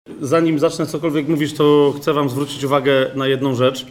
Zanim zacznę cokolwiek mówić, to chcę wam zwrócić uwagę na jedną rzecz.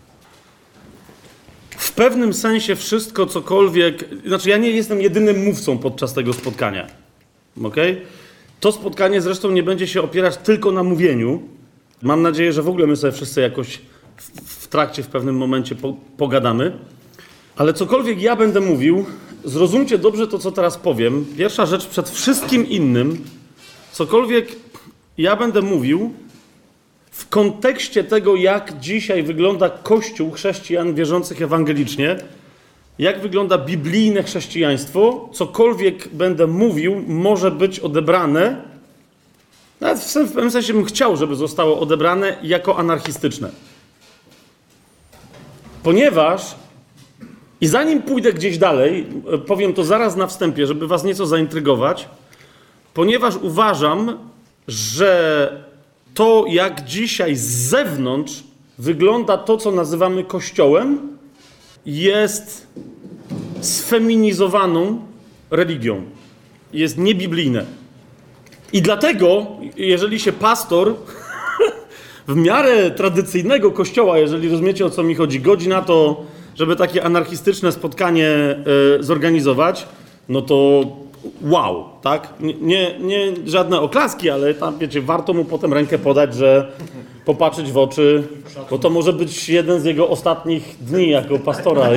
W pewnym sensie wszystko, cokolwiek... Znaczy, ja nie jestem jedynym mówcą podczas tego spotkania. Okej? To spotkanie zresztą nie będzie się opierać tylko na mówieniu. Mam nadzieję, że w ogóle my sobie wszyscy jakoś w trakcie, w pewnym momencie pogadamy. Ale cokolwiek ja będę mówił, zrozumcie dobrze to, co teraz powiem. Pierwsza rzecz przed wszystkim innym, cokolwiek ja będę mówił w kontekście tego, jak dzisiaj wygląda Kościół chrześcijan wierzących ewangelicznie, jak wygląda biblijne chrześcijaństwo, cokolwiek będę mówił, może być odebrane, nawet w pewnym sensie bym chciał, żeby zostało odebrane jako anarchistyczne. Ponieważ, i zanim pójdę gdzieś dalej, powiem to zaraz na wstępie, żeby was nieco zaintrygować, ponieważ uważam, że to, jak dzisiaj z zewnątrz wygląda to, co nazywamy Kościołem, jest sfeminizowaną religią. Jest niebiblijne. I dlatego, jeżeli się pastor w miarę tradycyjnego kościoła, jeżeli rozumiecie, o co mi chodzi, godzi na to, żeby takie anarchistyczne spotkanie zorganizować, no to wow, tak? Nie żadne oklaski, ale tam, wiecie, warto mu potem rękę podać, że popatrzeć w oczy, bo to może być jeden z jego ostatnich dni jako pastora.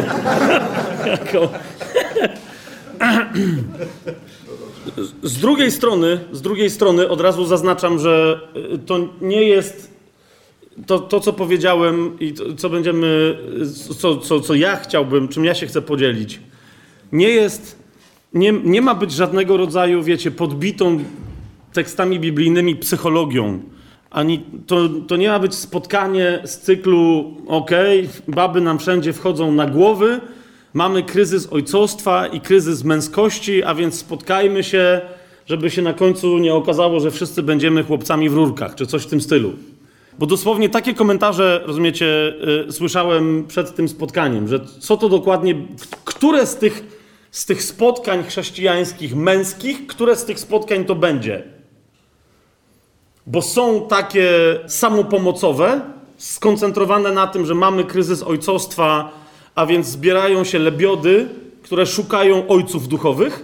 Z drugiej strony od razu zaznaczam, że to nie jest to co powiedziałem i to, co będziemy, co ja chciałbym, czym ja się chcę podzielić, nie ma być żadnego rodzaju, wiecie, podbitą tekstami biblijnymi psychologią. Ani to nie ma być spotkanie z cyklu baby nam wszędzie wchodzą na głowy, mamy kryzys ojcostwa i kryzys męskości, a więc spotkajmy się, żeby się na końcu nie okazało, że wszyscy będziemy chłopcami w rurkach, czy coś w tym stylu. Bo dosłownie takie komentarze, rozumiecie, słyszałem przed tym spotkaniem, że co to dokładnie, które z tych spotkań chrześcijańskich męskich, które z tych spotkań to będzie? Bo są takie samopomocowe, skoncentrowane na tym, że mamy kryzys ojcostwa, a więc zbierają się lebiody, które szukają ojców duchowych.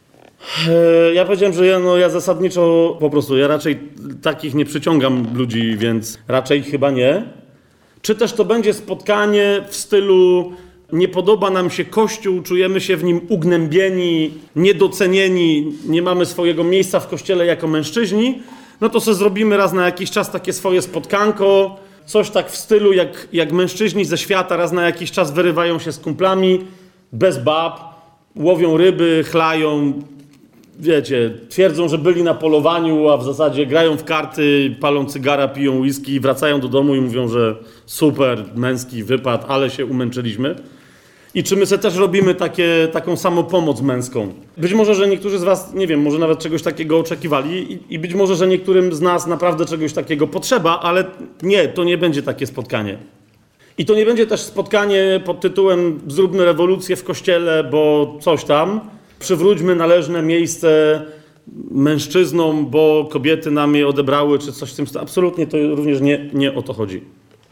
Ja powiedziałem, że ja zasadniczo po prostu, ja raczej takich nie przyciągam ludzi, więc raczej chyba nie. Czy też to będzie spotkanie w stylu nie podoba nam się Kościół, czujemy się w nim ugnębieni, niedocenieni, nie mamy swojego miejsca w Kościele jako mężczyźni, no to sobie zrobimy raz na jakiś czas takie swoje spotkanko, coś tak w stylu jak mężczyźni ze świata raz na jakiś czas wyrywają się z kumplami, bez bab, łowią ryby, chlają, wiecie, twierdzą, że byli na polowaniu, a w zasadzie grają w karty, palą cygara, piją whisky, wracają do domu i mówią, że super, męski wypad, ale się umęczyliśmy. I czy my sobie też robimy taką samopomoc męską? Być może, że niektórzy z was, nie wiem, może nawet czegoś takiego oczekiwali i być może, że niektórym z nas naprawdę czegoś takiego potrzeba, ale nie, to nie będzie takie spotkanie. I to nie będzie też spotkanie pod tytułem zróbmy rewolucję w Kościele, bo coś tam. Przywróćmy należne miejsce mężczyznom, bo kobiety nam je odebrały, czy coś w tym stylu. Absolutnie to również nie o to chodzi.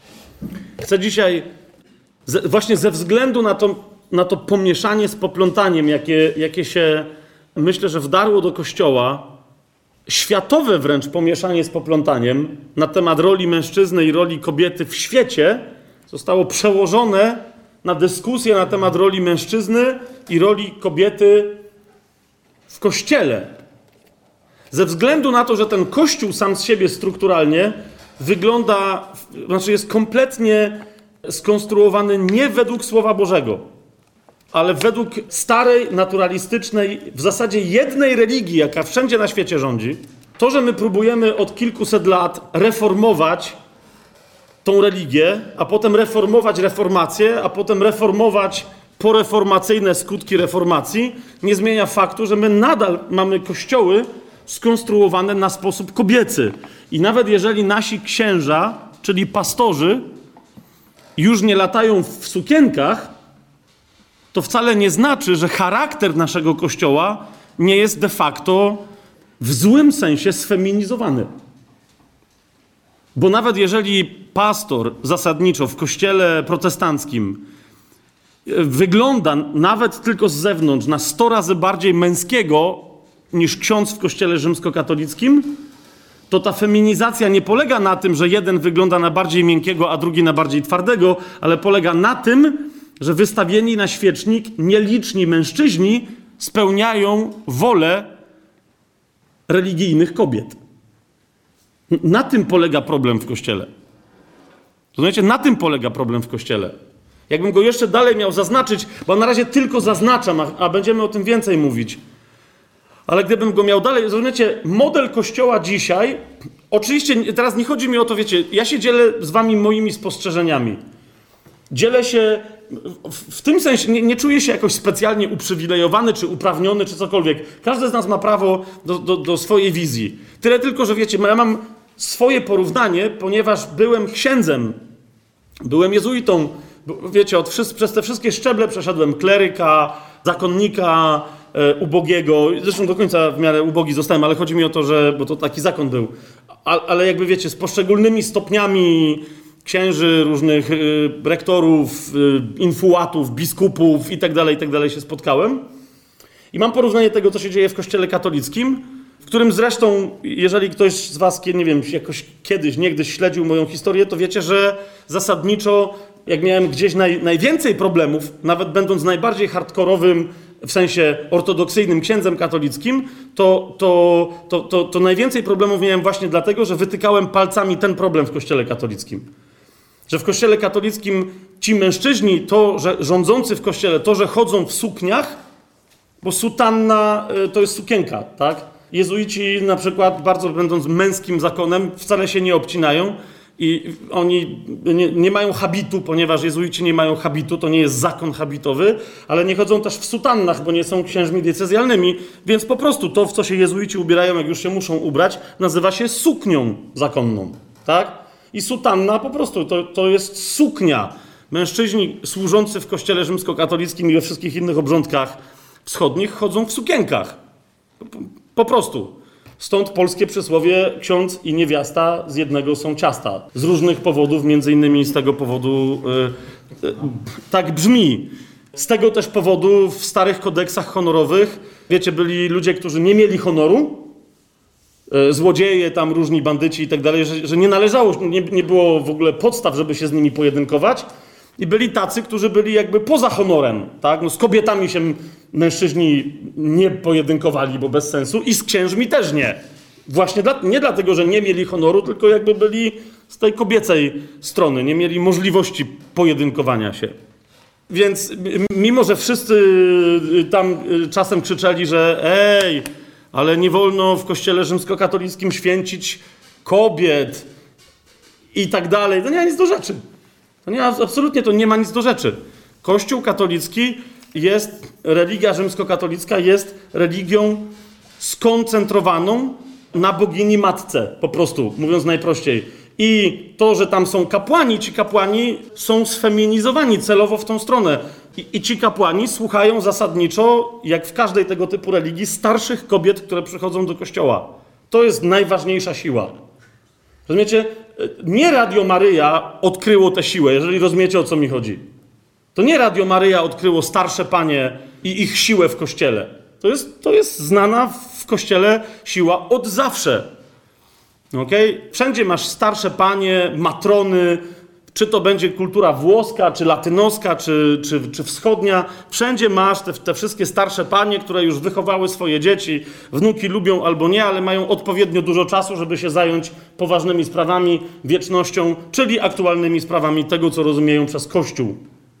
Chcę dzisiaj, właśnie ze względu na to pomieszanie z poplątaniem, jakie się, myślę, że wdarło do Kościoła, światowe wręcz pomieszanie z poplątaniem na temat roli mężczyzny i roli kobiety w świecie, zostało przełożone na dyskusję na temat roli mężczyzny i roli kobiety w Kościele. Ze względu na to, że ten Kościół sam z siebie strukturalnie wygląda, znaczy jest kompletnie skonstruowany nie według Słowa Bożego, ale według starej, naturalistycznej, w zasadzie jednej religii, jaka wszędzie na świecie rządzi. To, że my próbujemy od kilkuset lat reformować tą religię, a potem reformować reformację, a potem reformować poreformacyjne skutki reformacji, nie zmienia faktu, że my nadal mamy kościoły skonstruowane na sposób kobiecy. I nawet jeżeli nasi księża, czyli pastorzy, już nie latają w sukienkach, to wcale nie znaczy, że charakter naszego kościoła nie jest de facto w złym sensie sfeminizowany. Bo nawet jeżeli pastor zasadniczo w kościele protestanckim wygląda nawet tylko z zewnątrz na 100 razy bardziej męskiego niż ksiądz w kościele rzymskokatolickim, to ta feminizacja nie polega na tym, że jeden wygląda na bardziej miękkiego, a drugi na bardziej twardego, ale polega na tym, że wystawieni na świecznik nieliczni mężczyźni spełniają wolę religijnych kobiet. Na tym polega problem w Kościele. Rozumiecie? Na tym polega problem w Kościele. Jakbym go jeszcze dalej miał zaznaczyć, bo na razie tylko zaznaczam, a będziemy o tym więcej mówić. Ale gdybym go miał dalej, rozumiecie, model Kościoła dzisiaj, oczywiście teraz nie chodzi mi o to, wiecie, ja się dzielę z wami moimi spostrzeżeniami. Dzielę się w tym sensie, nie czuję się jakoś specjalnie uprzywilejowany, czy uprawniony, czy cokolwiek. Każdy z nas ma prawo do swojej wizji. Tyle tylko, że wiecie, ja mam swoje porównanie, ponieważ byłem księdzem, byłem jezuitą, wiecie, przez te wszystkie szczeble przeszedłem kleryka, zakonnika, ubogiego, zresztą do końca w miarę ubogi zostałem, ale chodzi mi o to, że, bo to taki zakon był, ale jakby wiecie, z poszczególnymi stopniami księży, różnych rektorów, infułatów, biskupów i tak dalej się spotkałem. I mam porównanie tego, co się dzieje w kościele katolickim, w którym zresztą, jeżeli ktoś z was, nie wiem, jakoś niegdyś śledził moją historię, to wiecie, że zasadniczo, jak miałem gdzieś najwięcej problemów, nawet będąc najbardziej hardkorowym, w sensie ortodoksyjnym księdzem katolickim, to najwięcej problemów miałem właśnie dlatego, że wytykałem palcami ten problem w kościele katolickim. Że w kościele katolickim ci mężczyźni, że rządzący w kościele, że chodzą w sukniach, bo sutanna to jest sukienka, tak? Jezuici na przykład, bardzo będąc męskim zakonem, wcale się nie obcinają i oni nie mają habitu, ponieważ jezuici nie mają habitu, to nie jest zakon habitowy, ale nie chodzą też w sutannach, bo nie są księżmi diecezjalnymi, więc po prostu to, w co się jezuici ubierają, jak już się muszą ubrać, nazywa się suknią zakonną, tak? I sutanna po prostu to jest suknia. Mężczyźni służący w kościele rzymskokatolickim i we wszystkich innych obrządkach wschodnich chodzą w sukienkach. Po prostu. Stąd polskie przysłowie ksiądz i niewiasta z jednego są ciasta. Z różnych powodów, między innymi z tego powodu tak brzmi. Z tego też powodu w starych kodeksach honorowych, wiecie, byli ludzie, którzy nie mieli honoru, złodzieje, tam różni bandyci i tak dalej, że nie należało, nie było w ogóle podstaw, żeby się z nimi pojedynkować. I byli tacy, którzy byli jakby poza honorem, tak? No z kobietami się mężczyźni nie pojedynkowali, bo bez sensu, i z księżmi też nie. Właśnie nie dlatego, że nie mieli honoru, tylko jakby byli z tej kobiecej strony, nie mieli możliwości pojedynkowania się. Więc mimo, że wszyscy tam czasem krzyczeli, że ale nie wolno w kościele rzymskokatolickim święcić kobiet i tak dalej, to nie ma nic do rzeczy. Absolutnie to nie ma nic do rzeczy. Kościół katolicki religia rzymskokatolicka jest religią skoncentrowaną na bogini matce, po prostu, mówiąc najprościej. I to, że tam są kapłani, ci kapłani są sfeminizowani celowo w tą stronę. I ci kapłani słuchają zasadniczo, jak w każdej tego typu religii, starszych kobiet, które przychodzą do kościoła. To jest najważniejsza siła. Rozumiecie? Nie Radio Maryja odkryło tę siłę, jeżeli rozumiecie, o co mi chodzi. To nie Radio Maryja odkryło starsze panie i ich siłę w kościele. To jest znana w kościele siła od zawsze. Okay? Wszędzie masz starsze panie, matrony, czy to będzie kultura włoska, czy latynoska, czy wschodnia. Wszędzie masz te wszystkie starsze panie, które już wychowały swoje dzieci. Wnuki lubią albo nie, ale mają odpowiednio dużo czasu, żeby się zająć poważnymi sprawami, wiecznością, czyli aktualnymi sprawami tego, co rozumieją przez Kościół.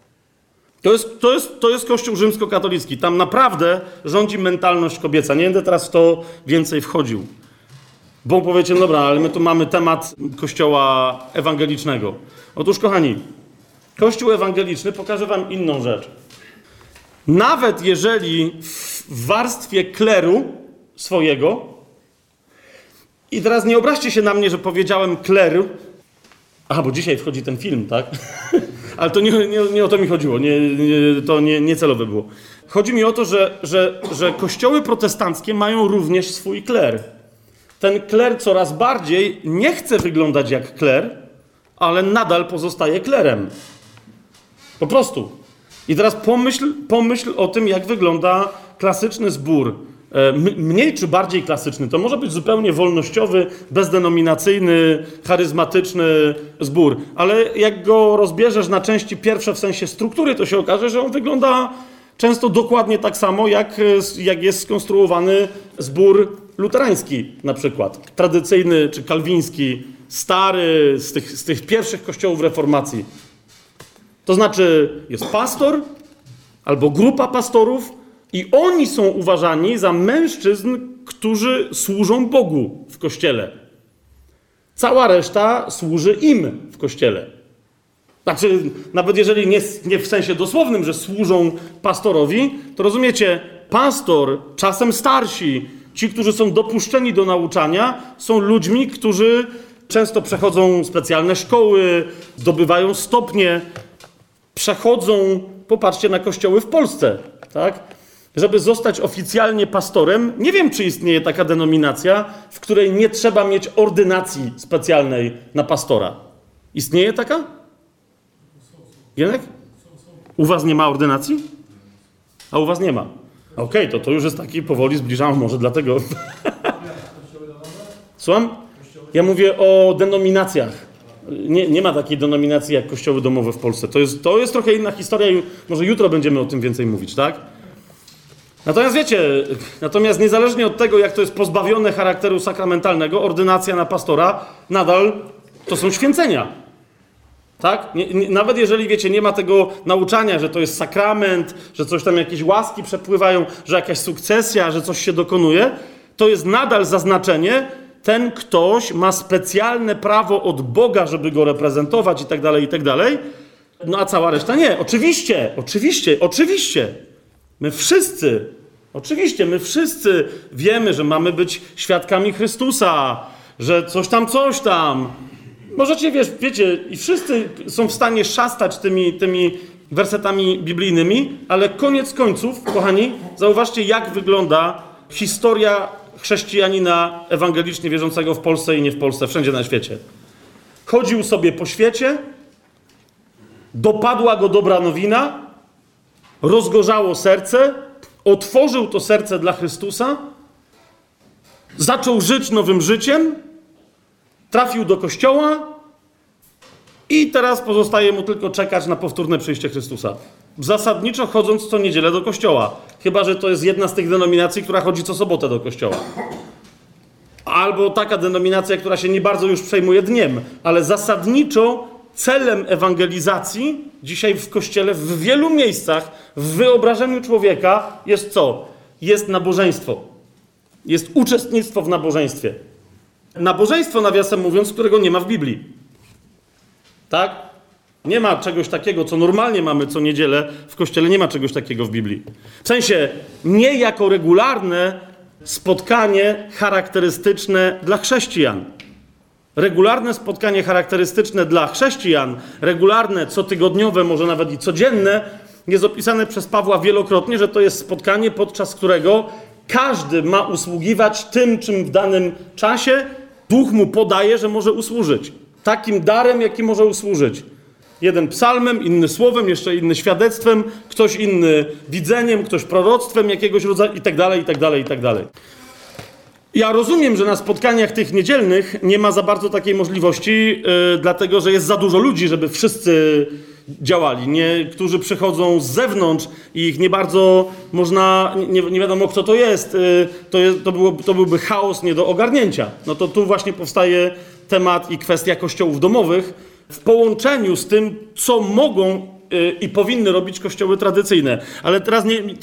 To jest Kościół rzymskokatolicki. Tam naprawdę rządzi mentalność kobieca. Nie będę teraz w to więcej wchodził. Bo powiecie, no dobra, ale my tu mamy temat Kościoła ewangelicznego. Otóż, kochani, Kościół ewangeliczny pokaże wam inną rzecz. Nawet jeżeli w warstwie kleru swojego, i teraz nie obraźcie się na mnie, że powiedziałem kler, bo dzisiaj wchodzi ten film, tak? Ale to nie o to mi chodziło, to nie celowe było. Chodzi mi o to, że kościoły protestanckie mają również swój kler. ten kler coraz bardziej nie chce wyglądać jak kler, ale nadal pozostaje klerem. Po prostu. I teraz pomyśl o tym, jak wygląda klasyczny zbór. Mniej czy bardziej klasyczny. To może być zupełnie wolnościowy, bezdenominacyjny, charyzmatyczny zbór. Ale jak go rozbierzesz na części pierwsze w sensie struktury, to się okaże, że on wygląda często dokładnie tak samo, jak jest skonstruowany zbór luterański na przykład. Tradycyjny czy kalwiński, stary, z tych pierwszych kościołów reformacji. To znaczy jest pastor albo grupa pastorów i oni są uważani za mężczyzn, którzy służą Bogu w kościele. Cała reszta służy im w kościele. Znaczy, nawet jeżeli nie w sensie dosłownym, że służą pastorowi, to rozumiecie, pastor, czasem starsi, ci, którzy są dopuszczeni do nauczania, są ludźmi, którzy często przechodzą specjalne szkoły, zdobywają stopnie, przechodzą, popatrzcie na kościoły w Polsce, tak? Żeby zostać oficjalnie pastorem, nie wiem, czy istnieje taka denominacja, w której nie trzeba mieć ordynacji specjalnej na pastora. Istnieje taka? Jenek? U was nie ma ordynacji? A u was nie ma. Okej, to już jest taki, powoli zbliżamy, może dlatego. Słucham? Ja mówię o denominacjach. Nie ma takiej denominacji jak kościoły domowe w Polsce. To jest trochę inna historia i może jutro będziemy o tym więcej mówić, tak? Natomiast wiecie, niezależnie od tego, jak to jest pozbawione charakteru sakramentalnego, ordynacja na pastora nadal to są święcenia. Tak? Nawet jeżeli, wiecie, nie ma tego nauczania, że to jest sakrament, że coś tam, jakieś łaski przepływają, że jakaś sukcesja, że coś się dokonuje, to jest nadal zaznaczenie, ten ktoś ma specjalne prawo od Boga, żeby go reprezentować i tak dalej, no a cała reszta nie. Oczywiście. My wszyscy wiemy, że mamy być świadkami Chrystusa, że coś tam. Możecie, wiecie, i wszyscy są w stanie szastać tymi wersetami biblijnymi, ale koniec końców, kochani, zauważcie, jak wygląda historia chrześcijanina ewangelicznie wierzącego w Polsce i nie w Polsce, wszędzie na świecie. Chodził sobie po świecie, dopadła go dobra nowina, rozgorzało serce, otworzył to serce dla Chrystusa, zaczął żyć nowym życiem, trafił do kościoła i teraz pozostaje mu tylko czekać na powtórne przyjście Chrystusa. Zasadniczo chodząc co niedzielę do kościoła. Chyba że to jest jedna z tych denominacji, która chodzi co sobotę do kościoła. Albo taka denominacja, która się nie bardzo już przejmuje dniem. Ale zasadniczo celem ewangelizacji dzisiaj w kościele, w wielu miejscach, w wyobrażeniu człowieka jest co? Jest nabożeństwo. Jest uczestnictwo w nabożeństwie. Nabożeństwo, nawiasem mówiąc, którego nie ma w Biblii. Tak? Nie ma czegoś takiego, co normalnie mamy co niedzielę w kościele, nie ma czegoś takiego w Biblii. W sensie nie jako regularne spotkanie charakterystyczne dla chrześcijan. Regularne spotkanie charakterystyczne dla chrześcijan, regularne, cotygodniowe, może nawet i codzienne, jest opisane przez Pawła wielokrotnie, że to jest spotkanie, podczas którego każdy ma usługiwać tym, czym w danym czasie Duch mu podaje, że może usłużyć. Takim darem, jaki może usłużyć. Jeden psalmem, inny słowem, jeszcze inny świadectwem, ktoś inny widzeniem, ktoś proroctwem jakiegoś rodzaju i tak dalej. Ja rozumiem, że na spotkaniach tych niedzielnych nie ma za bardzo takiej możliwości, dlatego że jest za dużo ludzi, żeby wszyscy działali. Niektórzy przychodzą z zewnątrz i ich nie bardzo można, nie wiadomo kto to jest. To byłby chaos nie do ogarnięcia. No to tu właśnie powstaje temat i kwestia kościołów domowych w połączeniu z tym, co mogą i powinny robić kościoły tradycyjne. Ale teraz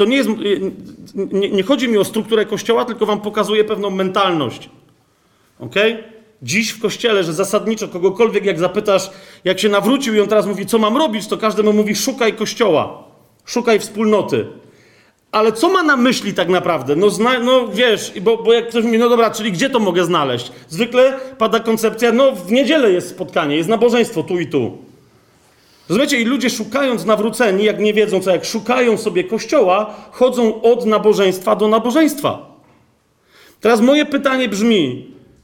nie chodzi mi o strukturę kościoła, tylko wam pokazuję pewną mentalność. Okej? Dziś w kościele, że zasadniczo kogokolwiek jak zapytasz, jak się nawrócił i on teraz mówi, co mam robić, to każdy mu mówi, szukaj kościoła, szukaj wspólnoty. Ale co ma na myśli tak naprawdę? No wiesz, bo jak ktoś mówi, no dobra, czyli gdzie to mogę znaleźć? Zwykle pada koncepcja, no w niedzielę jest spotkanie, jest nabożeństwo tu i tu. Rozumiecie? I ludzie szukając nawróceni, jak nie wiedzą co, jak szukają sobie kościoła, chodzą od nabożeństwa do nabożeństwa. Teraz moje pytanie brzmi,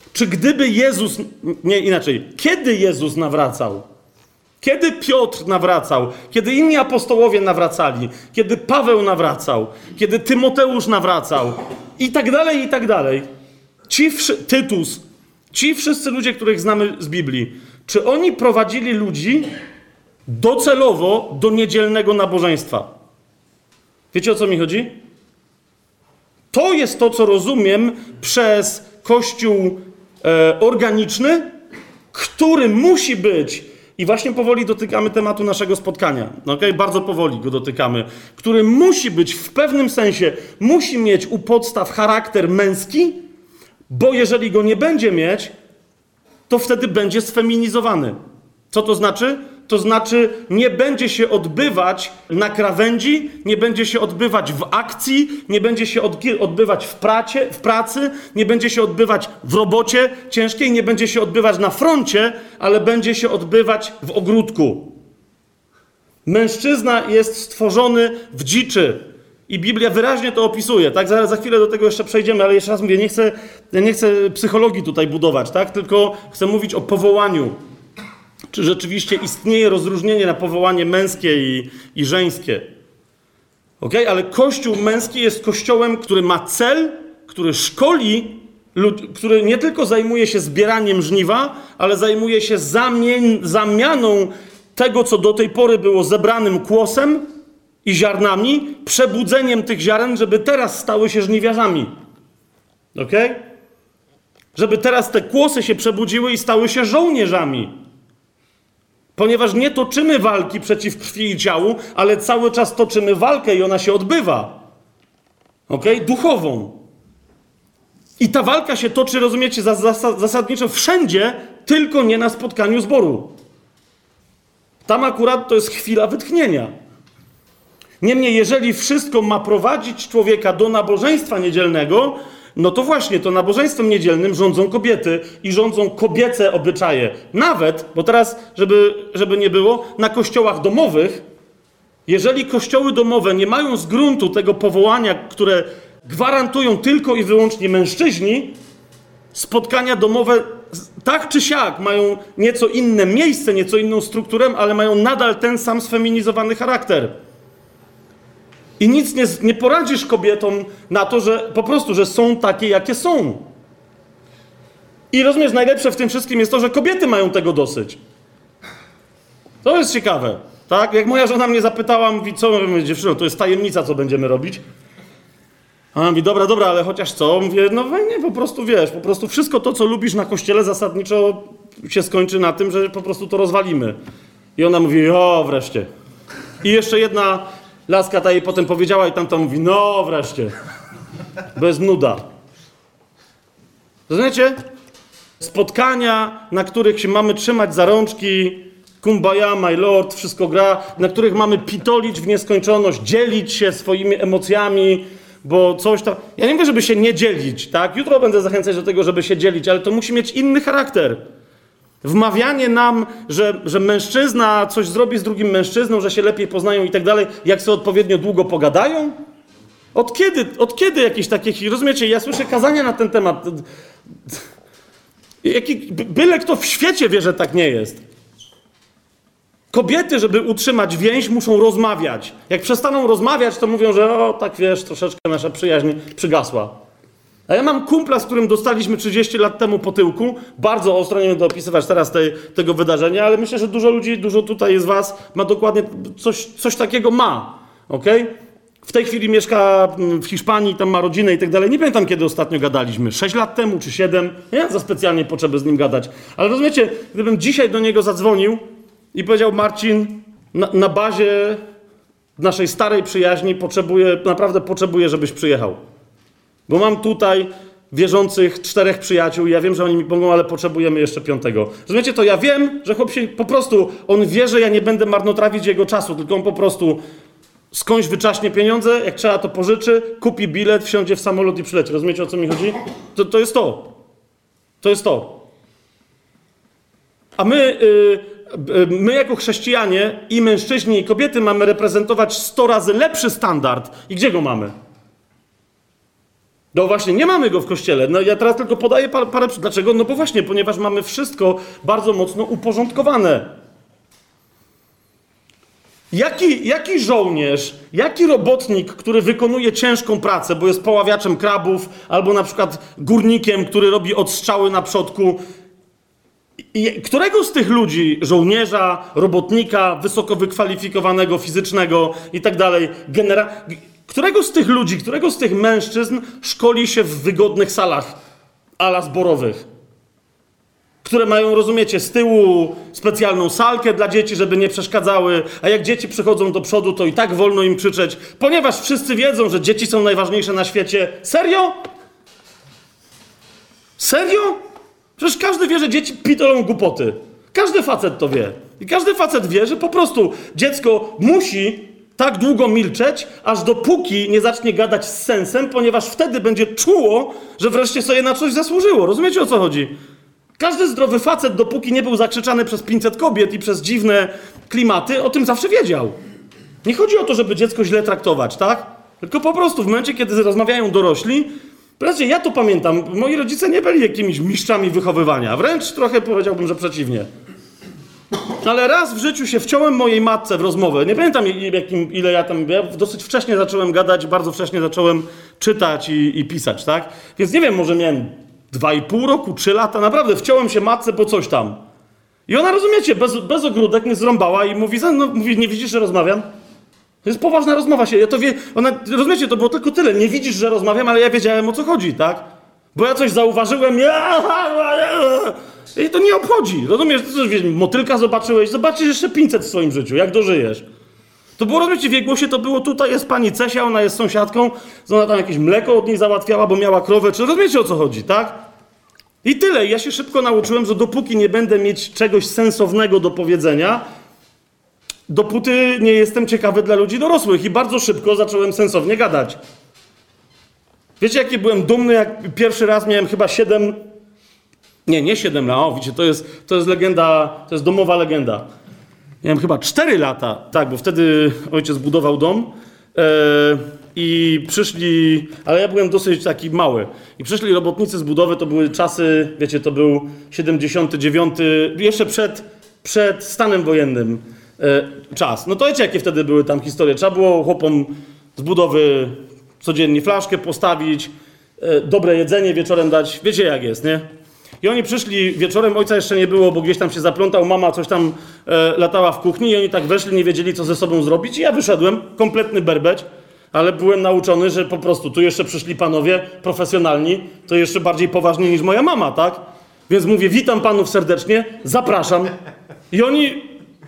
Czy gdyby Jezus, nie inaczej, kiedy Jezus nawracał? Kiedy Piotr nawracał? Kiedy inni apostołowie nawracali? Kiedy Paweł nawracał? Kiedy Tymoteusz nawracał? I tak dalej, i tak dalej. Tytus, ci wszyscy ludzie, których znamy z Biblii, czy oni prowadzili ludzi docelowo do niedzielnego nabożeństwa? Wiecie, o co mi chodzi? To jest to, co rozumiem przez Kościół organiczny, który musi być, i właśnie powoli dotykamy tematu naszego spotkania, okay? Bardzo powoli go dotykamy, który musi być w pewnym sensie, musi mieć u podstaw charakter męski, bo jeżeli go nie będzie mieć, to wtedy będzie sfeminizowany. Co to znaczy? To znaczy, nie będzie się odbywać na krawędzi, nie będzie się odbywać w akcji, nie będzie się odbywać w pracy, nie będzie się odbywać w robocie ciężkiej, nie będzie się odbywać na froncie, ale będzie się odbywać w ogródku. Mężczyzna jest stworzony w dziczy. I Biblia wyraźnie to opisuje, tak? Za chwilę do tego jeszcze przejdziemy, ale jeszcze raz mówię, nie chcę psychologii tutaj budować, tak? Tylko chcę mówić o powołaniu. Czy rzeczywiście istnieje rozróżnienie na powołanie męskie i żeńskie. Okay? Ale Kościół męski jest kościołem, który ma cel, który szkoli, który nie tylko zajmuje się zbieraniem żniwa, ale zajmuje się zamianą tego, co do tej pory było zebranym kłosem i ziarnami, przebudzeniem tych ziaren, żeby teraz stały się żniwiarzami. Okay? Żeby teraz te kłosy się przebudziły i stały się żołnierzami. Ponieważ nie toczymy walki przeciw krwi i ciału, ale cały czas toczymy walkę i ona się odbywa. Okay? Duchową. I ta walka się toczy, rozumiecie, zasadniczo wszędzie, tylko nie na spotkaniu zboru. Tam akurat to jest chwila wytchnienia. Niemniej, jeżeli wszystko ma prowadzić człowieka do nabożeństwa niedzielnego, no to właśnie, to nabożeństwem niedzielnym rządzą kobiety i rządzą kobiece obyczaje. Nawet, bo teraz, żeby nie było, na kościołach domowych, jeżeli kościoły domowe nie mają z gruntu tego powołania, które gwarantują tylko i wyłącznie mężczyźni, spotkania domowe tak czy siak mają nieco inne miejsce, nieco inną strukturę, ale mają nadal ten sam sfeminizowany charakter. I nic nie poradzisz kobietom na to, że po prostu, że są takie, jakie są. I rozumiesz, najlepsze w tym wszystkim jest to, że kobiety mają tego dosyć. To jest ciekawe, tak? Jak moja żona mnie zapytała, mówi, co robimy, dziewczyno, to jest tajemnica, co będziemy robić. A ona mówi, dobra, ale chociaż co? Mówię, no nie, po prostu wiesz, po prostu wszystko to, co lubisz na kościele, zasadniczo się skończy na tym, że po prostu to rozwalimy. I ona mówi, o, wreszcie. I jeszcze jedna laska ta jej potem powiedziała i tamta mówi, no wreszcie, bez nuda. Rozumiecie? Spotkania, na których się mamy trzymać za rączki, kumbaya, my lord, wszystko gra, na których mamy pitolić w nieskończoność, dzielić się swoimi emocjami, bo coś tam... Ja nie mówię, żeby się nie dzielić, tak? Jutro będę zachęcać do tego, żeby się dzielić, ale to musi mieć inny charakter. Wmawianie nam, że mężczyzna coś zrobi z drugim mężczyzną, że się lepiej poznają i tak dalej, jak sobie odpowiednio długo pogadają? Od kiedy jakieś takie... Rozumiecie, ja słyszę kazania na ten temat. Byle kto w świecie wie, że tak nie jest. Kobiety, żeby utrzymać więź, muszą rozmawiać. Jak przestaną rozmawiać, to mówią, że o, tak wiesz, troszeczkę nasza przyjaźń przygasła. A ja mam kumpla, z którym dostaliśmy 30 lat temu po tyłku. Bardzo ostro, nie będę opisywać teraz tego wydarzenia, ale myślę, że dużo ludzi, dużo tutaj z was ma dokładnie coś takiego ma. Okay? W tej chwili mieszka w Hiszpanii, tam ma rodzinę i tak dalej. Nie pamiętam, kiedy ostatnio gadaliśmy. 6 lat temu czy 7. Nie mam za specjalnie potrzeby z nim gadać. Ale rozumiecie, gdybym dzisiaj do niego zadzwonił i powiedział, Marcin, na bazie naszej starej przyjaźni naprawdę potrzebuję, żebyś przyjechał. Bo mam tutaj wierzących 4 przyjaciół i ja wiem, że oni mi pomogą, ale potrzebujemy jeszcze 5. Rozumiecie, to ja wiem, że chłop się po prostu, on wie, że ja nie będę marnotrawić jego czasu, tylko on po prostu skądś wyczaśnie pieniądze, jak trzeba to pożyczy, kupi bilet, wsiądzie w samolot i przyleci. Rozumiecie, o co mi chodzi? To jest to. To jest to. A my jako chrześcijanie i mężczyźni i kobiety mamy reprezentować 100 razy lepszy standard. I gdzie go mamy? No właśnie, nie mamy go w Kościele. No ja teraz tylko podaję parę... Dlaczego? No bo właśnie, ponieważ mamy wszystko bardzo mocno uporządkowane. Jaki żołnierz, jaki robotnik, który wykonuje ciężką pracę, bo jest poławiaczem krabów, albo na przykład górnikiem, który robi odstrzały na przodku, którego z tych ludzi, żołnierza, robotnika, wysoko wykwalifikowanego, fizycznego i tak dalej, którego z tych ludzi, którego z tych mężczyzn szkoli się w wygodnych salach ala zborowych? Które mają, rozumiecie, z tyłu specjalną salkę dla dzieci, żeby nie przeszkadzały, a jak dzieci przychodzą do przodu, to i tak wolno im krzyczeć, ponieważ wszyscy wiedzą, że dzieci są najważniejsze na świecie. Serio? Serio? Przecież każdy wie, że dzieci pitolą głupoty. Każdy facet to wie. I każdy facet wie, że po prostu dziecko musi tak długo milczeć, aż dopóki nie zacznie gadać z sensem, ponieważ wtedy będzie czuło, że wreszcie sobie na coś zasłużyło. Rozumiecie, o co chodzi? Każdy zdrowy facet, dopóki nie był zakrzyczany przez 500 kobiet i przez dziwne klimaty, o tym zawsze wiedział. Nie chodzi o to, żeby dziecko źle traktować, tak? Tylko po prostu w momencie, kiedy rozmawiają dorośli, wreszcie ja to pamiętam, moi rodzice nie byli jakimiś mistrzami wychowywania, wręcz trochę powiedziałbym, że przeciwnie. Ale raz w życiu się wciąłem mojej matce w rozmowę. Nie pamiętam ile ja dosyć wcześnie zacząłem gadać, bardzo wcześnie zacząłem czytać i pisać, tak? Więc nie wiem, może miałem 2,5 roku, 3 lata, naprawdę wciąłem się matce po coś tam. I ona, rozumiecie, bez ogródek mnie zrąbała i mówi, nie widzisz, że rozmawiam? To jest poważna rozmowa się, ja to wie, ona, rozumiecie, to było tylko tyle, nie widzisz, że rozmawiam, ale ja wiedziałem, o co chodzi, tak? Bo ja coś zauważyłem, i to nie obchodzi, rozumiesz, to coś, motylka zobaczyłeś, zobaczysz jeszcze 500 w swoim życiu, jak dożyjesz. To było, rozumiecie, w jej głosie to było, tutaj jest pani Cesia, ona jest sąsiadką, ona tam jakieś mleko od niej załatwiała, bo miała krowę, czy rozumiecie, o co chodzi, tak? I tyle. Ja się szybko nauczyłem, że dopóki nie będę mieć czegoś sensownego do powiedzenia, dopóty nie jestem ciekawy dla ludzi dorosłych i bardzo szybko zacząłem sensownie gadać. Wiecie, jaki byłem dumny, jak pierwszy raz miałem chyba 7... Nie 7 lat, o widzicie, to jest legenda, to jest domowa legenda. Miałem chyba 4 lata, tak, bo wtedy ojciec budował dom i przyszli, ale ja byłem dosyć taki mały, i przyszli robotnicy z budowy, to były czasy, wiecie, to był 79, jeszcze przed stanem wojennym czas. No to wiecie, jakie wtedy były tam historie. Trzeba było chłopom z budowy codziennie flaszkę postawić, dobre jedzenie wieczorem dać, wiecie jak jest, nie? I oni przyszli wieczorem, ojca jeszcze nie było, bo gdzieś tam się zaplątał, mama coś tam latała w kuchni i oni tak weszli, nie wiedzieli, co ze sobą zrobić. I ja wyszedłem, kompletny berbeć, ale byłem nauczony, że po prostu tu jeszcze przyszli panowie profesjonalni, to jeszcze bardziej poważni niż moja mama, tak? Więc mówię, witam panów serdecznie, zapraszam. I oni...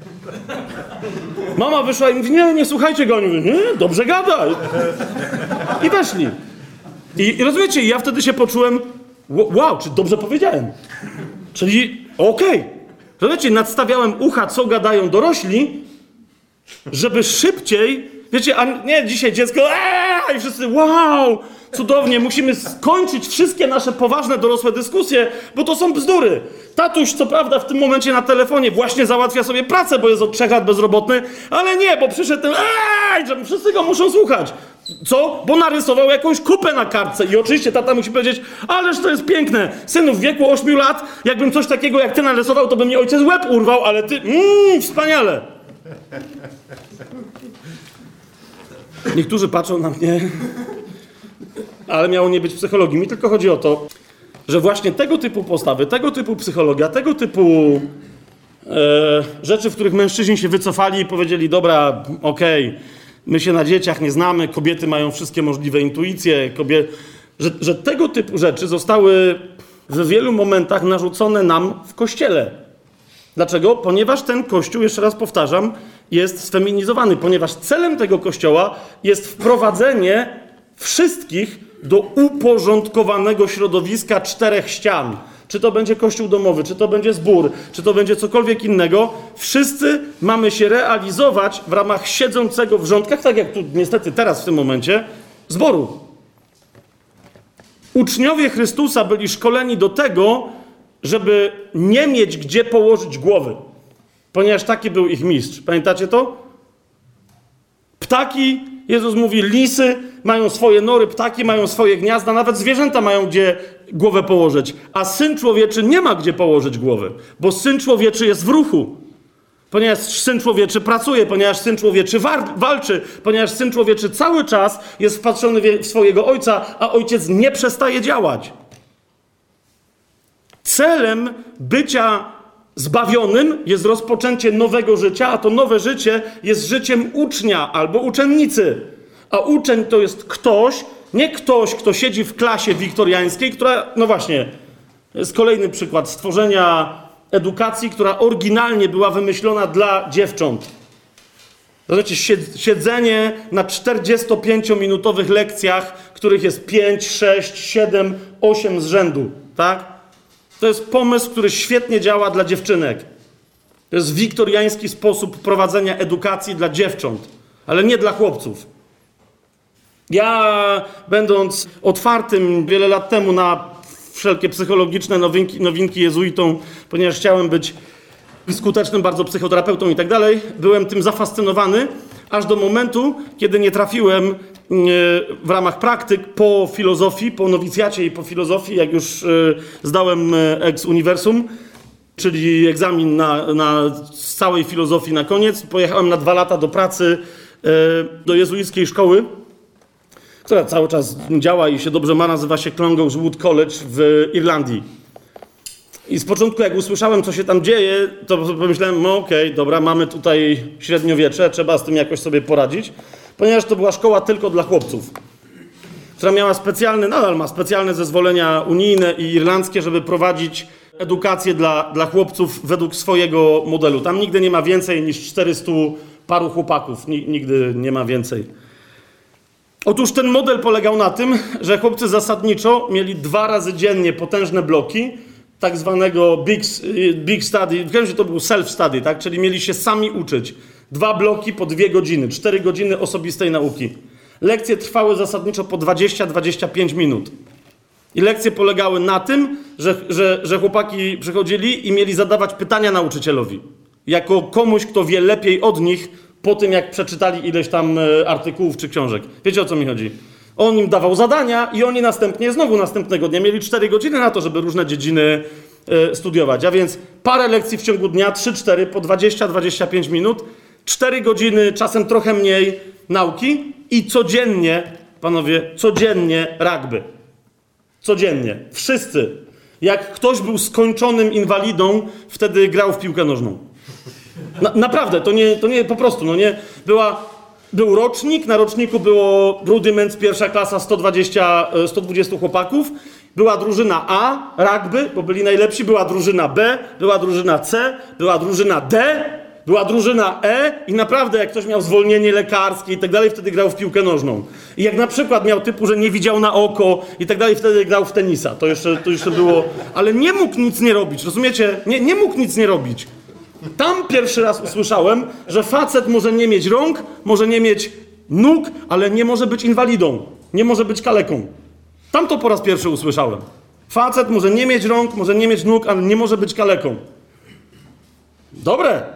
Mama wyszła i mówi, nie słuchajcie go. Oni mówią, nie, dobrze gada. I weszli. I rozumiecie, ja wtedy się poczułem, wow, czy dobrze powiedziałem? Czyli okej. Rozumiecie, nadstawiałem ucha, co gadają dorośli, żeby szybciej, wiecie, a nie dzisiaj dziecko, i wszyscy, wow, cudownie, musimy skończyć wszystkie nasze poważne dorosłe dyskusje, bo to są bzdury. Tatuś, co prawda, w tym momencie na telefonie właśnie załatwia sobie pracę, bo jest od 3 lat bezrobotny, ale nie, bo przyszedł ten, że wszyscy go muszą słuchać. Co? Bo narysował jakąś kupę na kartce i oczywiście tata musi powiedzieć, ależ to jest piękne, synu, w wieku 8 lat, jakbym coś takiego jak ty narysował, to by mnie ojciec łeb urwał, ale ty, wspaniale. Niektórzy patrzą na mnie, ale miało nie być psychologii. Mi tylko chodzi o to, że właśnie tego typu postawy, tego typu psychologia, tego typu rzeczy, w których mężczyźni się wycofali i powiedzieli, dobra, okej, my się na dzieciach nie znamy, kobiety mają wszystkie możliwe intuicje, że tego typu rzeczy zostały w wielu momentach narzucone nam w Kościele. Dlaczego? Ponieważ ten Kościół, jeszcze raz powtarzam, jest sfeminizowany, ponieważ celem tego Kościoła jest wprowadzenie wszystkich do uporządkowanego środowiska 4 ścian. Czy to będzie kościół domowy, czy to będzie zbór, czy to będzie cokolwiek innego, wszyscy mamy się realizować w ramach siedzącego w rządkach, tak jak tu niestety teraz w tym momencie, zboru. Uczniowie Chrystusa byli szkoleni do tego, żeby nie mieć gdzie położyć głowy, ponieważ taki był ich mistrz. Pamiętacie to? Ptaki Jezus mówi, lisy mają swoje nory, ptaki mają swoje gniazda, nawet zwierzęta mają gdzie głowę położyć. A Syn Człowieczy nie ma gdzie położyć głowy, bo Syn Człowieczy jest w ruchu. Ponieważ Syn Człowieczy pracuje, ponieważ Syn Człowieczy walczy, ponieważ Syn Człowieczy cały czas jest wpatrzony w swojego Ojca, a Ojciec nie przestaje działać. Celem bycia zbawionym jest rozpoczęcie nowego życia, a to nowe życie jest życiem ucznia albo uczennicy. A uczeń to jest ktoś, nie ktoś, kto siedzi w klasie wiktoriańskiej, która, no właśnie, jest kolejny przykład stworzenia edukacji, która oryginalnie była wymyślona dla dziewcząt. Rozumiecie, siedzenie na 45-minutowych lekcjach, których jest 5, 6, 7, 8 z rzędu, tak? To jest pomysł, który świetnie działa dla dziewczynek. To jest wiktoriański sposób prowadzenia edukacji dla dziewcząt, ale nie dla chłopców. Ja, będąc otwartym wiele lat temu na wszelkie psychologiczne nowinki jezuitą, ponieważ chciałem być skutecznym bardzo psychoterapeutą i tak dalej, byłem tym zafascynowany, aż do momentu, kiedy nie trafiłem w ramach praktyk po filozofii, po nowicjacie i po filozofii, jak już zdałem ex universum, czyli egzamin z całej filozofii na koniec, pojechałem na 2 lata do pracy do jezuickiej szkoły, która cały czas działa i się dobrze ma, nazywa się Clongowes Wood College w Irlandii. I z początku, jak usłyszałem, co się tam dzieje, to pomyślałem, no okej, dobra, mamy tutaj średniowiecze, trzeba z tym jakoś sobie poradzić, ponieważ to była szkoła tylko dla chłopców, która miała nadal ma specjalne zezwolenia unijne i irlandzkie, żeby prowadzić edukację dla chłopców według swojego modelu. Tam nigdy nie ma więcej niż 400 paru chłopaków, nigdy nie ma więcej. Otóż ten model polegał na tym, że chłopcy zasadniczo mieli 2 razy dziennie potężne bloki, tak zwanego big study, w każdym to był self-study, tak? Czyli mieli się sami uczyć. 2 bloki po 2 godziny, 4 godziny osobistej nauki. Lekcje trwały zasadniczo po 20-25 minut. I lekcje polegały na tym, że chłopaki przychodzili i mieli zadawać pytania nauczycielowi. Jako komuś, kto wie lepiej od nich, po tym jak przeczytali ileś tam artykułów czy książek. Wiecie, o co mi chodzi? On im dawał zadania i oni następnego dnia mieli 4 godziny na to, żeby różne dziedziny studiować. A więc parę lekcji w ciągu dnia, 3-4 po 20-25 minut, 4 godziny, czasem trochę mniej nauki i codziennie, panowie, codziennie rugby. Codziennie. Wszyscy. Jak ktoś był skończonym inwalidą, wtedy grał w piłkę nożną. Naprawdę, to nie po prostu, no nie. Był rocznik, na roczniku było rudiment, pierwsza klasa, 120 chłopaków. Była drużyna A, rugby, bo byli najlepsi, była drużyna B, była drużyna C, była drużyna D, była drużyna E i naprawdę jak ktoś miał zwolnienie lekarskie i tak dalej, wtedy grał w piłkę nożną. I jak na przykład miał typu, że nie widział na oko i tak dalej, wtedy grał w tenisa. To jeszcze było, ale nie mógł nic nie robić, rozumiecie? Nie mógł nic nie robić. Tam pierwszy raz usłyszałem, że facet może nie mieć rąk, może nie mieć nóg, ale nie może być inwalidą, nie może być kaleką. Tam to po raz pierwszy usłyszałem. Facet może nie mieć rąk, może nie mieć nóg, ale nie może być kaleką. Dobre.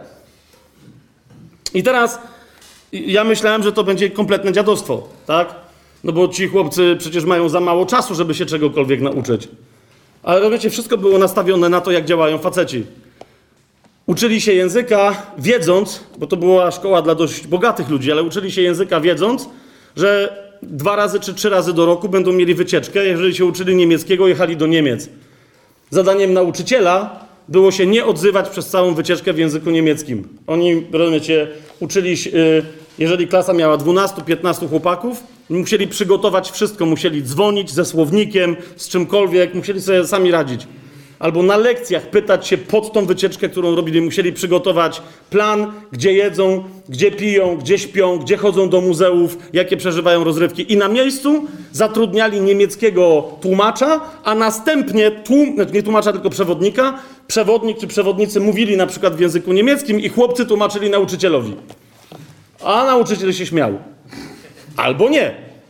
I teraz ja myślałem, że to będzie kompletne dziadostwo, tak? No bo ci chłopcy przecież mają za mało czasu, żeby się czegokolwiek nauczyć. Ale wiecie, wszystko było nastawione na to, jak działają faceci. Uczyli się języka wiedząc, bo to była szkoła dla dość bogatych ludzi, ale uczyli się języka wiedząc, że 2 razy czy 3 razy do roku będą mieli wycieczkę. Jeżeli się uczyli niemieckiego, jechali do Niemiec. Zadaniem nauczyciela było się nie odzywać przez całą wycieczkę w języku niemieckim. Oni, rozumiecie, uczyli się, jeżeli klasa miała 12-15 chłopaków, musieli przygotować wszystko, musieli dzwonić ze słownikiem, z czymkolwiek, musieli sobie sami radzić. Albo na lekcjach pytać się pod tą wycieczkę, którą robili, musieli przygotować plan, gdzie jedzą, gdzie piją, gdzie śpią, gdzie chodzą do muzeów, jakie przeżywają rozrywki. I na miejscu zatrudniali niemieckiego tłumacza, a następnie nie tłumacza, tylko przewodnika. Przewodnik czy przewodnicy mówili na przykład w języku niemieckim i chłopcy tłumaczyli nauczycielowi. A nauczyciel się śmiał. Albo nie.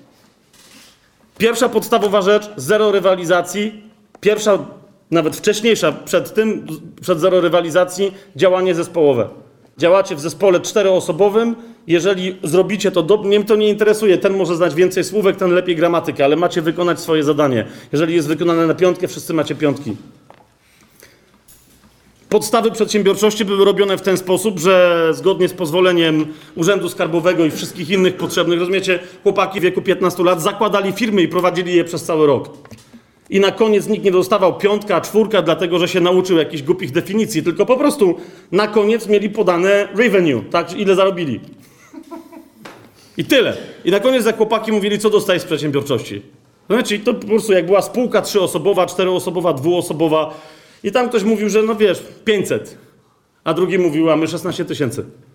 Pierwsza podstawowa rzecz, 0 rywalizacji. Pierwsza, nawet wcześniejsza, przed 0 rywalizacji, działanie zespołowe. Działacie w zespole 4-osobowym, jeżeli zrobicie to, mnie to nie interesuje, ten może znać więcej słówek, ten lepiej gramatykę, ale macie wykonać swoje zadanie. Jeżeli jest wykonane na 5, wszyscy macie 5. Podstawy przedsiębiorczości były robione w ten sposób, że zgodnie z pozwoleniem Urzędu Skarbowego i wszystkich innych potrzebnych, rozumiecie, chłopaki w wieku 15 lat zakładali firmy i prowadzili je przez cały rok. I na koniec nikt nie dostawał 5, 4, dlatego że się nauczył jakichś głupich definicji, tylko po prostu na koniec mieli podane revenue, tak, ile zarobili. I tyle. I na koniec jak chłopaki mówili, co dostajesz z przedsiębiorczości. Znaczy, to po prostu jak była spółka 3-osobowa, 4-osobowa, 2-osobowa i tam ktoś mówił, że no wiesz, 500, a drugi mówił, a my 16 000.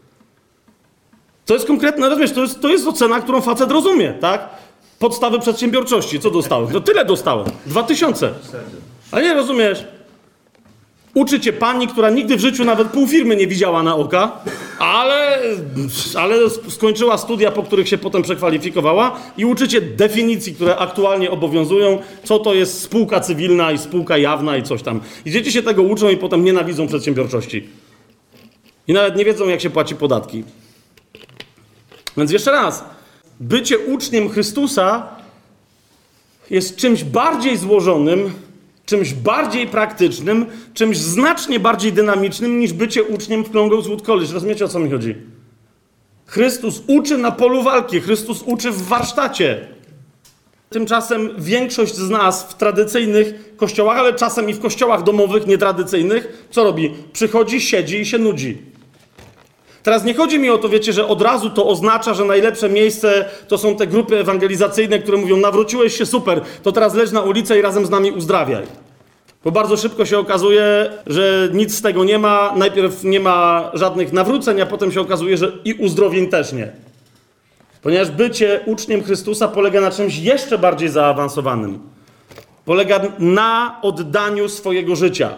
To jest konkretne, rozumiesz, to jest ocena, którą facet rozumie, tak? Podstawy przedsiębiorczości, co dostałem? No tyle dostałem, 2000. A nie rozumiesz? Uczy cię pani, która nigdy w życiu nawet pół firmy nie widziała na oka, ale skończyła studia, po których się potem przekwalifikowała i uczy cię definicji, które aktualnie obowiązują, co to jest spółka cywilna i spółka jawna i coś tam. I dzieci się tego uczą i potem nienawidzą przedsiębiorczości. I nawet nie wiedzą, jak się płaci podatki. Więc jeszcze raz, bycie uczniem Chrystusa jest czymś bardziej złożonym, czymś bardziej praktycznym, czymś znacznie bardziej dynamicznym niż bycie uczniem w Longwood College. Rozumiecie, o co mi chodzi? Chrystus uczy na polu walki, Chrystus uczy w warsztacie. Tymczasem większość z nas w tradycyjnych kościołach, ale czasem i w kościołach domowych, nietradycyjnych, co robi? Przychodzi, siedzi i się nudzi. Teraz nie chodzi mi o to, wiecie, że od razu to oznacza, że najlepsze miejsce to są te grupy ewangelizacyjne, które mówią, nawróciłeś się, super, to teraz leć na ulicę i razem z nami uzdrawiaj. Bo bardzo szybko się okazuje, że nic z tego nie ma, najpierw nie ma żadnych nawróceń, a potem się okazuje, że i uzdrowień też nie. Ponieważ bycie uczniem Chrystusa polega na czymś jeszcze bardziej zaawansowanym. Polega na oddaniu swojego życia.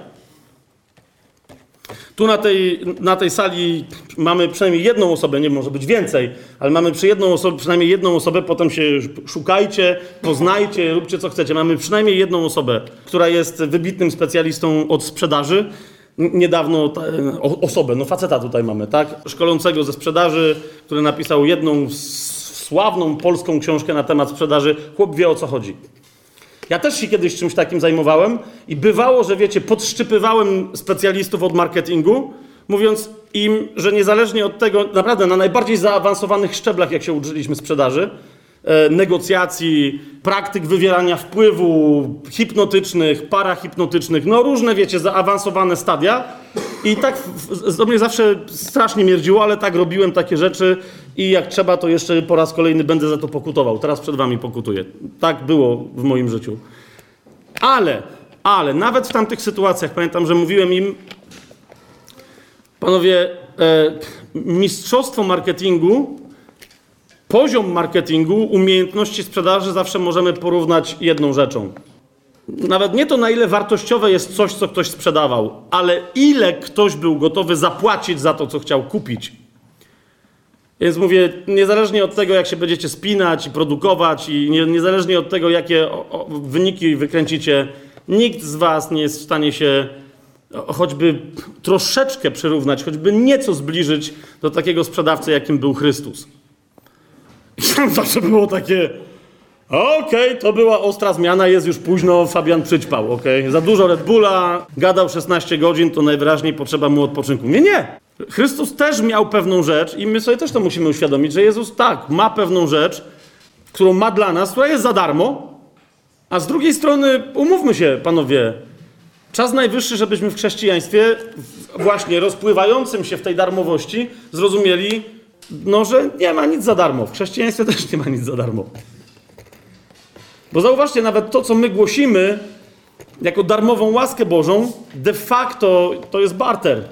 Tu na tej sali mamy przynajmniej jedną osobę, nie może być więcej, ale mamy przynajmniej jedną osobę, potem się szukajcie, poznajcie, róbcie co chcecie. Mamy przynajmniej jedną osobę, która jest wybitnym specjalistą od sprzedaży. Niedawno osobę, faceta tutaj mamy, tak? Szkolącego ze sprzedaży, który napisał jedną sławną polską książkę na temat sprzedaży. Chłop wie, o co chodzi. Ja też się kiedyś czymś takim zajmowałem i bywało, że wiecie, podszczypywałem specjalistów od marketingu, mówiąc im, że niezależnie od tego, naprawdę na najbardziej zaawansowanych szczeblach, jak się uczyliśmy sprzedaży, negocjacji, praktyk wywierania wpływu, hipnotycznych, parahipnotycznych, no różne, wiecie, zaawansowane stadia. I tak to mnie zawsze strasznie mierdziło, ale tak robiłem takie rzeczy i jak trzeba, to jeszcze po raz kolejny będę za to pokutował. Teraz przed wami pokutuję. Tak było w moim życiu. Ale nawet w tamtych sytuacjach, pamiętam, że mówiłem im, panowie, mistrzostwo marketingu, poziom marketingu, umiejętności sprzedaży zawsze możemy porównać jedną rzeczą. Nawet nie to, na ile wartościowe jest coś, co ktoś sprzedawał, ale ile ktoś był gotowy zapłacić za to, co chciał kupić. Więc mówię, niezależnie od tego, jak się będziecie spinać i produkować i niezależnie od tego, jakie wyniki wykręcicie, nikt z was nie jest w stanie się choćby troszeczkę przyrównać, choćby nieco zbliżyć do takiego sprzedawcy, jakim był Chrystus. I tam zawsze było takie... Okej, to była ostra zmiana, jest już późno, Fabian przyćpał, Za dużo Red Bulla, gadał 16 godzin, to najwyraźniej potrzeba mu odpoczynku. Nie. Chrystus też miał pewną rzecz i my sobie też to musimy uświadomić, że Jezus tak, ma pewną rzecz, którą ma dla nas, która jest za darmo, a z drugiej strony, umówmy się, panowie, czas najwyższy, żebyśmy w chrześcijaństwie, właśnie rozpływającym się w tej darmowości, zrozumieli, że nie ma nic za darmo. W chrześcijaństwie też nie ma nic za darmo. Bo zauważcie, nawet to, co my głosimy jako darmową łaskę Bożą, de facto to jest barter.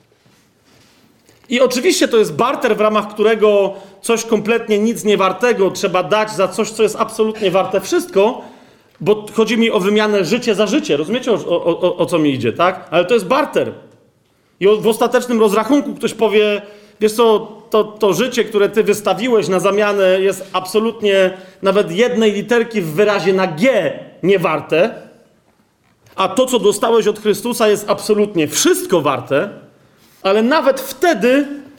I oczywiście to jest barter, w ramach którego coś kompletnie nic nie wartego trzeba dać za coś, co jest absolutnie warte wszystko, bo chodzi mi o wymianę życie za życie. Rozumiecie, o co mi idzie, tak? Ale to jest barter. I w ostatecznym rozrachunku ktoś powie, wiesz co, to życie, które ty wystawiłeś na zamianę, jest absolutnie nawet jednej literki w wyrazie na G niewarte, a to, co dostałeś od Chrystusa, jest absolutnie wszystko warte, ale nawet wtedy,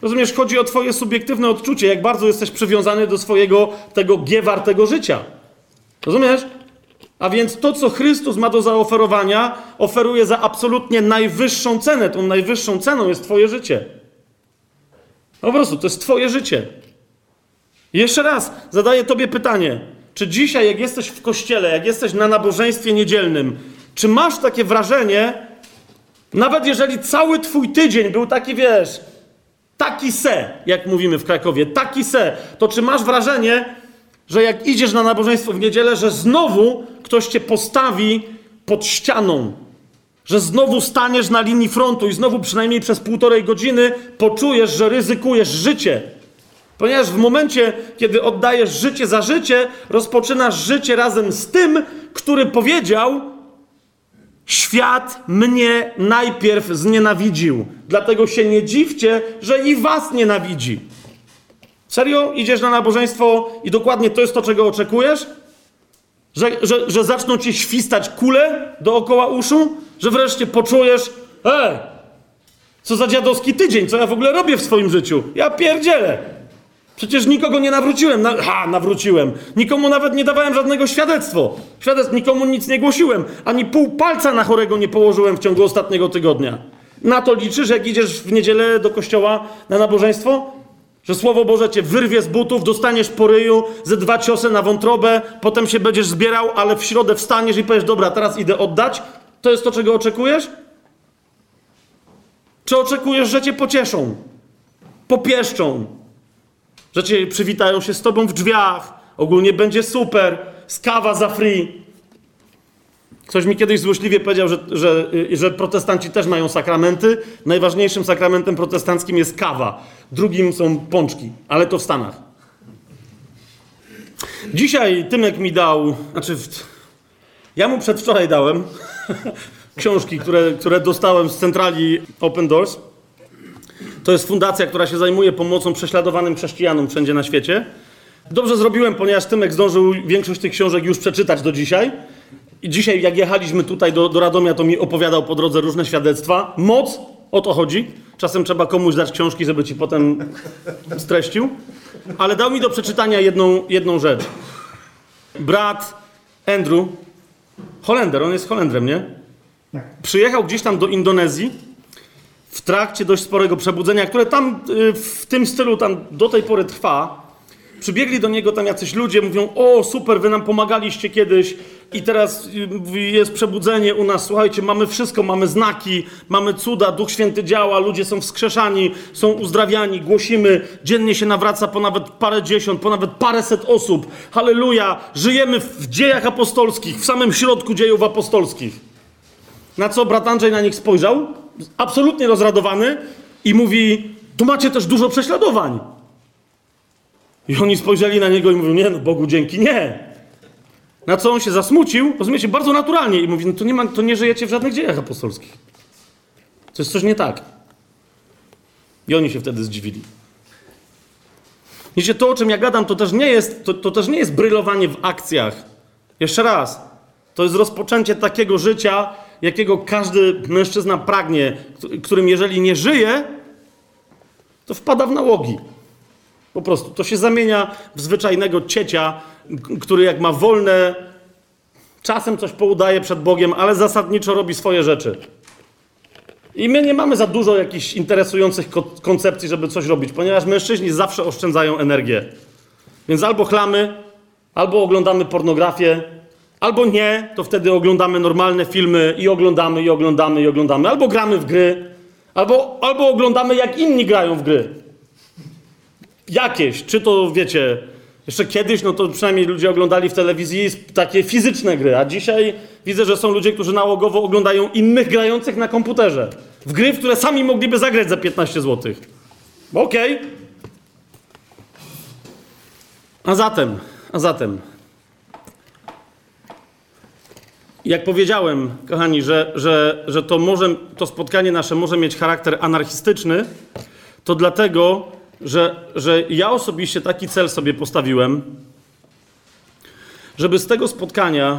Rozumiesz, chodzi o twoje subiektywne odczucie, jak bardzo jesteś przywiązany do swojego tego G-wartego życia. Rozumiesz? A więc to, co Chrystus ma do zaoferowania, oferuje za absolutnie najwyższą cenę. Tą najwyższą ceną jest twoje życie. Po prostu, to jest twoje życie. I jeszcze raz zadaję tobie pytanie. Czy dzisiaj, jak jesteś w kościele, jak jesteś na nabożeństwie niedzielnym, czy masz takie wrażenie, nawet jeżeli cały twój tydzień był taki, wiesz, taki se, jak mówimy w Krakowie, taki se, to czy masz wrażenie, że jak idziesz na nabożeństwo w niedzielę, że znowu ktoś cię postawi pod ścianą, że znowu staniesz na linii frontu i znowu przynajmniej przez 1,5 godziny poczujesz, że ryzykujesz życie. Ponieważ w momencie, kiedy oddajesz życie za życie, rozpoczynasz życie razem z tym, który powiedział: świat mnie najpierw znienawidził. Dlatego się nie dziwcie, że i was nienawidzi. Serio? Idziesz na nabożeństwo i dokładnie to jest to, czego oczekujesz? Że zaczną ci świstać kule dookoła uszu? Że wreszcie poczujesz: co za dziadowski tydzień, co ja w ogóle robię w swoim życiu? Ja pierdzielę! Przecież nikogo nie nawróciłem. Nawróciłem. Nikomu nawet nie dawałem żadnego świadectwa. Nikomu nic nie głosiłem. Ani pół palca na chorego nie położyłem w ciągu ostatniego tygodnia. Na to liczysz, jak idziesz w niedzielę do kościoła na nabożeństwo? Że Słowo Boże cię wyrwie z butów, dostaniesz po ryju, ze 2 ciosy na wątrobę, potem się będziesz zbierał, ale w środę wstaniesz i powiesz: dobra, teraz idę oddać? To jest to, czego oczekujesz? Czy oczekujesz, że cię pocieszą? Popieszczą? Że cię przywitają się z tobą w drzwiach, ogólnie będzie super, z kawa za free. Ktoś mi kiedyś złośliwie powiedział, że protestanci też mają sakramenty. Najważniejszym sakramentem protestanckim jest kawa. Drugim są pączki, ale to w Stanach. Dzisiaj Tymek mi dał, ja mu przedwczoraj dałem książki, które dostałem z centrali Open Doors. To jest fundacja, która się zajmuje pomocą prześladowanym chrześcijanom wszędzie na świecie. Dobrze zrobiłem, ponieważ Tymek zdążył większość tych książek już przeczytać do dzisiaj. I dzisiaj, jak jechaliśmy tutaj do Radomia, to mi opowiadał po drodze różne świadectwa. Moc, o to chodzi. Czasem trzeba komuś dać książki, żeby ci potem streścił. Ale dał mi do przeczytania jedną rzecz. Brat Andrew, Holender, on jest Holendrem, nie? Przyjechał gdzieś tam do Indonezji w trakcie dość sporego przebudzenia, które tam w tym stylu tam do tej pory trwa. Przybiegli do niego tam jacyś ludzie, mówią: o super, wy nam pomagaliście kiedyś i teraz jest przebudzenie u nas, słuchajcie, mamy wszystko, mamy znaki, mamy cuda, Duch Święty działa, ludzie są wskrzeszani, są uzdrawiani, głosimy, dziennie się nawraca po nawet parędziesiąt, po nawet paręset osób. Halleluja, żyjemy w dziejach apostolskich, w samym środku dziejów apostolskich. Na co brat Andrzej na nich spojrzał, absolutnie rozradowany, i mówi: tu macie też dużo prześladowań. I oni spojrzeli na niego i mówią: nie, no Bogu dzięki, nie. Na co on się zasmucił, rozumiecie, bardzo naturalnie, i mówi: no to nie żyjecie w żadnych dziejach apostolskich. To jest coś nie tak. I oni się wtedy zdziwili. Wiecie, to, o czym ja gadam, to też nie jest brylowanie w akcjach. Jeszcze raz. To jest rozpoczęcie takiego życia, jakiego każdy mężczyzna pragnie, którym jeżeli nie żyje, to wpada w nałogi. Po prostu. To się zamienia w zwyczajnego ciecia, który jak ma wolne, czasem coś poudaje przed Bogiem, ale zasadniczo robi swoje rzeczy. I my nie mamy za dużo jakichś interesujących koncepcji, żeby coś robić, ponieważ mężczyźni zawsze oszczędzają energię. Więc albo chlamy, albo oglądamy pornografię, albo nie, to wtedy oglądamy normalne filmy i oglądamy. Albo gramy w gry, albo oglądamy, jak inni grają w gry. Jakieś, czy to wiecie, jeszcze kiedyś, no to przynajmniej ludzie oglądali w telewizji takie fizyczne gry, a dzisiaj widzę, że są ludzie, którzy nałogowo oglądają innych grających na komputerze. W gry, w które sami mogliby zagrać za 15 zł. Okej. A zatem, jak powiedziałem, kochani, że to spotkanie nasze może mieć charakter anarchistyczny, to dlatego, że ja osobiście taki cel sobie postawiłem, żeby z tego spotkania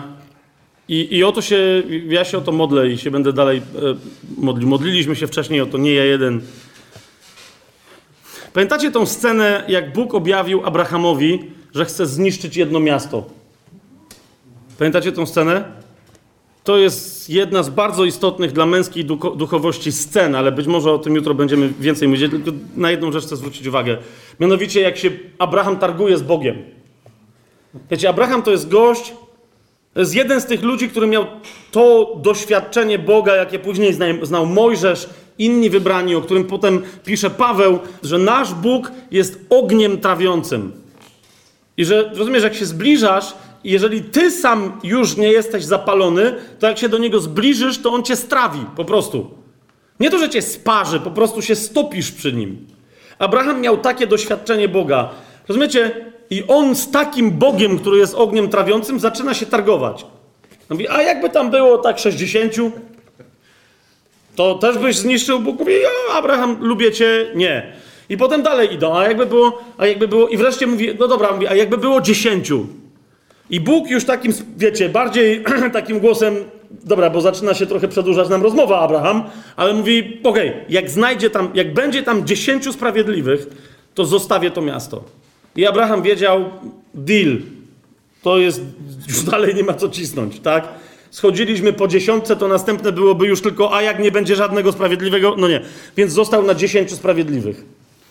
ja się o to modlę i się będę dalej modlił. Modliliśmy się wcześniej o to, nie ja jeden. Pamiętacie tą scenę, jak Bóg objawił Abrahamowi, że chce zniszczyć jedno miasto? Pamiętacie tą scenę? To jest jedna z bardzo istotnych dla męskiej duchowości scen, ale być może o tym jutro będziemy więcej mówić. Tylko na jedną rzecz chcę zwrócić uwagę. Mianowicie, jak się Abraham targuje z Bogiem. Wiecie, Abraham to jest gość, to jest jeden z tych ludzi, który miał to doświadczenie Boga, jakie później znał Mojżesz, inni wybrani, o którym potem pisze Paweł, że nasz Bóg jest ogniem trawiącym. I że, rozumiesz, jak się zbliżasz, i jeżeli ty sam już nie jesteś zapalony, to jak się do niego zbliżysz, to on cię strawi, po prostu. Nie to, że cię sparzy, po prostu się stopisz przy nim. Abraham miał takie doświadczenie Boga. Rozumiecie? I on z takim Bogiem, który jest ogniem trawiącym, zaczyna się targować. Mówi, a jakby tam było tak 60, to też byś zniszczył? Bóg mówi, Abraham, lubię cię, nie. I potem dalej idą, a jakby było, i wreszcie mówi, no dobra, mówi, a jakby było 10. I Bóg już takim, wiecie, bardziej takim głosem, dobra, bo zaczyna się trochę przedłużać nam rozmowa, Abraham, ale mówi, okej, jak będzie tam 10 sprawiedliwych, to zostawię to miasto. I Abraham wiedział, deal, to jest, już dalej nie ma co cisnąć, tak? Schodziliśmy po 10, to następne byłoby już tylko, a jak nie będzie żadnego sprawiedliwego, no nie. Więc został na 10 sprawiedliwych.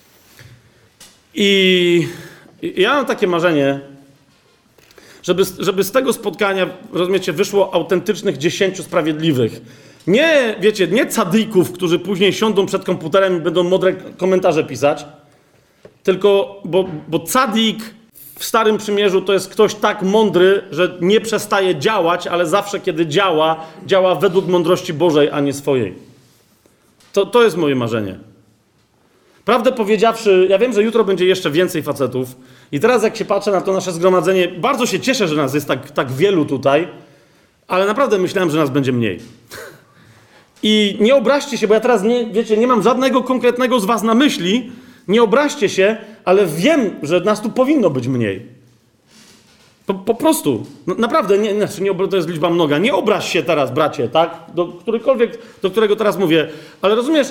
I ja mam takie marzenie, żeby z tego spotkania, rozumiecie, wyszło autentycznych 10 sprawiedliwych. Nie, wiecie, nie cadyków, którzy później siądą przed komputerem i będą mądre komentarze pisać, tylko, bo cadik w Starym Przymierzu to jest ktoś tak mądry, że nie przestaje działać, ale zawsze, kiedy działa według mądrości Bożej, a nie swojej. To jest moje marzenie. Prawdę powiedziawszy, ja wiem, że jutro będzie jeszcze więcej facetów i teraz jak się patrzę na to nasze zgromadzenie, bardzo się cieszę, że nas jest tak wielu tutaj, ale naprawdę myślałem, że nas będzie mniej. I nie obraźcie się, bo ja teraz nie mam żadnego konkretnego z was na myśli, nie obraźcie się, ale wiem, że nas tu powinno być mniej. Po prostu. No, naprawdę, to jest liczba mnoga. Nie obraź się teraz, bracie, tak? Do którego teraz mówię. Ale rozumiesz,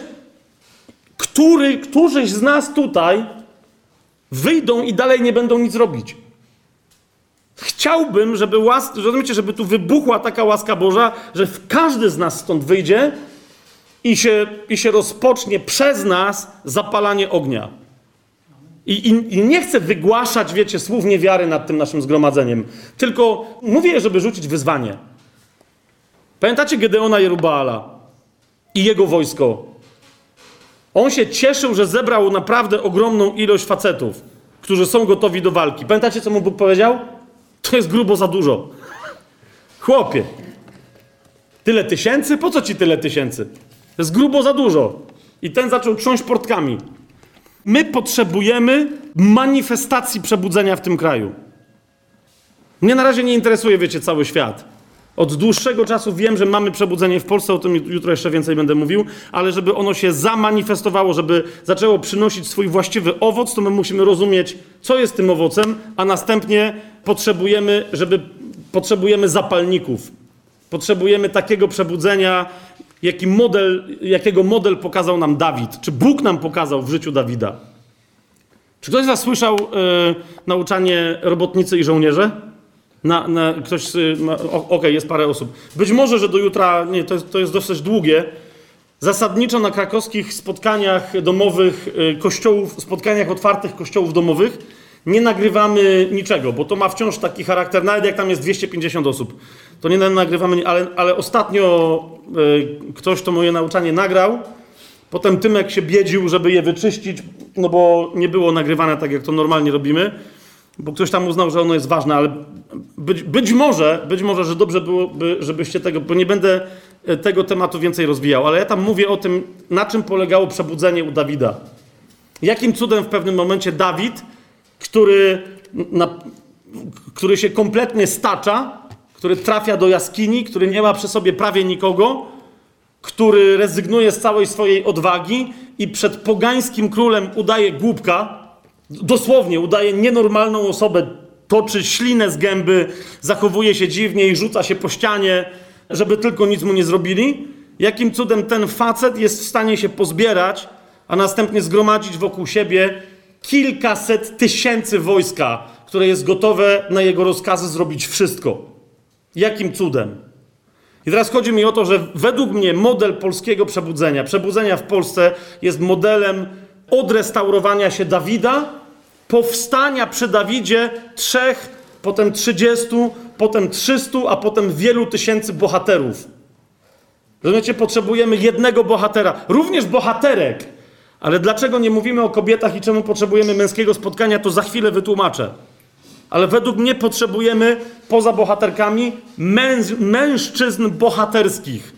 któryś z nas tutaj wyjdą i dalej nie będą nic robić. Chciałbym, rozumiecie, żeby tu wybuchła taka łaska Boża, że każdy z nas stąd wyjdzie i się rozpocznie przez nas zapalanie ognia. I nie chcę wygłaszać, wiecie, słów niewiary nad tym naszym zgromadzeniem. Tylko mówię, żeby rzucić wyzwanie. Pamiętacie Gedeona Jerubaala i jego wojsko? On się cieszył, że zebrał naprawdę ogromną ilość facetów, którzy są gotowi do walki. Pamiętacie, co mu Bóg powiedział? To jest grubo za dużo. Chłopie, tyle tysięcy? Po co ci tyle tysięcy? To jest grubo za dużo. I ten zaczął trząść portkami. My potrzebujemy manifestacji przebudzenia w tym kraju. Mnie na razie nie interesuje, wiecie, cały świat. Od dłuższego czasu wiem, że mamy przebudzenie w Polsce, o tym jutro jeszcze więcej będę mówił, ale żeby ono się zamanifestowało, żeby zaczęło przynosić swój właściwy owoc, to my musimy rozumieć, co jest tym owocem, a następnie potrzebujemy zapalników. Potrzebujemy takiego przebudzenia, jakiego model pokazał nam Dawid, czy Bóg nam pokazał w życiu Dawida. Czy ktoś z was słyszał nauczanie robotnicy i żołnierze? Okej, jest parę osób. Być może, że do jutra, nie, to jest dosyć długie. Zasadniczo na krakowskich spotkaniach domowych kościołów, spotkaniach otwartych kościołów domowych nie nagrywamy niczego, bo to ma wciąż taki charakter, nawet jak tam jest 250 osób, to nie nagrywamy, ale ostatnio ktoś to moje nauczanie nagrał, potem Tymek się biedził, żeby je wyczyścić, no bo nie było nagrywane tak, jak to normalnie robimy, bo ktoś tam uznał, że ono jest ważne, ale być może, że dobrze byłoby, żebyście bo nie będę tego tematu więcej rozwijał, ale ja tam mówię o tym, na czym polegało przebudzenie u Dawida. Jakim cudem w pewnym momencie Dawid, który się kompletnie stacza, który trafia do jaskini, który nie ma przy sobie prawie nikogo, który rezygnuje z całej swojej odwagi i przed pogańskim królem udaje głupka, dosłownie udaje nienormalną osobę, toczy ślinę z gęby, zachowuje się dziwnie i rzuca się po ścianie, żeby tylko nic mu nie zrobili. Jakim cudem ten facet jest w stanie się pozbierać, a następnie zgromadzić wokół siebie kilkaset tysięcy wojska, które jest gotowe na jego rozkazy zrobić wszystko. Jakim cudem? I teraz chodzi mi o to, że według mnie model polskiego przebudzenia w Polsce jest modelem odrestaurowania się Dawida, powstania przy Dawidzie 3, potem 30, potem 300, a potem wielu tysięcy bohaterów. Rozumiecie? Potrzebujemy jednego bohatera, również bohaterek. Ale dlaczego nie mówimy o kobietach i czemu potrzebujemy męskiego spotkania, to za chwilę wytłumaczę. Ale według mnie potrzebujemy, poza bohaterkami, mężczyzn bohaterskich.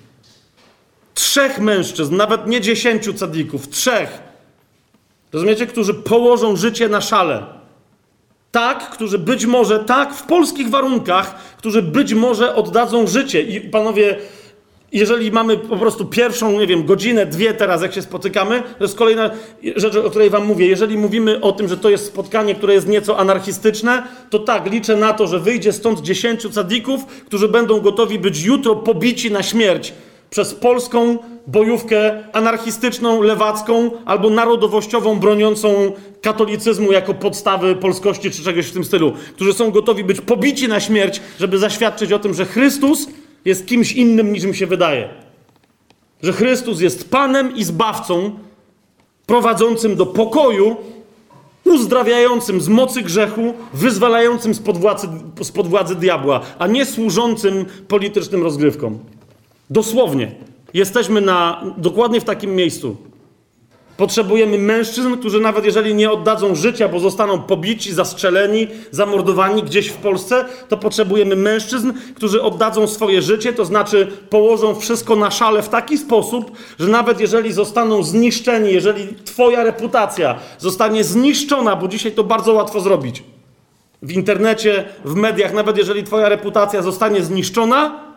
3 mężczyzn, nawet nie 10 cadików, 3. Rozumiecie? Którzy położą życie na szale. Tak, którzy być może, tak, w polskich warunkach, którzy być może oddadzą życie. I panowie, jeżeli mamy po prostu pierwszą, nie wiem, godzinę, 2 teraz, jak się spotykamy, to jest kolejna rzecz, o której wam mówię. Jeżeli mówimy o tym, że to jest spotkanie, które jest nieco anarchistyczne, to tak, liczę na to, że wyjdzie stąd 10 cadików, którzy będą gotowi być jutro pobici na śmierć przez polską bojówkę anarchistyczną, lewacką albo narodowościową, broniącą katolicyzmu jako podstawy polskości czy czegoś w tym stylu, którzy są gotowi być pobici na śmierć, żeby zaświadczyć o tym, że Chrystus jest kimś innym niż im się wydaje. Że Chrystus jest Panem i Zbawcą, prowadzącym do pokoju, uzdrawiającym z mocy grzechu, wyzwalającym spod władzy diabła, a nie służącym politycznym rozgrywkom. Dosłownie. Jesteśmy dokładnie w takim miejscu. Potrzebujemy mężczyzn, którzy nawet jeżeli nie oddadzą życia, bo zostaną pobici, zastrzeleni, zamordowani gdzieś w Polsce, to potrzebujemy mężczyzn, którzy oddadzą swoje życie, to znaczy położą wszystko na szale w taki sposób, że nawet jeżeli zostaną zniszczeni, jeżeli twoja reputacja zostanie zniszczona, bo dzisiaj to bardzo łatwo zrobić, w internecie, w mediach, nawet jeżeli twoja reputacja zostanie zniszczona,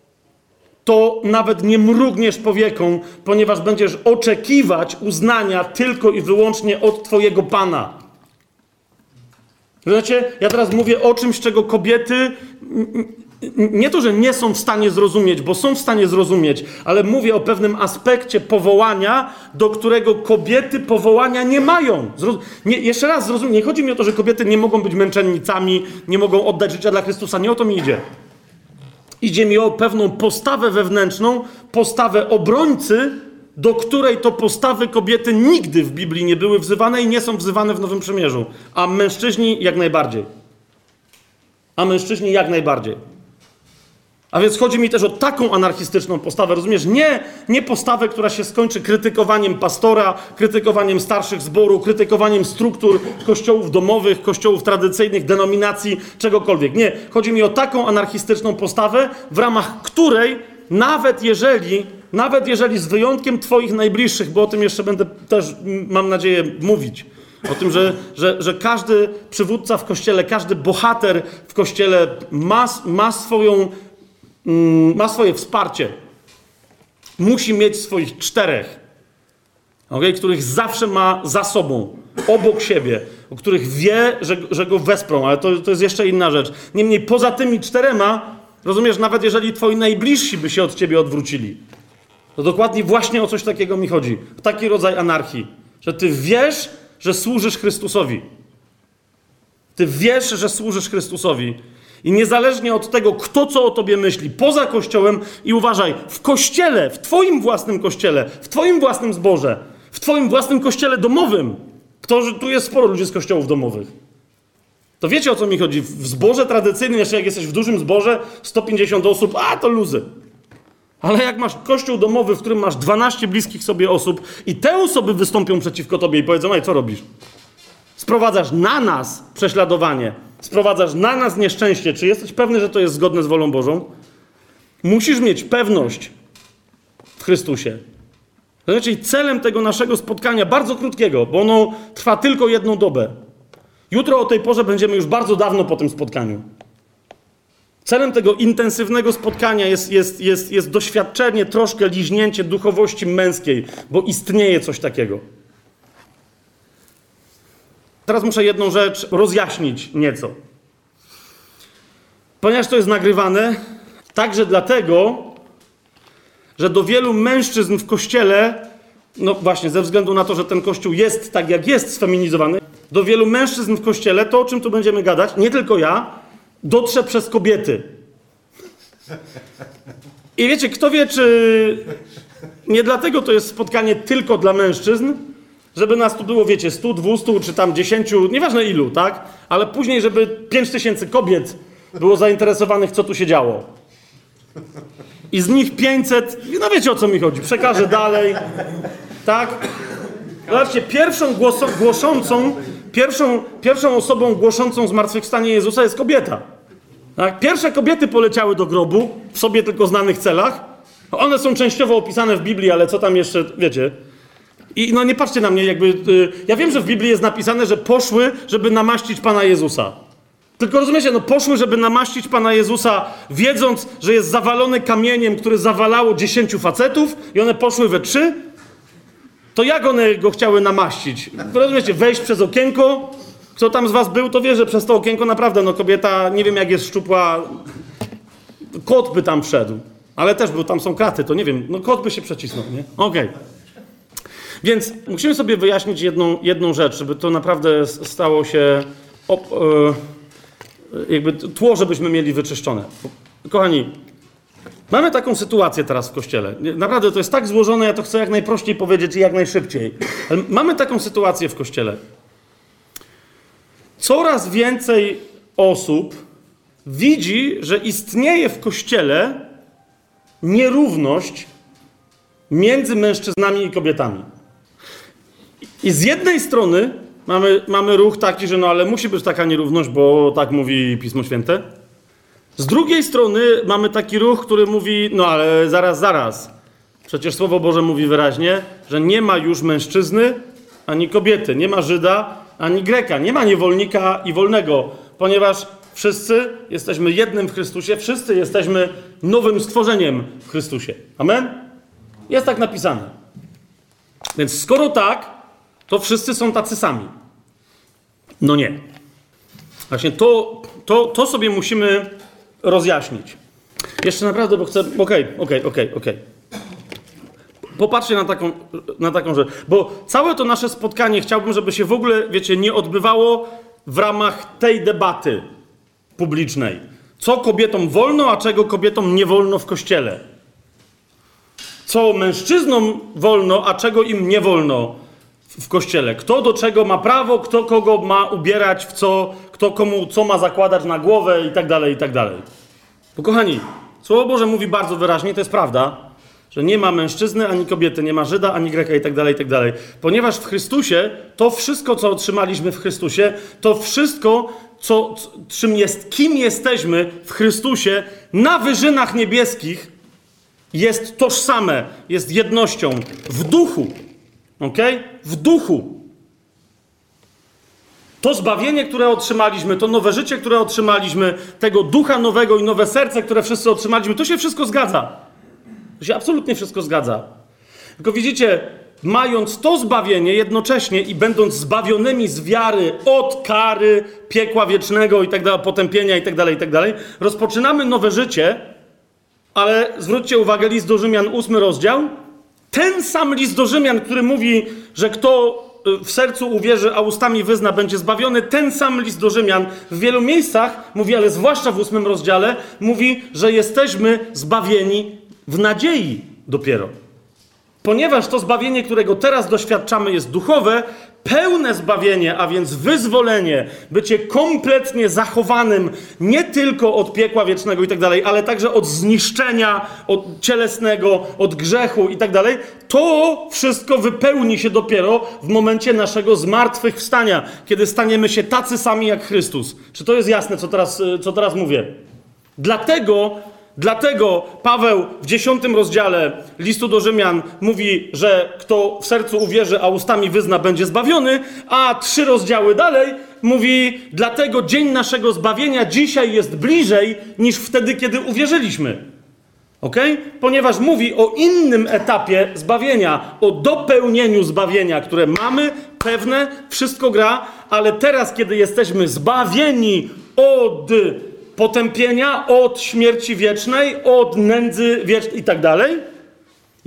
to nawet nie mrugniesz powieką, ponieważ będziesz oczekiwać uznania tylko i wyłącznie od twojego Pana. Wiecie, ja teraz mówię o czymś, czego kobiety nie to, że nie są w stanie zrozumieć, bo są w stanie zrozumieć, ale mówię o pewnym aspekcie powołania, do którego kobiety powołania nie mają. Jeszcze raz zrozumiem, nie chodzi mi o to, że kobiety nie mogą być męczennicami, nie mogą oddać życia dla Chrystusa, nie o to mi idzie. Idzie mi o pewną postawę wewnętrzną, postawę obrońcy, do której to postawy kobiety nigdy w Biblii nie były wzywane i nie są wzywane w Nowym Przymierzu. A mężczyźni jak najbardziej. A więc chodzi mi też o taką anarchistyczną postawę, rozumiesz? Nie postawę, która się skończy krytykowaniem pastora, krytykowaniem starszych zboru, krytykowaniem struktur kościołów domowych, kościołów tradycyjnych, denominacji, czegokolwiek. Nie. Chodzi mi o taką anarchistyczną postawę, w ramach której nawet jeżeli z wyjątkiem twoich najbliższych, bo o tym jeszcze będę też, mam nadzieję, mówić, o tym, że każdy przywódca w Kościele, każdy bohater w Kościele ma swoje wsparcie. Musi mieć swoich 4, których zawsze ma za sobą, obok siebie, o których wie, że go wesprą, ale to jest jeszcze inna rzecz. Niemniej poza tymi 4, rozumiesz, nawet jeżeli twoi najbliżsi by się od ciebie odwrócili, to dokładnie właśnie o coś takiego mi chodzi. Taki rodzaj anarchii, że ty wiesz, że służysz Chrystusowi. Ty wiesz, że służysz Chrystusowi. I niezależnie od tego, kto co o tobie myśli, poza Kościołem i uważaj, w Kościele, w twoim własnym Kościele, w twoim własnym zborze, w twoim własnym Kościele domowym, tu jest sporo ludzi z kościołów domowych. To wiecie, o co mi chodzi? W zborze tradycyjnym, jeszcze jak jesteś w dużym zborze, 150 osób, to luzy. Ale jak masz kościół domowy, w którym masz 12 bliskich sobie osób i te osoby wystąpią przeciwko tobie i powiedzą, co robisz? Sprowadzasz na nas prześladowanie, sprowadzasz na nas nieszczęście. Czy jesteś pewny, że to jest zgodne z wolą Bożą? Musisz mieć pewność w Chrystusie. Znaczy, celem tego naszego spotkania, bardzo krótkiego, bo ono trwa tylko 1 dobę. Jutro o tej porze będziemy już bardzo dawno po tym spotkaniu. Celem tego intensywnego spotkania jest doświadczenie, troszkę liźnięcie duchowości męskiej, bo istnieje coś takiego. Teraz muszę jedną rzecz rozjaśnić nieco. Ponieważ to jest nagrywane, także dlatego, że do wielu mężczyzn w Kościele no właśnie, ze względu na to, że ten Kościół jest tak, jak jest sfeminizowany, do wielu mężczyzn w Kościele, to o czym tu będziemy gadać, nie tylko ja, dotrze przez kobiety. I wiecie, kto wie, czy nie dlatego to jest spotkanie tylko dla mężczyzn, żeby nas tu było, wiecie, 100, 200 czy tam 10, nieważne ilu, tak? Ale później, żeby 5000 kobiet było zainteresowanych, co tu się działo. I z nich 500, no wiecie, o co mi chodzi, przekażę dalej, tak? Zobaczcie, pierwszą osobą głoszącą zmartwychwstanie Jezusa jest kobieta. Tak? Pierwsze kobiety poleciały do grobu w sobie tylko znanych celach. One są częściowo opisane w Biblii, ale co tam jeszcze, wiecie? I no nie patrzcie na mnie, jakby... ja wiem, że w Biblii jest napisane, że poszły, żeby namaścić Pana Jezusa. Tylko rozumiecie, no poszły, żeby namaścić Pana Jezusa, wiedząc, że jest zawalony kamieniem, który zawalało 10 facetów i one poszły we 3. To jak one go chciały namaścić? Rozumiecie, wejść przez okienko. Kto tam z was był, to wie, że przez to okienko naprawdę, no kobieta, nie wiem jak jest szczupła, kot by tam wszedł. Ale też, bo tam są kraty, to nie wiem, no kot by się przecisnął, nie? Okej. Więc musimy sobie wyjaśnić jedną rzecz, żeby to naprawdę stało się jakby tło, żebyśmy mieli wyczyszczone. Kochani, mamy taką sytuację teraz w Kościele. Naprawdę to jest tak złożone, ja to chcę jak najprościej powiedzieć i jak najszybciej. Ale mamy taką sytuację w Kościele. Coraz więcej osób widzi, że istnieje w Kościele nierówność między mężczyznami i kobietami. I z jednej strony mamy ruch taki, że no ale musi być taka nierówność, bo tak mówi Pismo Święte. Z drugiej strony mamy taki ruch, który mówi, no ale zaraz. Przecież Słowo Boże mówi wyraźnie, że nie ma już mężczyzny ani kobiety, nie ma Żyda ani Greka, nie ma niewolnika i wolnego, ponieważ wszyscy jesteśmy jednym w Chrystusie, wszyscy jesteśmy nowym stworzeniem w Chrystusie. Amen? Jest tak napisane. Więc skoro tak, to wszyscy są tacy sami. No nie. Właśnie to sobie musimy rozjaśnić. Jeszcze naprawdę, bo chcę... Okej. Popatrzcie na taką rzecz. Bo całe to nasze spotkanie chciałbym, żeby się w ogóle, wiecie, nie odbywało w ramach tej debaty publicznej. Co kobietom wolno, a czego kobietom nie wolno w Kościele. Co mężczyznom wolno, a czego im nie wolno w Kościele. Kto do czego ma prawo, kto kogo ma ubierać w co, kto komu co ma zakładać na głowę i tak dalej, i tak dalej. Bo kochani, Słowo Boże mówi bardzo wyraźnie, to jest prawda, że nie ma mężczyzny, ani kobiety, nie ma Żyda, ani Greka i tak dalej, i tak dalej. Ponieważ w Chrystusie, to wszystko, co otrzymaliśmy w Chrystusie, to wszystko, kim jesteśmy w Chrystusie na wyżynach niebieskich, jest tożsame, jest jednością w duchu. Okej? W duchu. To zbawienie, które otrzymaliśmy, to nowe życie, które otrzymaliśmy, tego ducha nowego i nowe serce, które wszyscy otrzymaliśmy, to się wszystko zgadza. To się absolutnie wszystko zgadza. Tylko widzicie, mając to zbawienie jednocześnie i będąc zbawionymi z wiary od kary, piekła wiecznego i tak dalej, potępienia i tak dalej, rozpoczynamy nowe życie, ale zwróćcie uwagę, list do Rzymian, 8 rozdział, ten sam list do Rzymian, który mówi, że kto w sercu uwierzy, a ustami wyzna, będzie zbawiony, ten sam list do Rzymian w wielu miejscach mówi, ale zwłaszcza w 8 rozdziale, mówi, że jesteśmy zbawieni w nadziei dopiero. Ponieważ to zbawienie, którego teraz doświadczamy, jest duchowe, pełne zbawienie, a więc wyzwolenie, bycie kompletnie zachowanym nie tylko od piekła wiecznego i tak dalej, ale także od zniszczenia, od cielesnego, od grzechu i tak dalej, to wszystko wypełni się dopiero w momencie naszego zmartwychwstania, kiedy staniemy się tacy sami jak Chrystus. Czy to jest jasne, co teraz mówię? Dlatego Paweł w 10 rozdziale listu do Rzymian mówi, że kto w sercu uwierzy, a ustami wyzna, będzie zbawiony, a 3 rozdziały dalej mówi, dlatego dzień naszego zbawienia dzisiaj jest bliżej niż wtedy, kiedy uwierzyliśmy. Okej? Ponieważ mówi o innym etapie zbawienia, o dopełnieniu zbawienia, które mamy, pewne, wszystko gra, ale teraz, kiedy jesteśmy zbawieni od potępienia, od śmierci wiecznej, od nędzy wiecznej i tak dalej,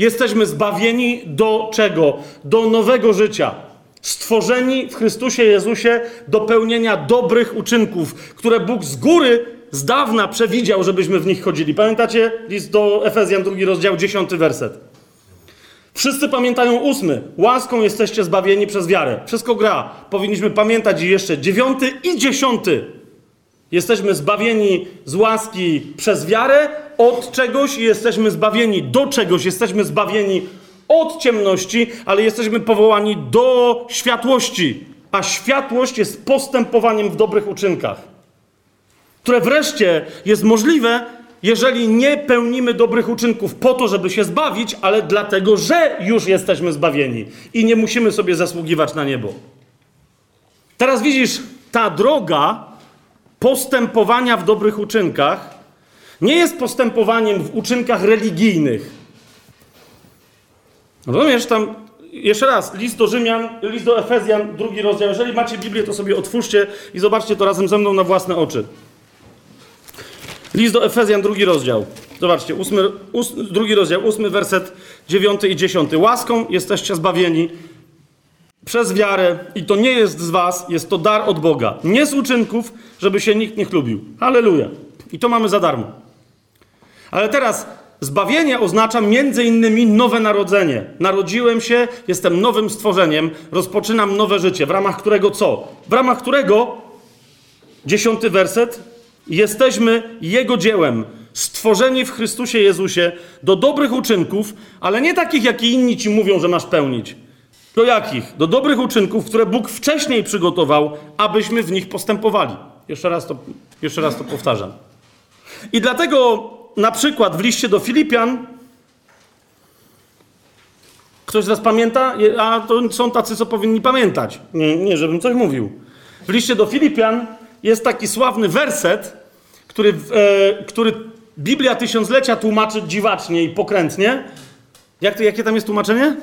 Jesteśmy zbawieni do czego? Do nowego życia. Stworzeni w Chrystusie Jezusie do pełnienia dobrych uczynków, które Bóg z góry, z dawna przewidział, żebyśmy w nich chodzili. Pamiętacie? List do Efezjan, 2 rozdział, 10 werset. Wszyscy pamiętają 8. Łaską jesteście zbawieni przez wiarę. Wszystko gra. Powinniśmy pamiętać i jeszcze 9 i 10. Jesteśmy zbawieni z łaski przez wiarę od czegoś i jesteśmy zbawieni do czegoś. Jesteśmy zbawieni od ciemności, ale jesteśmy powołani do światłości. A światłość jest postępowaniem w dobrych uczynkach, które wreszcie jest możliwe, jeżeli nie pełnimy dobrych uczynków po to, żeby się zbawić, ale dlatego, że już jesteśmy zbawieni i nie musimy sobie zasługiwać na niebo. Teraz widzisz, ta droga postępowania w dobrych uczynkach nie jest postępowaniem w uczynkach religijnych. Rozumiesz, tam jeszcze raz, list do Rzymian, list do Efezjan, 2 rozdział. Jeżeli macie Biblię, to sobie otwórzcie i zobaczcie to razem ze mną na własne oczy. List do Efezjan, 2 rozdział. Zobaczcie, 2 rozdział, 8 werset, 9 i 10. Łaską jesteście zbawieni przez wiarę i to nie jest z was, jest to dar od Boga. Nie z uczynków, żeby się nikt nie chlubił. Halleluja. I to mamy za darmo. Ale teraz zbawienie oznacza między innymi nowe narodzenie. Narodziłem się, jestem nowym stworzeniem, rozpoczynam nowe życie. W ramach którego co? W ramach którego, 10 werset, jesteśmy Jego dziełem, stworzeni w Chrystusie Jezusie do dobrych uczynków, ale nie takich, jakie inni ci mówią, że masz pełnić. Do jakich? Do dobrych uczynków, które Bóg wcześniej przygotował, abyśmy w nich postępowali. Jeszcze raz to powtarzam. I dlatego na przykład w liście do Filipian, ktoś z was pamięta? A to są tacy, co powinni pamiętać. Nie, żebym coś mówił. W liście do Filipian jest taki sławny werset, który Biblia Tysiąclecia tłumaczy dziwacznie i pokrętnie. Jakie tam jest tłumaczenie?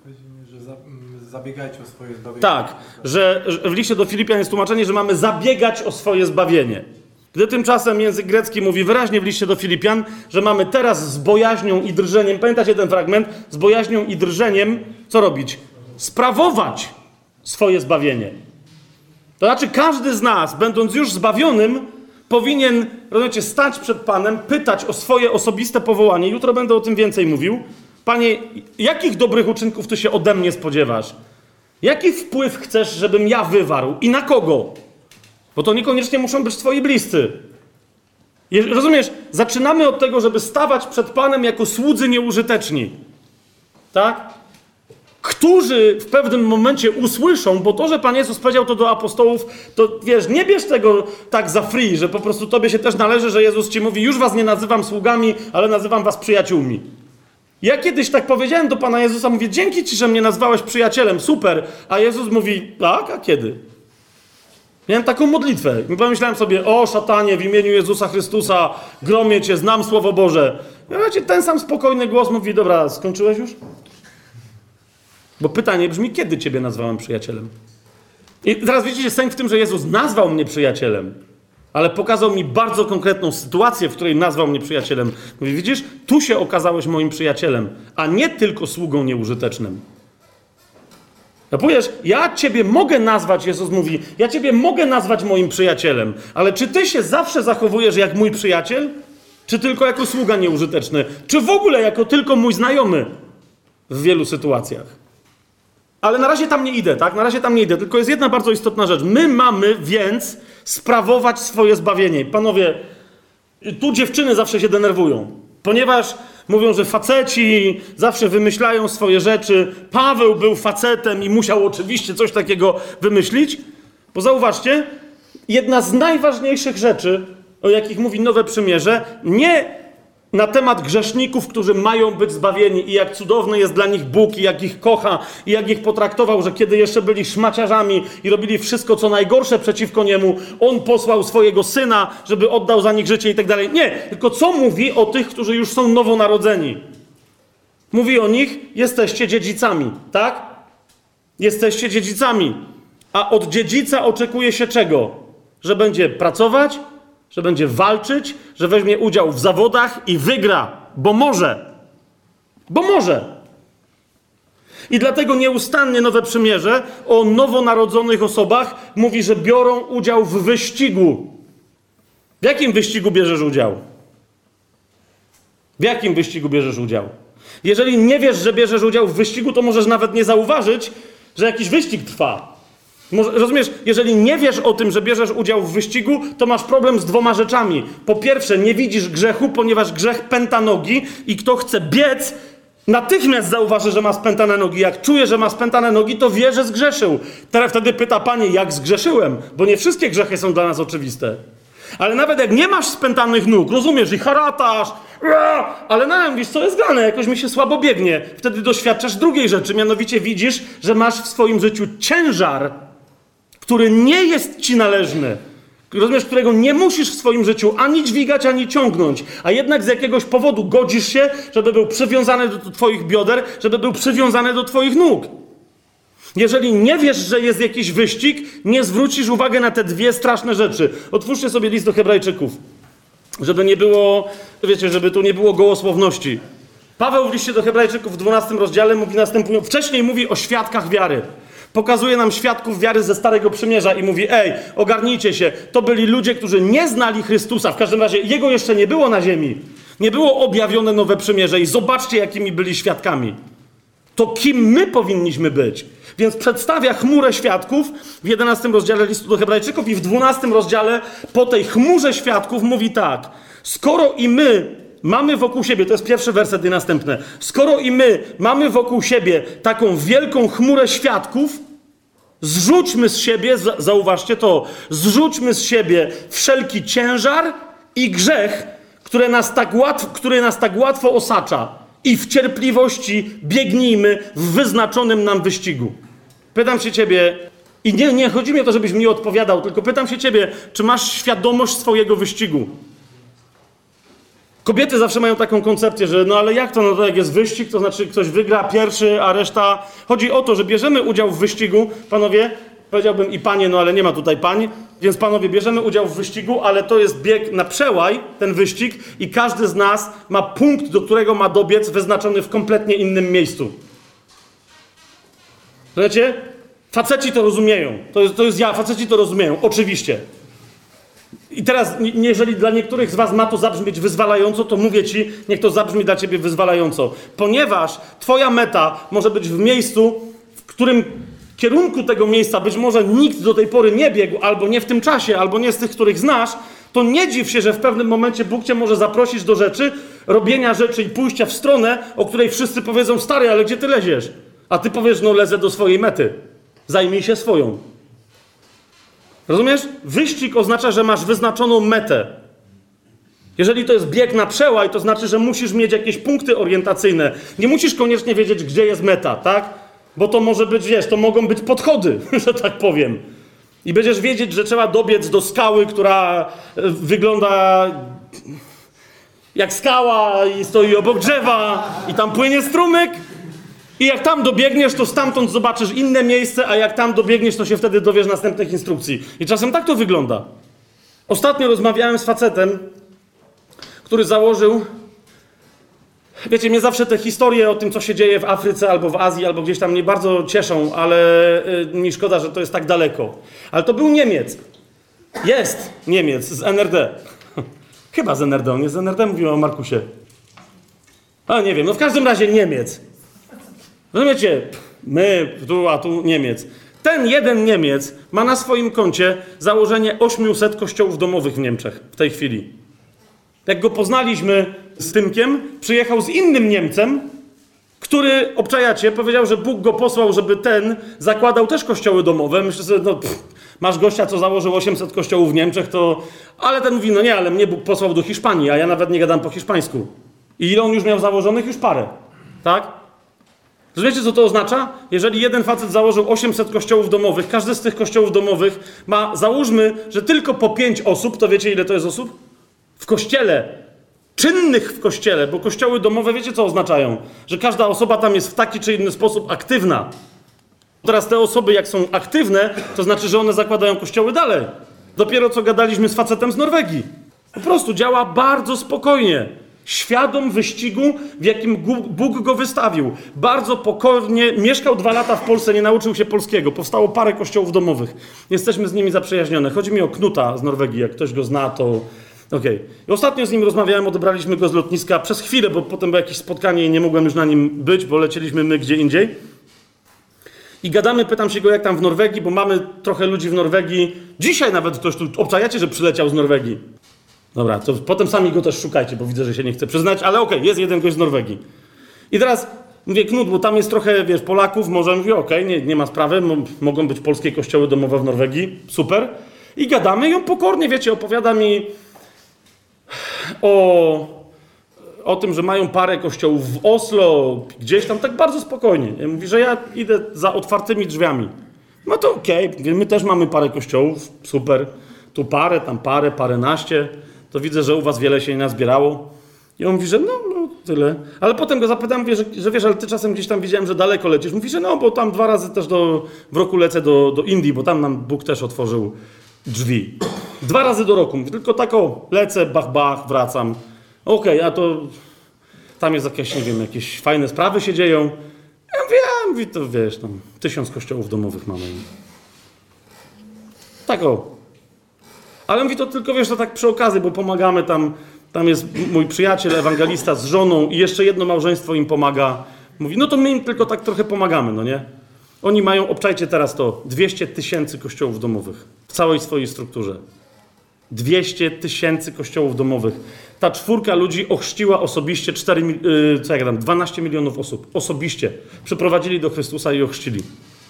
Zabiegajcie o swoje zbawienie. Tak, że w liście do Filipian jest tłumaczenie, że mamy zabiegać o swoje zbawienie. Gdy tymczasem język grecki mówi wyraźnie w liście do Filipian, że mamy teraz z bojaźnią i drżeniem, pamiętacie ten fragment? Z bojaźnią i drżeniem, co robić? Sprawować swoje zbawienie. To znaczy każdy z nas, będąc już zbawionym, powinien, rozumiecie, stać przed Panem, pytać o swoje osobiste powołanie. Jutro będę o tym więcej mówił. Panie, jakich dobrych uczynków Ty się ode mnie spodziewasz? Jaki wpływ chcesz, żebym ja wywarł? I na kogo? Bo to niekoniecznie muszą być Twoi bliscy. Rozumiesz? Zaczynamy od tego, żeby stawać przed Panem jako słudzy nieużyteczni. Tak? Którzy w pewnym momencie usłyszą, bo to, że Pan Jezus powiedział to do apostołów, to wiesz, nie bierz tego tak za free, że po prostu Tobie się też należy, że Jezus Ci mówi, już was nie nazywam sługami, ale nazywam was przyjaciółmi. Ja kiedyś tak powiedziałem do Pana Jezusa, mówię, dzięki Ci, że mnie nazwałeś przyjacielem, super. A Jezus mówi, tak, a kiedy? Miałem taką modlitwę. I pomyślałem sobie, o szatanie, w imieniu Jezusa Chrystusa, gromię Cię, znam Słowo Boże. I wiecie, ten sam spokojny głos mówi, dobra, skończyłeś już? Bo pytanie brzmi, kiedy Ciebie nazwałem przyjacielem? I teraz widzicie sęk w tym, że Jezus nazwał mnie przyjacielem, ale pokazał mi bardzo konkretną sytuację, w której nazwał mnie przyjacielem. Mówi, widzisz, tu się okazałeś moim przyjacielem, a nie tylko sługą nieużytecznym. No powiesz, ja Ciebie mogę nazwać, Jezus mówi, ja Ciebie mogę nazwać moim przyjacielem, ale czy Ty się zawsze zachowujesz jak mój przyjaciel? Czy tylko jako sługa nieużyteczny? Czy w ogóle jako tylko mój znajomy? W wielu sytuacjach. Ale na razie tam nie idę, tak? Na razie tam nie idę, tylko jest jedna bardzo istotna rzecz. My mamy więc sprawować swoje zbawienie. Panowie, tu dziewczyny zawsze się denerwują, ponieważ mówią, że faceci zawsze wymyślają swoje rzeczy. Paweł był facetem i musiał oczywiście coś takiego wymyślić. Bo zauważcie, jedna z najważniejszych rzeczy, o jakich mówi Nowe Przymierze, nie na temat grzeszników, którzy mają być zbawieni i jak cudowny jest dla nich Bóg i jak ich kocha i jak ich potraktował, że kiedy jeszcze byli szmaciarzami i robili wszystko, co najgorsze przeciwko Niemu, On posłał swojego Syna, żeby oddał za nich życie i tak dalej. Nie, tylko co mówi o tych, którzy już są nowonarodzeni? Mówi o nich, jesteście dziedzicami, tak? Jesteście dziedzicami. A od dziedzica oczekuje się czego? Że będzie pracować, że będzie walczyć, że weźmie udział w zawodach i wygra, bo może. Bo może. I dlatego nieustannie Nowe Przymierze o nowonarodzonych osobach mówi, że biorą udział w wyścigu. W jakim wyścigu bierzesz udział? W jakim wyścigu bierzesz udział? Jeżeli nie wiesz, że bierzesz udział w wyścigu, to możesz nawet nie zauważyć, że jakiś wyścig trwa. Rozumiesz, jeżeli nie wiesz o tym, że bierzesz udział w wyścigu, to masz problem z dwoma rzeczami. Po pierwsze, nie widzisz grzechu, ponieważ grzech pęta nogi i kto chce biec, natychmiast zauważy, że ma spętane nogi. Jak czuje, że ma spętane nogi, to wie, że zgrzeszył. Teraz wtedy pyta, Panie, jak zgrzeszyłem? Bo nie wszystkie grzechy są dla nas oczywiste. Ale nawet jak nie masz spętanych nóg, rozumiesz, i haratasz, ale wiesz, co jest grane, jakoś mi się słabo biegnie. Wtedy doświadczasz drugiej rzeczy, mianowicie widzisz, że masz w swoim życiu ciężar, który nie jest ci należny. Rozumiesz, którego nie musisz w swoim życiu ani dźwigać, ani ciągnąć. A jednak z jakiegoś powodu godzisz się, żeby był przywiązany do twoich bioder, żeby był przywiązany do twoich nóg. Jeżeli nie wiesz, że jest jakiś wyścig, nie zwrócisz uwagi na te dwie straszne rzeczy. Otwórzcie sobie list do Hebrajczyków, żeby nie było, wiecie, żeby tu nie było gołosłowności. Paweł w liście do Hebrajczyków w 12 rozdziale mówi następująco. Wcześniej mówi o świadkach wiary. Pokazuje nam świadków wiary ze Starego Przymierza i mówi, ogarnijcie się, to byli ludzie, którzy nie znali Chrystusa. W każdym razie Jego jeszcze nie było na ziemi. Nie było objawione Nowe Przymierze i zobaczcie, jakimi byli świadkami. To kim my powinniśmy być? Więc przedstawia chmurę świadków w 11 rozdziale listu do Hebrajczyków i w 12 rozdziale po tej chmurze świadków mówi tak. Skoro i my mamy wokół siebie, to jest pierwszy werset i następne. Skoro i my mamy wokół siebie taką wielką chmurę świadków, zrzućmy z siebie, zauważcie to, zrzućmy z siebie wszelki ciężar i grzech, który nas tak łatwo osacza. I w cierpliwości biegnijmy w wyznaczonym nam wyścigu. Pytam się ciebie, i nie chodzi mi o to, żebyś mi odpowiadał, tylko pytam się ciebie, czy masz świadomość swojego wyścigu? Kobiety zawsze mają taką koncepcję, że ale jak to, to jak jest wyścig, to znaczy ktoś wygra pierwszy, a reszta... Chodzi o to, że bierzemy udział w wyścigu, panowie, powiedziałbym i panie, ale nie ma tutaj pań, więc panowie, bierzemy udział w wyścigu, ale to jest bieg na przełaj, ten wyścig, i każdy z nas ma punkt, do którego ma dobiec, wyznaczony w kompletnie innym miejscu. Wiecie? Faceci to rozumieją. Faceci to rozumieją, oczywiście. I teraz, jeżeli dla niektórych z was ma to zabrzmieć wyzwalająco, to mówię ci, niech to zabrzmi dla ciebie wyzwalająco. Ponieważ twoja meta może być w miejscu, w którym kierunku tego miejsca być może nikt do tej pory nie biegł, albo nie w tym czasie, albo nie z tych, których znasz, to nie dziw się, że w pewnym momencie Bóg cię może zaprosić do rzeczy, robienia rzeczy i pójścia w stronę, o której wszyscy powiedzą, stary, ale gdzie ty leziesz? A ty powiesz, lezę do swojej mety. Zajmij się swoją. Rozumiesz? Wyścig oznacza, że masz wyznaczoną metę. Jeżeli to jest bieg na przełaj, to znaczy, że musisz mieć jakieś punkty orientacyjne. Nie musisz koniecznie wiedzieć, gdzie jest meta, tak? Bo to może być, to mogą być podchody, że tak powiem. I będziesz wiedzieć, że trzeba dobiec do skały, która wygląda jak skała i stoi obok drzewa i tam płynie strumyk. I jak tam dobiegniesz, to stamtąd zobaczysz inne miejsce, a jak tam dobiegniesz, to się wtedy dowiesz następnych instrukcji. I czasem tak to wygląda. Ostatnio rozmawiałem z facetem, który założył... Wiecie, mnie zawsze te historie o tym, co się dzieje w Afryce, albo w Azji, albo gdzieś tam mnie bardzo cieszą, ale mi szkoda, że to jest tak daleko. Ale to był Niemiec. Jest Niemiec z NRD. Chyba z NRD, on jest z NRD, mówiłem o Markusie. A nie wiem, w każdym razie Niemiec. Rozumiecie? My, a tu Niemiec. Ten jeden Niemiec ma na swoim koncie założenie 800 kościołów domowych w Niemczech w tej chwili. Jak go poznaliśmy z Tymkiem, przyjechał z innym Niemcem, który, obczajacie, powiedział, że Bóg go posłał, żeby ten zakładał też kościoły domowe. Myślę sobie, masz gościa, co założył 800 kościołów w Niemczech, to... Ale ten mówi, nie, ale mnie Bóg posłał do Hiszpanii, a ja nawet nie gadam po hiszpańsku. I ile on już miał założonych? Już parę. Tak? Rozumiecie, co to oznacza? Jeżeli jeden facet założył 800 kościołów domowych, każdy z tych kościołów domowych ma, załóżmy, że tylko po 5 osób, to wiecie, ile to jest osób? W kościele. Czynnych w kościele, bo kościoły domowe, wiecie, co oznaczają? Że każda osoba tam jest w taki czy inny sposób aktywna. Teraz te osoby, jak są aktywne, to znaczy, że one zakładają kościoły dalej. Dopiero co gadaliśmy z facetem z Norwegii. Po prostu działa bardzo spokojnie. Świadom wyścigu, w jakim Bóg go wystawił. Bardzo pokornie, mieszkał 2 lata w Polsce, nie nauczył się polskiego. Powstało parę kościołów domowych. Jesteśmy z nimi zaprzyjaźnione. Chodzi mi o Knuta z Norwegii, jak ktoś go zna, to okej. I ostatnio z nim rozmawiałem, odebraliśmy go z lotniska przez chwilę, bo potem było jakieś spotkanie i nie mogłem już na nim być, bo lecieliśmy my gdzie indziej. I gadamy, pytam się go, jak tam w Norwegii, bo mamy trochę ludzi w Norwegii. Dzisiaj nawet ktoś tu obczajacie, że przyleciał z Norwegii. Dobra, to potem sami go też szukajcie, bo widzę, że się nie chce przyznać, ale okej, jest jeden gość z Norwegii. I teraz mówię, Knut, bo tam jest trochę, wiesz, Polaków, może mówię, okej, nie ma sprawy, mogą być polskie kościoły domowe w Norwegii, super. I gadamy i on pokornie, wiecie, opowiada mi o tym, że mają parę kościołów w Oslo, gdzieś tam, tak bardzo spokojnie. Ja mówi, że ja idę za otwartymi drzwiami. No to okej, my też mamy parę kościołów, super. Tu parę, tam paręnaście. To widzę, że u was wiele się nie nazbierało. I on mówi, że no tyle. Ale potem go zapytam, mówię, że wiesz, ale ty czasem gdzieś tam widziałem, że daleko lecisz. Mówi, że no, bo tam 2 razy też w roku lecę do Indii, bo tam nam Bóg też otworzył drzwi. 2 razy do roku. Mówi, tylko tak lecę, bach, wracam. Okej, a to tam jest jakieś, nie wiem, jakieś fajne sprawy się dzieją. Ja mówię, to wiesz, tam 1000 kościołów domowych mamy. Tak Ale mówi to tylko, wiesz, to tak przy okazji, bo pomagamy tam jest mój przyjaciel, ewangelista z żoną i jeszcze jedno małżeństwo im pomaga. Mówi, no to my im tylko tak trochę pomagamy, no nie? Oni mają, obczajcie teraz to, 200 000 kościołów domowych w całej swojej strukturze. 200 000 kościołów domowych. Ta 4 ludzi ochrzciła osobiście 12 milionów osób. Osobiście. Przyprowadzili do Chrystusa i ochrzcili.